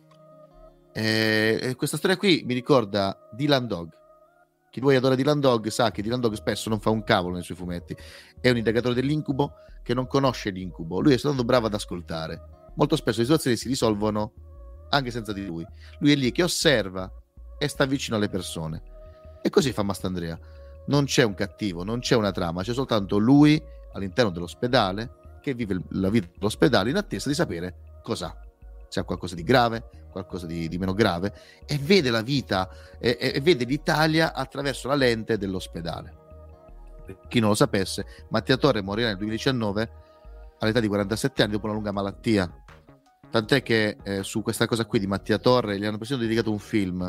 E questa storia qui mi ricorda Dylan Dog. Chi voi adora Dylan Dog sa che Dylan Dog spesso non fa un cavolo nei suoi fumetti, è un indagatore dell'incubo che non conosce l'incubo, lui è stato bravo ad ascoltare, molto spesso le situazioni si risolvono anche senza di lui è lì che osserva e sta vicino alle persone, e così fa Mastandrea. Non c'è un cattivo, non c'è una trama, c'è soltanto lui all'interno dell'ospedale che vive la vita dell'ospedale in attesa di sapere cosa, se ha qualcosa di grave, qualcosa di meno grave, e vede la vita e vede l'Italia attraverso la lente dell'ospedale. Per chi non lo sapesse, Mattia Torre morirà nel 2019 all'età di 47 anni dopo una lunga malattia, tant'è che su questa cosa qui di Mattia Torre gli hanno persino dedicato un film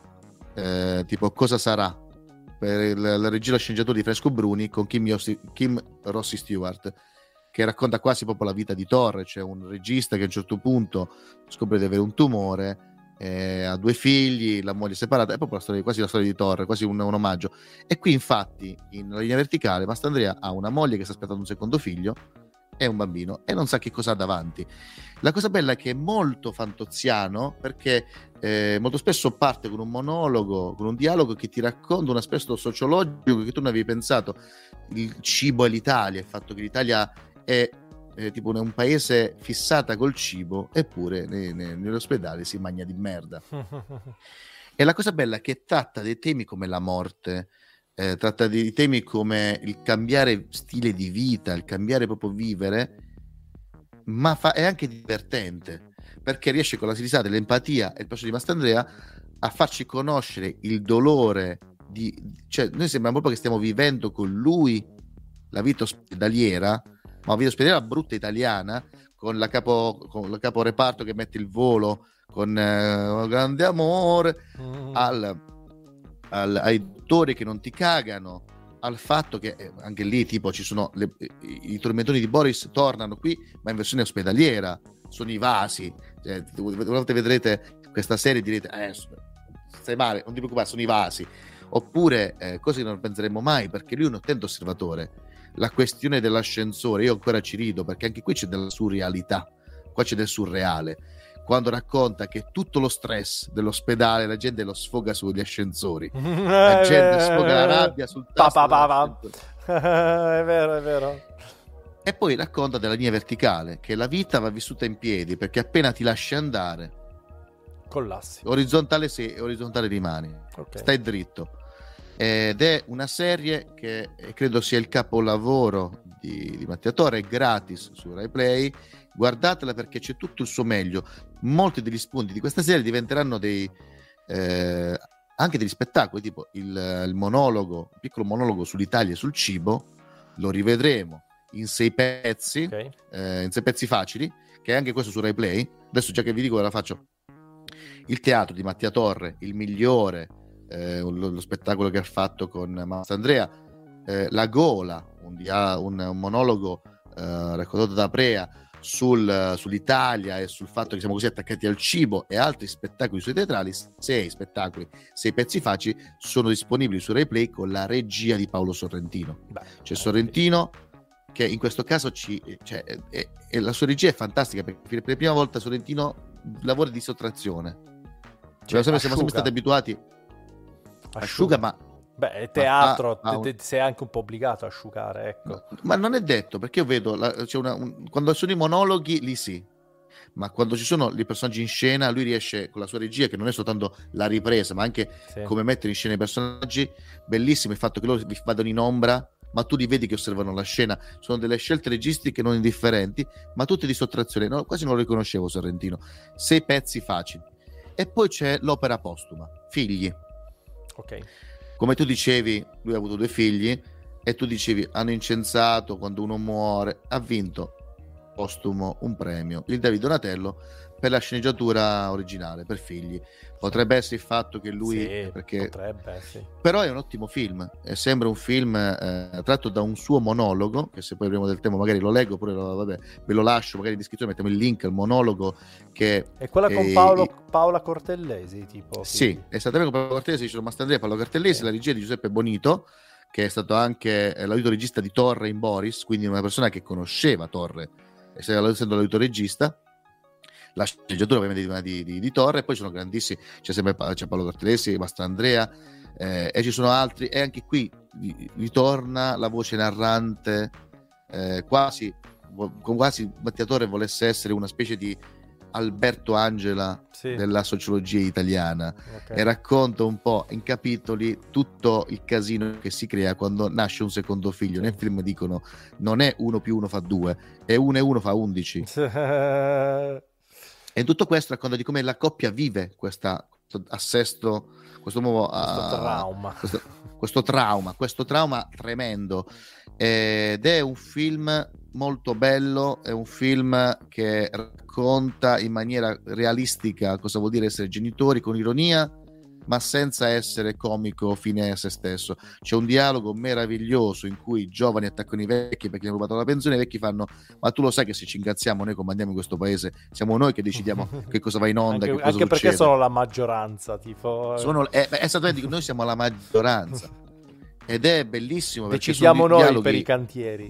tipo Cosa sarà, per la regia e la sceneggiatura di Fresco Bruni, con Kim Rossi Stewart, che racconta quasi proprio la vita di Torre. C'è un regista che a un certo punto scopre di avere un tumore, ha 2 figli, la moglie è separata, è proprio quasi la storia di Torre, quasi un omaggio. E qui infatti in linea verticale Mastandrea ha una moglie che sta aspettando un secondo figlio e un bambino e non sa che cosa ha davanti. La cosa bella è che è molto fantoziano, perché molto spesso parte con un monologo, con un dialogo che ti racconta un aspetto sociologico che tu non avevi pensato. Il cibo e l'Italia, il fatto che l'Italia è tipo un paese fissata col cibo, eppure negli ospedali si mangia di merda. E la cosa bella è che tratta dei temi come la morte, tratta di temi come il cambiare stile di vita, il cambiare proprio vivere, ma è anche divertente, perché riesce con la risata, l'empatia e il personaggio di Mastandrea a farci conoscere il dolore cioè noi sembra proprio che stiamo vivendo con lui la vita ospedaliera, ma la vita ospedaliera brutta italiana, con la capo reparto che mette il volo con grande amore, ai dottori che non ti cagano, al fatto che anche lì tipo ci sono i tormentoni di Boris tornano qui, ma in versione ospedaliera, sono i vasi, cioè, una volta vedrete questa serie direte stai male, non ti preoccupare, sono i vasi, oppure cose che non penseremmo mai, perché lui è un attento osservatore. La questione dell'ascensore, io ancora ci rido, perché anche qui c'è della surrealità, qua c'è del surreale, quando racconta che tutto lo stress dell'ospedale la gente lo sfoga sugli ascensori, la gente sfoga la rabbia sul tasto è vero. e poi racconta della linea verticale, che la vita va vissuta in piedi, perché appena ti lasci andare collassi, orizzontale sei, orizzontale rimani, stai dritto. Ed è una serie che credo sia il capolavoro di Mattia Torre, è gratis su Rai Play, guardatela perché c'è tutto il suo meglio. Molti degli spunti di questa serie diventeranno anche degli spettacoli, tipo il monologo, il piccolo monologo sull'Italia e sul cibo, lo rivedremo in 6 pezzi, in 6 pezzi facili, che è anche questo su Rai Play. Adesso già che vi dico ve la faccio. Il teatro di Mattia Torre, il migliore, lo spettacolo che ha fatto con Mastandrea, La Gola, un monologo raccontato da Prea sull'Italia e sul fatto che siamo così attaccati al cibo, e altri spettacoli sui teatrali. 6 spettacoli, 6 pezzi facili sono disponibili su Rai Play con la regia di Paolo Sorrentino. Sorrentino che in questo caso la sua regia è fantastica, perché per la prima volta Sorrentino lavora di sottrazione, siamo sempre stati abituati asciuga, ma beh, teatro sei anche un po' obbligato a asciugare, ecco. Ma non è detto, perché io vedo quando sono i monologhi lì sì, ma quando ci sono i personaggi in scena lui riesce con la sua regia, che non è soltanto la ripresa ma anche come mettere in scena i personaggi. Bellissimo il fatto che loro vadano in ombra, ma tu li vedi che osservano la scena. Sono delle scelte registiche non indifferenti, ma tutte di sottrazione. No, quasi non lo riconoscevo Sorrentino. 6 pezzi facili. E poi c'è l'opera postuma, Figli. Ok. Come tu dicevi, lui ha avuto 2 figli e tu dicevi hanno incensato quando uno muore. Ha vinto postumo un premio, il David Donatello, per la sceneggiatura originale, per Figli. Potrebbe essere il fatto che lui Sì, perché potrebbe, sì. però è un ottimo film e sembra un film tratto da un suo monologo, che se poi avremo del tempo magari lo leggo, oppure vabbè, ve lo lascio magari in descrizione, mettiamo il link al monologo che è quella con Paola Cortellesi, tipo. Sì, esattamente, con Paola Cortellesi, Ciccio Mastandrea, Paolo Cortellesi, la regia di Giuseppe Bonito, che è stato anche l'aiuto regista di Torre in Boris, quindi una persona che conosceva Torre, essendo l'aiuto regista. La sceneggiatura ovviamente di Torre, e poi sono grandissimi, c'è Paolo Cortellesi, Mastandrea, e ci sono altri, e anche qui ritorna la voce narrante, quasi Mattiatore volesse essere una specie di Alberto Angela della sociologia italiana, e racconta un po' in capitoli tutto il casino che si crea quando nasce un secondo figlio. Nel film dicono non è 1 + 1 fa 2, è 1 e 1 fa 11. E tutto questo racconta di come la coppia vive questo assesto, questo nuovo questo trauma tremendo. Ed è un film molto bello, è un film che racconta in maniera realistica cosa vuol dire essere genitori, con ironia ma senza essere comico fine a se stesso. C'è un dialogo meraviglioso in cui i giovani attaccano i vecchi perché gli hanno rubato la pensione, e i vecchi fanno: ma tu lo sai che se ci incazziamo noi comandiamo in questo paese, siamo noi che decidiamo che cosa va in onda, che cosa anche perché succede. sono la maggioranza, tipo esattamente, noi siamo la maggioranza ed è bellissimo perché decidiamo noi dialoghi... per i cantieri.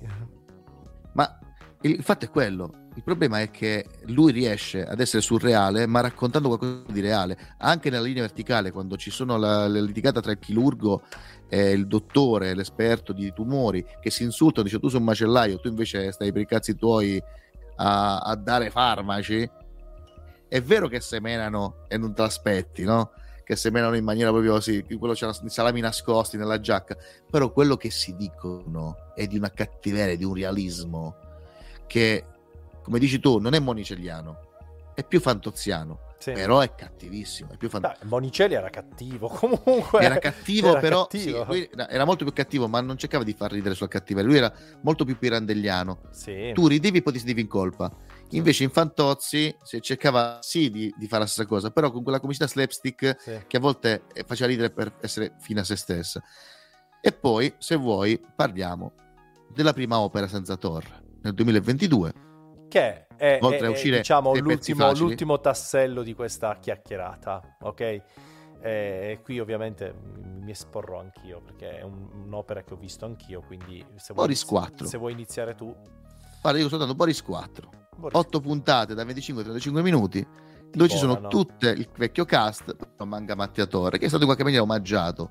Ma il fatto è quello, il problema è che lui riesce ad essere surreale ma raccontando qualcosa di reale, anche nella linea verticale, quando ci sono la litigata tra il chirurgo e il dottore, l'esperto di tumori, che si insultano, dice tu sei un macellaio, tu invece stai per i cazzi tuoi a dare farmaci. È vero che semenano e non te l'aspetti, no? Che semenano in maniera proprio così, quello c'è i salami nascosti nella giacca, però quello che si dicono è di una cattiveria, di un realismo che, come dici tu, non è monicelliano, è più fantoziano, però è cattivissimo, è più Monicelli era cattivo, comunque era cattivo, però cattivo. Sì, lui era molto più cattivo, ma non cercava di far ridere sulla cattiveria, lui era molto più pirandelliano. Tu ridevi e poi ti sentivi in colpa. Invece in Fantozzi si cercava di fare la stessa cosa, però con quella comicità slapstick che a volte faceva ridere per essere fine a se stessa. E poi, se vuoi, parliamo della prima opera senza Thor nel 2022, che è oltre a uscire diciamo l'ultimo tassello di questa chiacchierata, ok? E qui ovviamente mi esporrò anch'io perché è un'opera che ho visto anch'io, quindi se vuoi iniziare tu. Guarda, io soltanto Boris 4, 8 puntate da 25-35 minuti, dove ci sono tutte il vecchio cast, non manca Mattiatore, che è stato in qualche maniera omaggiato.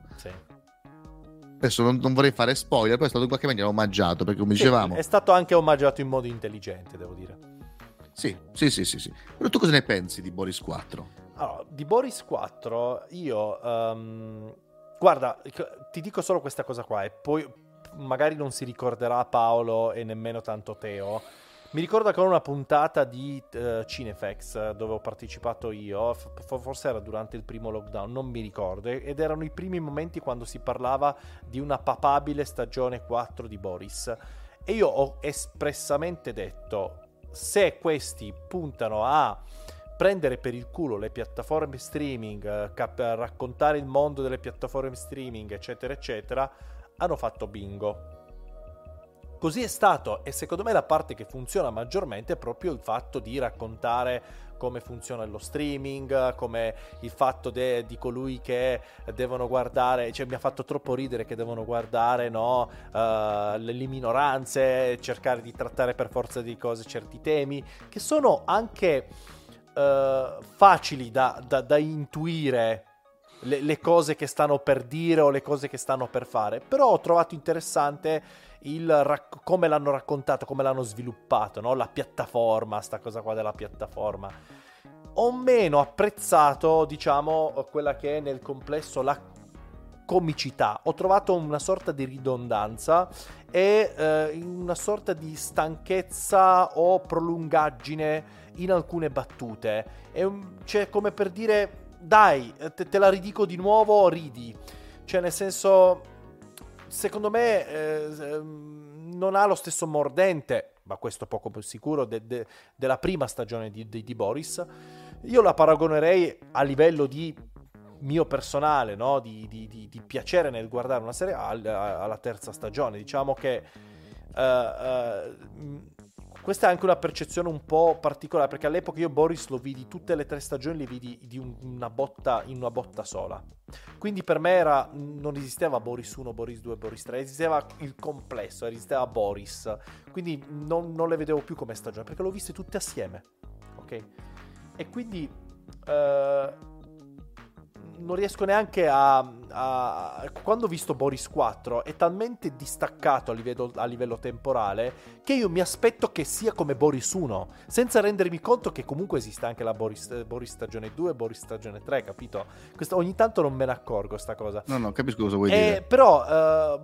Adesso non vorrei fare spoiler, però è stato in qualche maniera omaggiato, perché come dicevamo... È stato anche omaggiato in modo intelligente, devo dire. Sì. Però tu cosa ne pensi di Boris 4? Allora, di Boris 4 io... guarda, ti dico solo questa cosa qua, e poi magari non si ricorderà Paolo e nemmeno tanto Teo. Mi ricordo che era una puntata di Cinefex dove ho partecipato io, forse era durante il primo lockdown, non mi ricordo, ed erano i primi momenti quando si parlava di una papabile stagione 4 di Boris, e io ho espressamente detto: se questi puntano a prendere per il culo le piattaforme streaming, raccontare il mondo delle piattaforme streaming, eccetera eccetera, hanno fatto bingo. Così è stato, e secondo me la parte che funziona maggiormente è proprio il fatto di raccontare come funziona lo streaming, come il fatto di colui che devono guardare, cioè mi ha fatto troppo ridere che devono guardare le minoranze, cercare di trattare per forza di cose certi temi, che sono anche facili da intuire, le cose che stanno per dire o le cose che stanno per fare, però ho trovato interessante come l'hanno raccontato, come l'hanno sviluppato, no? La piattaforma, sta cosa qua della piattaforma. Ho meno apprezzato, diciamo, quella che è nel complesso comicità, ho trovato una sorta di ridondanza e una sorta di stanchezza o prolungaggine in alcune battute. Cioè, come per dire, dai, te la ridico di nuovo, ridi. Cioè, nel senso, secondo me non ha lo stesso mordente, ma questo poco sicuro, della prima stagione di Boris. Io la paragonerei a livello di mio personale, no? di piacere nel guardare una serie alla terza stagione. Diciamo che questa è anche una percezione un po' particolare, perché all'epoca io Boris lo vidi, tutte le 3 stagioni le vidi in una botta sola. Quindi per me non esisteva Boris 1, Boris 2, Boris 3, esisteva il complesso, esisteva Boris. Quindi non le vedevo più come stagione, perché le ho viste tutte assieme, ok? E quindi non riesco neanche quando ho visto Boris 4 è talmente distaccato a livello temporale che io mi aspetto che sia come Boris 1, senza rendermi conto che comunque esiste anche la Boris stagione 2 e Boris stagione 3, capito? Ogni tanto non me ne accorgo sta cosa. No, capisco cosa vuoi dire. Però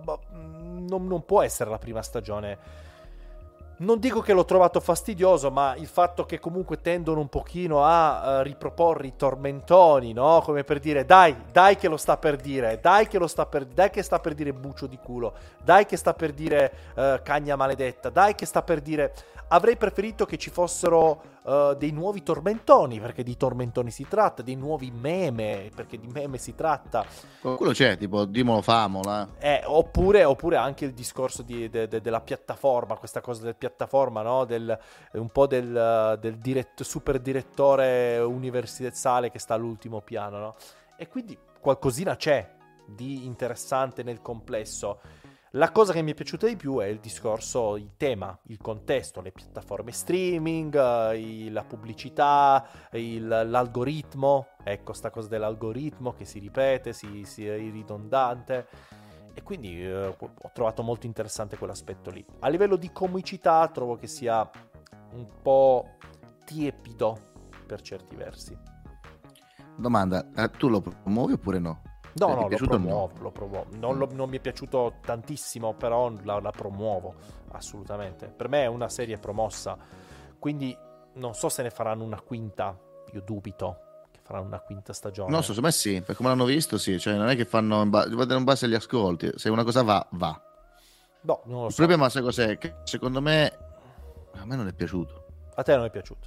non può essere la prima stagione. Non dico che l'ho trovato fastidioso, ma il fatto che comunque tendono un pochino a riproporre i tormentoni, no? Come per dire, dai che lo sta per dire, dai che sta per dire bucio di culo, dai che sta per dire cagna maledetta, dai che sta per dire... Avrei preferito che ci fossero dei nuovi tormentoni, perché di tormentoni si tratta, dei nuovi meme, perché di meme si tratta. Quello c'è, tipo, dimolo famola. Oppure anche il discorso della piattaforma, questa cosa del piattaforma, no? Un po' del super direttore universitario che sta all'ultimo piano, no? E quindi qualcosina c'è di interessante nel complesso. La cosa che mi è piaciuta di più è il discorso, il tema, il contesto, le piattaforme streaming, la pubblicità, l'algoritmo, ecco, sta cosa dell'algoritmo che si ripete, si è ridondante, e quindi ho trovato molto interessante quell'aspetto lì. A livello di comicità trovo che sia un po' tiepido per certi versi. Domanda, tu lo promuovi oppure no? No, lo promuovo. Non mi è piaciuto tantissimo, però la promuovo assolutamente. Per me è una serie promossa, quindi non so se ne faranno una quinta. Io dubito che faranno una quinta stagione. No, secondo me sì, per come l'hanno visto sì, cioè non è che fanno in base agli ascolti. Se una cosa va. No, non lo so. Il problema sai cos'è? Che secondo me a me non è piaciuto. A te non è piaciuto?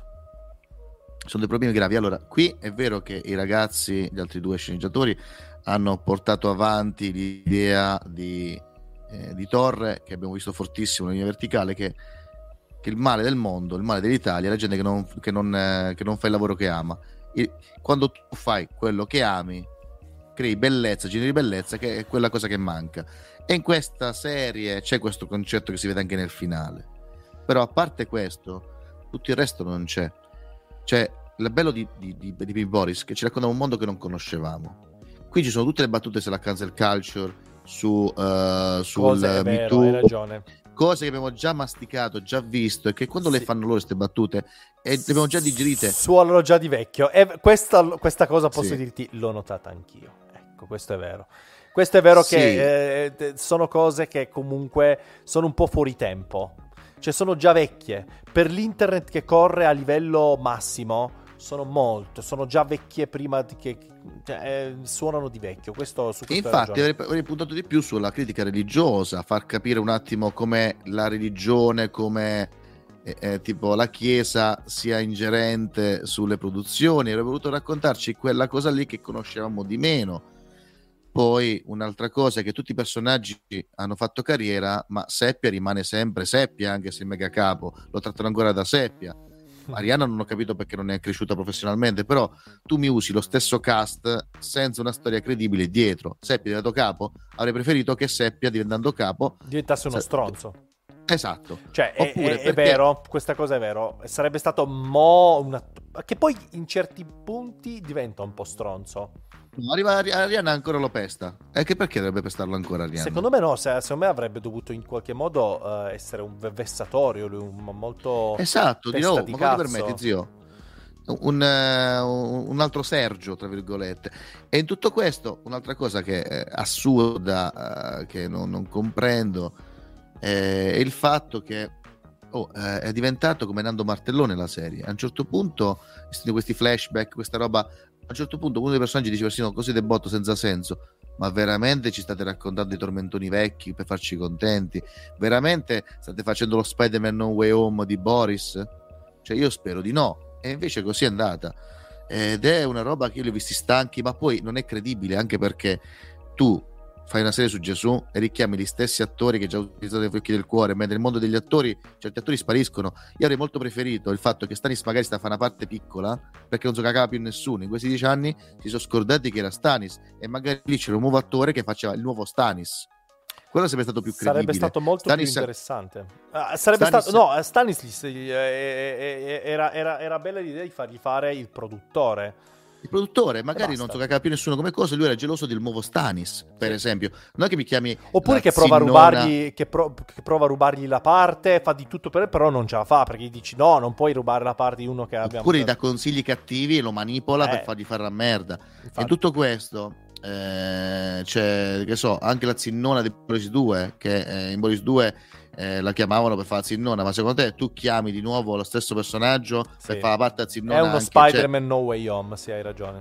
Sono dei problemi gravi. Allora, qui è vero che i ragazzi, gli altri 2 sceneggiatori, hanno portato avanti l'idea di Torre, che abbiamo visto fortissimo nella linea verticale, che il male del mondo, il male dell'Italia è la gente che non fa il lavoro che ama. Quando tu fai quello che ami, crei bellezza, generi bellezza, che è quella cosa che manca. E in questa serie c'è questo concetto che si vede anche nel finale. Però a parte questo, tutto il resto non c'è. Cioè, il bello di Boris che ci racconta un mondo che non conoscevamo. Qui ci sono tutte le battute sulla cancel culture, sul Me Too, hai ragione. Cose che abbiamo già masticato, già visto, e che quando le fanno loro queste battute le abbiamo già digerite. Suonano già di vecchio. E questa cosa posso dirti, l'ho notata anch'io. Ecco, questo è vero. Questo è vero, sì. Che sono cose che comunque sono un po' fuori tempo. Cioè sono già vecchie. Per l'internet che corre a livello massimo sono già vecchie prima che suonano di vecchio. Questo su questo infatti avrei puntato di più sulla critica religiosa, far capire un attimo come la religione, come tipo la chiesa sia ingerente sulle produzioni. Avrei voluto raccontarci quella cosa lì che conoscevamo di meno. Poi un'altra cosa è che tutti i personaggi hanno fatto carriera, ma Seppia rimane sempre Seppia, anche se il mega capo lo trattano ancora da Seppia. Arianna non ho capito perché non è cresciuta professionalmente, però tu mi usi lo stesso cast senza una storia credibile dietro. Seppia è diventato capo, avrei preferito che Seppia, diventando capo, diventasse uno stronzo. Esatto. Cioè Oppure è vero, questa cosa è vero. Sarebbe stato che poi in certi punti diventa un po' stronzo. No, arriva Arianna ancora lo pesta. E che perché dovrebbe pestarlo ancora Arianna? Secondo me no, secondo me avrebbe dovuto in qualche modo essere un vessatorio, lui molto esatto, testa di di ma cazzo. come permetti, zio? un altro Sergio, tra virgolette. E in tutto questo, un'altra cosa che è assurda, che non comprendo, è il fatto che è diventato come Nando Martellone la serie. A un certo punto, questi flashback, questa roba, a un certo punto uno dei personaggi dice persino così de botto senza senso. Ma veramente ci state raccontando i tormentoni vecchi per farci contenti? Veramente state facendo lo Spider-Man No Way Home di Boris? Cioè io spero di no, e invece così è andata, ed è una roba che io li ho visti stanchi, ma poi non è credibile, anche perché tu fai una serie su Gesù e richiami gli stessi attori che già utilizzato nei Fiocchi del Cuore, mentre nel mondo degli attori certi attori spariscono. Io avrei molto preferito il fatto che Stanis magari sta a fare una parte piccola, perché non so cagava più nessuno. In questi 10 anni si sono scordati che era Stanis, e magari lì c'era un nuovo attore che faceva il nuovo Stanis. Quello sarebbe stato più credibile. Sarebbe stato molto Stanis... più interessante. Stanis era bella l'idea di fargli fare il produttore. Il produttore, magari non so cagava più nessuno come cosa, lui era geloso del nuovo Stanis, per esempio. Non è che mi chiami... Oppure che prova a rubargli, che prova a rubargli la parte, fa di tutto però non ce la fa, perché gli dici no, non puoi rubare la parte di uno che abbiamo... Oppure gli dà consigli cattivi e lo manipola per fargli fare la merda. Infatti. E tutto questo... c'è, che so, anche la zinnona di Boris 2, che in Boris 2 la chiamavano per fare la zinnona, ma secondo te tu chiami di nuovo lo stesso personaggio per fare la parte da zinnona? È uno Spider-Man No Way Home, sì, hai ragione.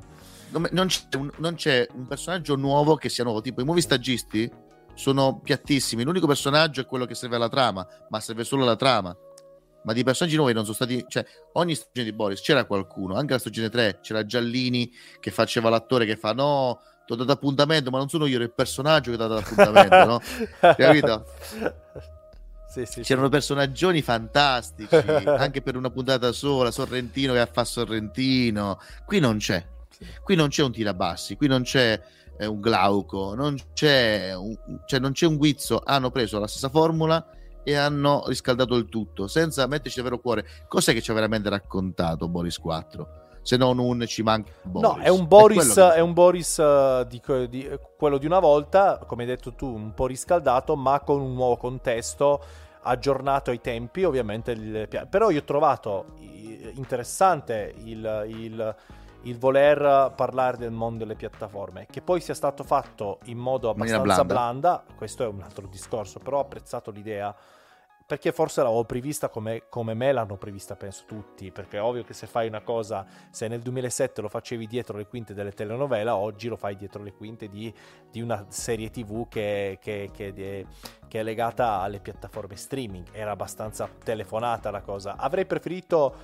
Non c'è un personaggio nuovo che sia nuovo, tipo i nuovi stagisti sono piattissimi, l'unico personaggio è quello che serve alla trama, ma serve solo alla trama. Ma di personaggi nuovi non sono stati, cioè ogni stagione di Boris c'era qualcuno, anche la stagione 3 c'era Giallini che faceva l'attore che fa no, ti ho dato appuntamento, ma non sono io, ero il personaggio che ti ha dato appuntamento, no? Capito? Sì, c'erano personaggioni fantastici anche per una puntata sola. Sorrentino che fa Sorrentino, qui non c'è, qui non c'è un tirabassi, qui non c'è un Glauco, non c'è un Guizzo. Hanno preso la stessa formula e hanno riscaldato il tutto senza metterci davvero cuore. Cos'è che ci ha veramente raccontato Boris 4? Se non un ci manca Boris. No, è un Boris di quello di una volta, come hai detto tu, un po' riscaldato, ma con un nuovo contesto, aggiornato ai tempi, ovviamente. Però io ho trovato interessante il voler parlare del mondo delle piattaforme, che poi sia stato fatto in modo abbastanza blanda. Questo è un altro discorso, però ho apprezzato l'idea, perché forse l'avevo prevista come me l'hanno prevista, penso tutti, perché è ovvio che se fai una cosa, se nel 2007 lo facevi dietro le quinte delle telenovela, oggi lo fai dietro le quinte di una serie TV che è legata alle piattaforme streaming. Era abbastanza telefonata la cosa. Avrei preferito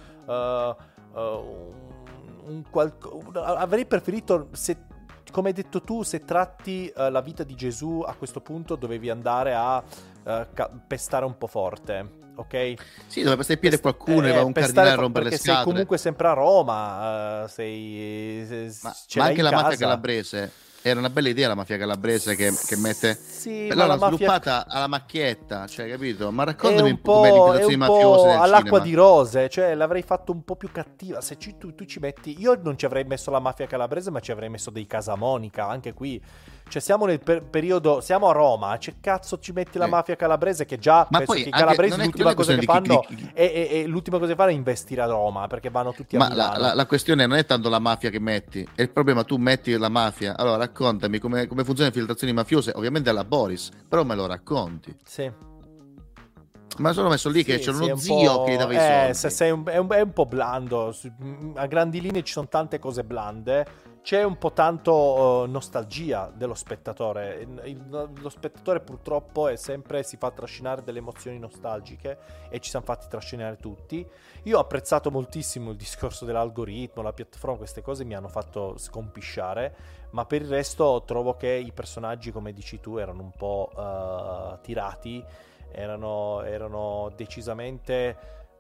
avrei preferito, se, come hai detto tu, se tratti la vita di Gesù, a questo punto dovevi andare a pestare un po' forte, ok? Sì, doveva pestare il piede qualcuno e va un cardinale a rompere le scatole. Sei comunque sempre a Roma, ma anche la mafia calabrese era una bella idea, la mafia calabrese che mette, sì, però l'ha sviluppata alla macchietta, cioè, capito? Ma raccontami un po' le imitazioni mafiose all'acqua cinema. Di rose, cioè l'avrei fatto un po' più cattiva. Se tu ci metti, io non ci avrei messo la mafia calabrese, ma ci avrei messo dei Casamonica, anche qui. Cioè siamo nel periodo, siamo a Roma, cioè cazzo ci metti la mafia calabrese, che già ma penso poi che i calabresi l'ultima cosa che fanno è l'ultima cosa che fanno è investire a Roma, perché vanno tutti a Milano. Ma la questione non è tanto la mafia che metti, è il problema, tu metti la mafia. Allora raccontami come funzionano le infiltrazioni mafiose, ovviamente alla Boris, però me lo racconti. Sì. Ma sono messo lì che c'era uno zio che gli dava i soldi. È un po' blando, a grandi linee ci sono tante cose blande. C'è un po' tanto nostalgia dello spettatore. Lo spettatore purtroppo si fa trascinare delle emozioni nostalgiche, e ci siamo fatti trascinare tutti. Io ho apprezzato moltissimo il discorso dell'algoritmo, la piattaforma, queste cose mi hanno fatto scompisciare, ma per il resto trovo che i personaggi, come dici tu, erano un po' tirati, erano decisamente...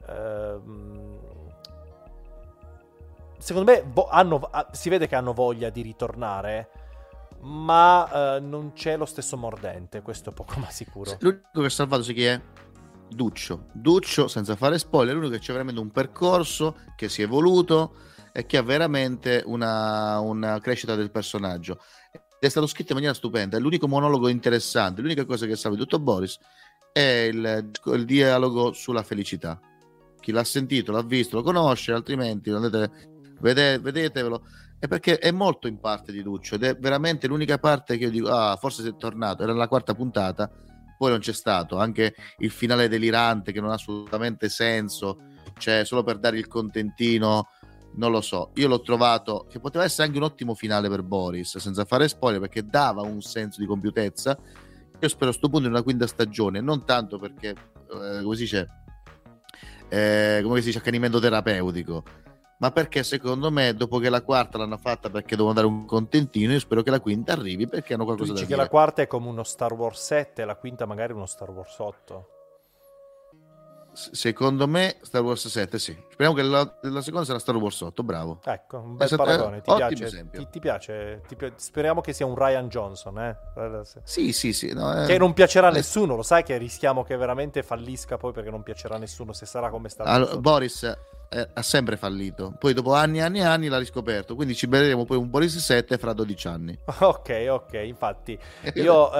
secondo me si vede che hanno voglia di ritornare, ma non c'è lo stesso mordente, questo è poco ma sicuro. L'unico che ha salvato chi è? Duccio, senza fare spoiler, l'unico che c'è veramente un percorso che si è evoluto e che ha veramente una crescita del personaggio. È stato scritto in maniera stupenda, è l'unico monologo interessante, l'unica cosa che salva di tutto Boris è il dialogo sulla felicità. chi l'ha sentito, l'ha visto, lo conosce, altrimenti vedetevelo. È perché è molto in parte di Duccio ed è veramente l'unica parte che io dico forse sei tornato, era la quarta puntata, poi non c'è stato, anche il finale delirante che non ha assolutamente senso, cioè solo per dare il contentino, non lo so, io l'ho trovato che poteva essere anche un ottimo finale per Boris, senza fare spoiler, perché dava un senso di compiutezza. Io spero a sto punto in una quinta stagione, non tanto perché come si dice accanimento terapeutico, ma perché secondo me dopo che la quarta l'hanno fatta perché devono dare un contentino, io spero che la quinta arrivi perché hanno qualcosa da dire. Tu dici che la quarta è come uno Star Wars 7 e la quinta magari uno Star Wars 8? Secondo me Star Wars 7 sì, speriamo che la seconda sarà Star Wars 8, bravo. Ecco, un bel paragone, ti piace? Speriamo che sia un Rian Johnson, Sì, no, che non piacerà a nessuno, lo sai che rischiamo che veramente fallisca poi perché non piacerà a nessuno se sarà come Star Wars 8. Boris ha sempre fallito, poi dopo anni l'ha riscoperto, quindi ci vedremo poi un Boris 7 fra 12 anni. Ok, infatti io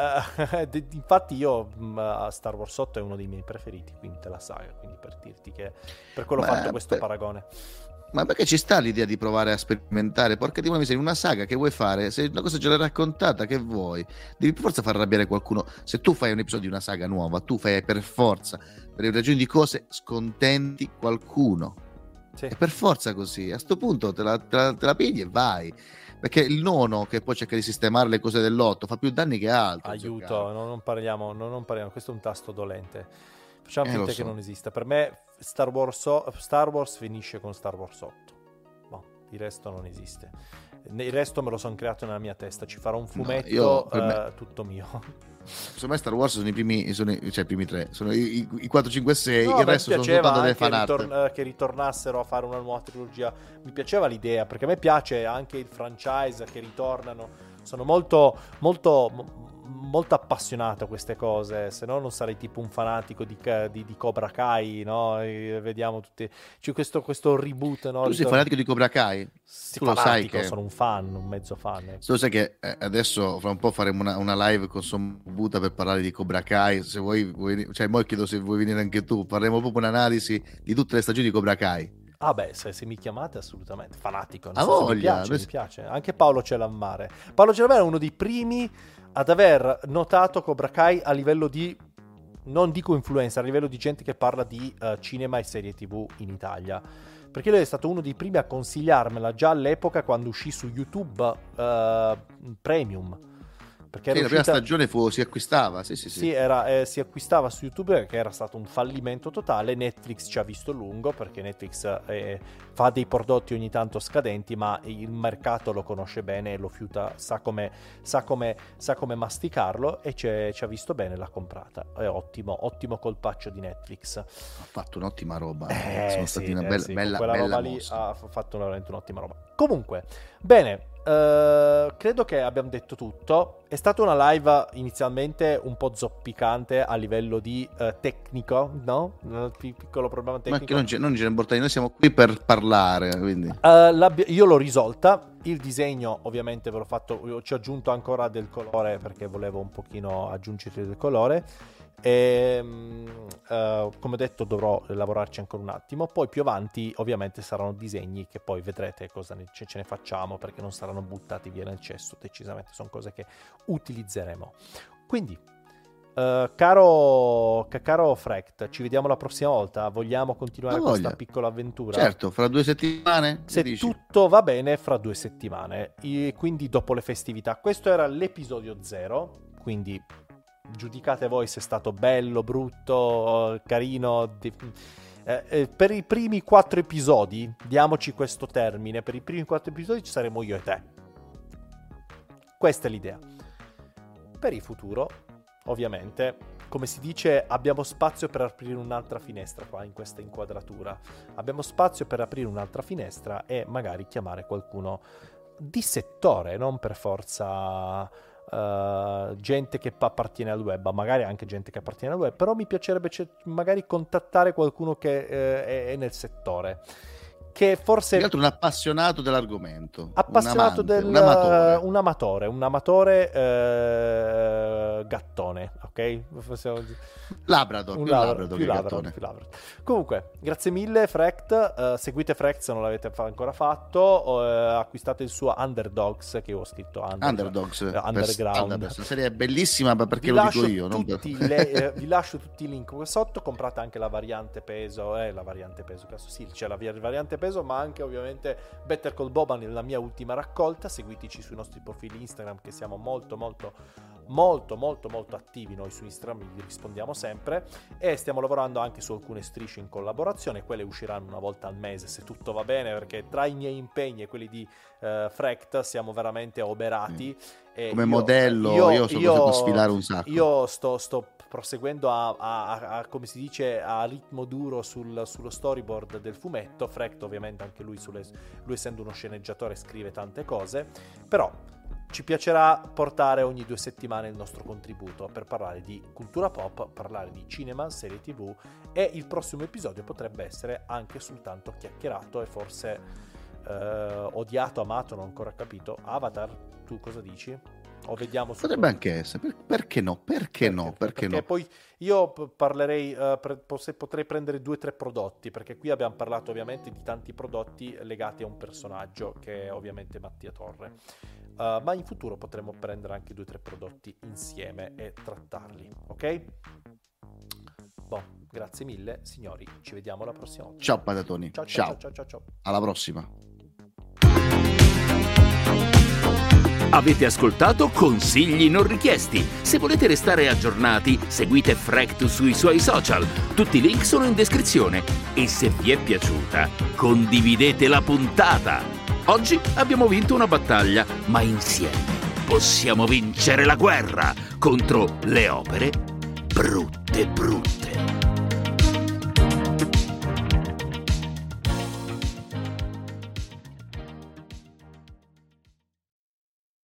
Star Wars 8 è uno dei miei preferiti, quindi la saga, quindi per dirti che per quello ho fatto questo paragone. Ma perché ci sta l'idea di provare a sperimentare? Porca di una miseria, una saga che vuoi fare, se una cosa già l'hai raccontata, che vuoi? Devi per forza far arrabbiare qualcuno. Se tu fai un episodio di una saga nuova, tu fai per forza, per ragioni di cose, scontenti qualcuno. Sì. È per forza così. A sto punto te la pigli e vai. Perché il nono, che poi cerca di sistemare le cose dell'8, fa più danni che altro. Aiuto, non parliamo, questo è un tasto dolente. Facciamo finta che non esista. Per me Star Wars finisce con Star Wars 8. Il resto non esiste. Il resto me lo sono creato nella mia testa. Ci farò un fumetto tutto mio. Secondo me Star Wars sono i primi tre, sono i 4, 5, 6. No, il resto sono soltanto delle fanart. Che ritornassero a fare una nuova trilogia. Mi piaceva l'idea, perché a me piace anche il franchise che ritornano. Sono molto appassionato a queste cose, se no non sarei tipo un fanatico di Cobra Kai, no? E vediamo tutti, c'è questo reboot, no? Tu sei fanatico di Cobra Kai? Sì, tu lo sai che sono un mezzo fan. Tu sai che adesso fra un po' faremo una live con Sombuta per parlare di Cobra Kai, se vuoi cioè mo chiedo se vuoi venire anche tu, faremo proprio un'analisi di tutte le stagioni di Cobra Kai. Se mi chiamate assolutamente fanatico, mi piace. Anche Paolo Celammare è uno dei primi ad aver notato Cobra Kai a livello di, non dico influencer, a livello di gente che parla di cinema e serie TV in Italia, perché lui è stato uno dei primi a consigliarmela già all'epoca quando uscì su YouTube Premium. Perché la prima stagione si acquistava, sì. Si acquistava su YouTube, perché era stato un fallimento totale. Netflix ci ha visto lungo, perché Netflix fa dei prodotti ogni tanto scadenti, ma il mercato lo conosce bene, lo fiuta, sa come masticarlo, e ci ha visto bene, l'ha comprata. È ottimo colpaccio di Netflix. Ha fatto un'ottima roba. Sono stati una bella roba lì, ha fatto veramente un'ottima roba. Comunque, bene. Credo che abbiamo detto tutto. È stata una live inizialmente un po' zoppicante a livello di tecnico, no? Un piccolo problema tecnico. Ma che non ce ne importa, noi siamo qui per parlare, quindi. Io l'ho risolta. Il disegno ovviamente ve l'ho fatto, ci ho aggiunto ancora del colore perché volevo un pochino aggiungere del colore. E come ho detto dovrò lavorarci ancora un attimo, poi più avanti ovviamente saranno disegni che poi vedrete cosa ce ne facciamo, perché non saranno buttati via nel cesso, decisamente sono cose che utilizzeremo. Quindi caro Frecht, ci vediamo la prossima volta, vogliamo continuare questa piccola avventura? Certo, fra 2 settimane, se tutto va bene, fra 2 settimane, quindi dopo le festività. Questo era l'episodio 0, quindi giudicate voi se è stato bello, brutto, carino. Per i primi 4 episodi, diamoci questo termine, per i primi 4 episodi ci saremo io e te. Questa è l'idea. Per il futuro, ovviamente, come si dice, abbiamo spazio per aprire un'altra finestra qua in questa inquadratura. Abbiamo spazio per aprire un'altra finestra e magari chiamare qualcuno di settore, non per forza gente che appartiene al web, magari anche gente che appartiene al web, però mi piacerebbe magari contattare qualcuno che è nel settore. che forse un appassionato dell'argomento, appassionato un amatore gattone, ok? Labrador, più gattone. Labrador. Comunque, grazie mille Frecht, seguite Frecht se non l'avete ancora fatto, acquistate il suo Underdogs, che io ho scritto Underground. Questa serie è bellissima perché lo dico io. Vi lascio tutti i link qua sotto, comprate anche la variante peso, cazzo, sì, c'è la variante peso, ma anche ovviamente Better Call Boba nella mia ultima raccolta. Seguiteci sui nostri profili Instagram, che siamo molto attivi noi su Instagram, vi rispondiamo sempre, e stiamo lavorando anche su alcune strisce in collaborazione. Quelle usciranno una volta al mese se tutto va bene, perché tra i miei impegni e quelli di Frecht siamo veramente oberati. E come modello io sono costretto a sfilare un sacco. Io sto proseguendo a come si dice, a ritmo duro sullo storyboard del fumetto. Frecht ovviamente anche lui essendo uno sceneggiatore scrive tante cose, però ci piacerà portare ogni 2 settimane il nostro contributo per parlare di cultura pop, parlare di cinema, serie TV, e il prossimo episodio potrebbe essere anche soltanto chiacchierato e forse odiato, amato, non ho ancora capito. Avatar, tu cosa dici? O vediamo potrebbe anche essere, perché no? Perché no? Poi io parlerei, potrei prendere 2 o 3 prodotti, perché qui abbiamo parlato ovviamente di tanti prodotti legati a un personaggio che è ovviamente Mattia Torre, ma in futuro potremo prendere anche 2 o 3 prodotti insieme e trattarli, ok? Grazie mille signori, ci vediamo la prossima volta. Ciao patatoni, ciao. Alla prossima. Avete ascoltato Consigli non richiesti. Se volete restare aggiornati, seguite Frecht sui suoi social. Tutti i link sono in descrizione. E se vi è piaciuta, condividete la puntata. Oggi abbiamo vinto una battaglia, ma insieme possiamo vincere la guerra contro le opere brutte.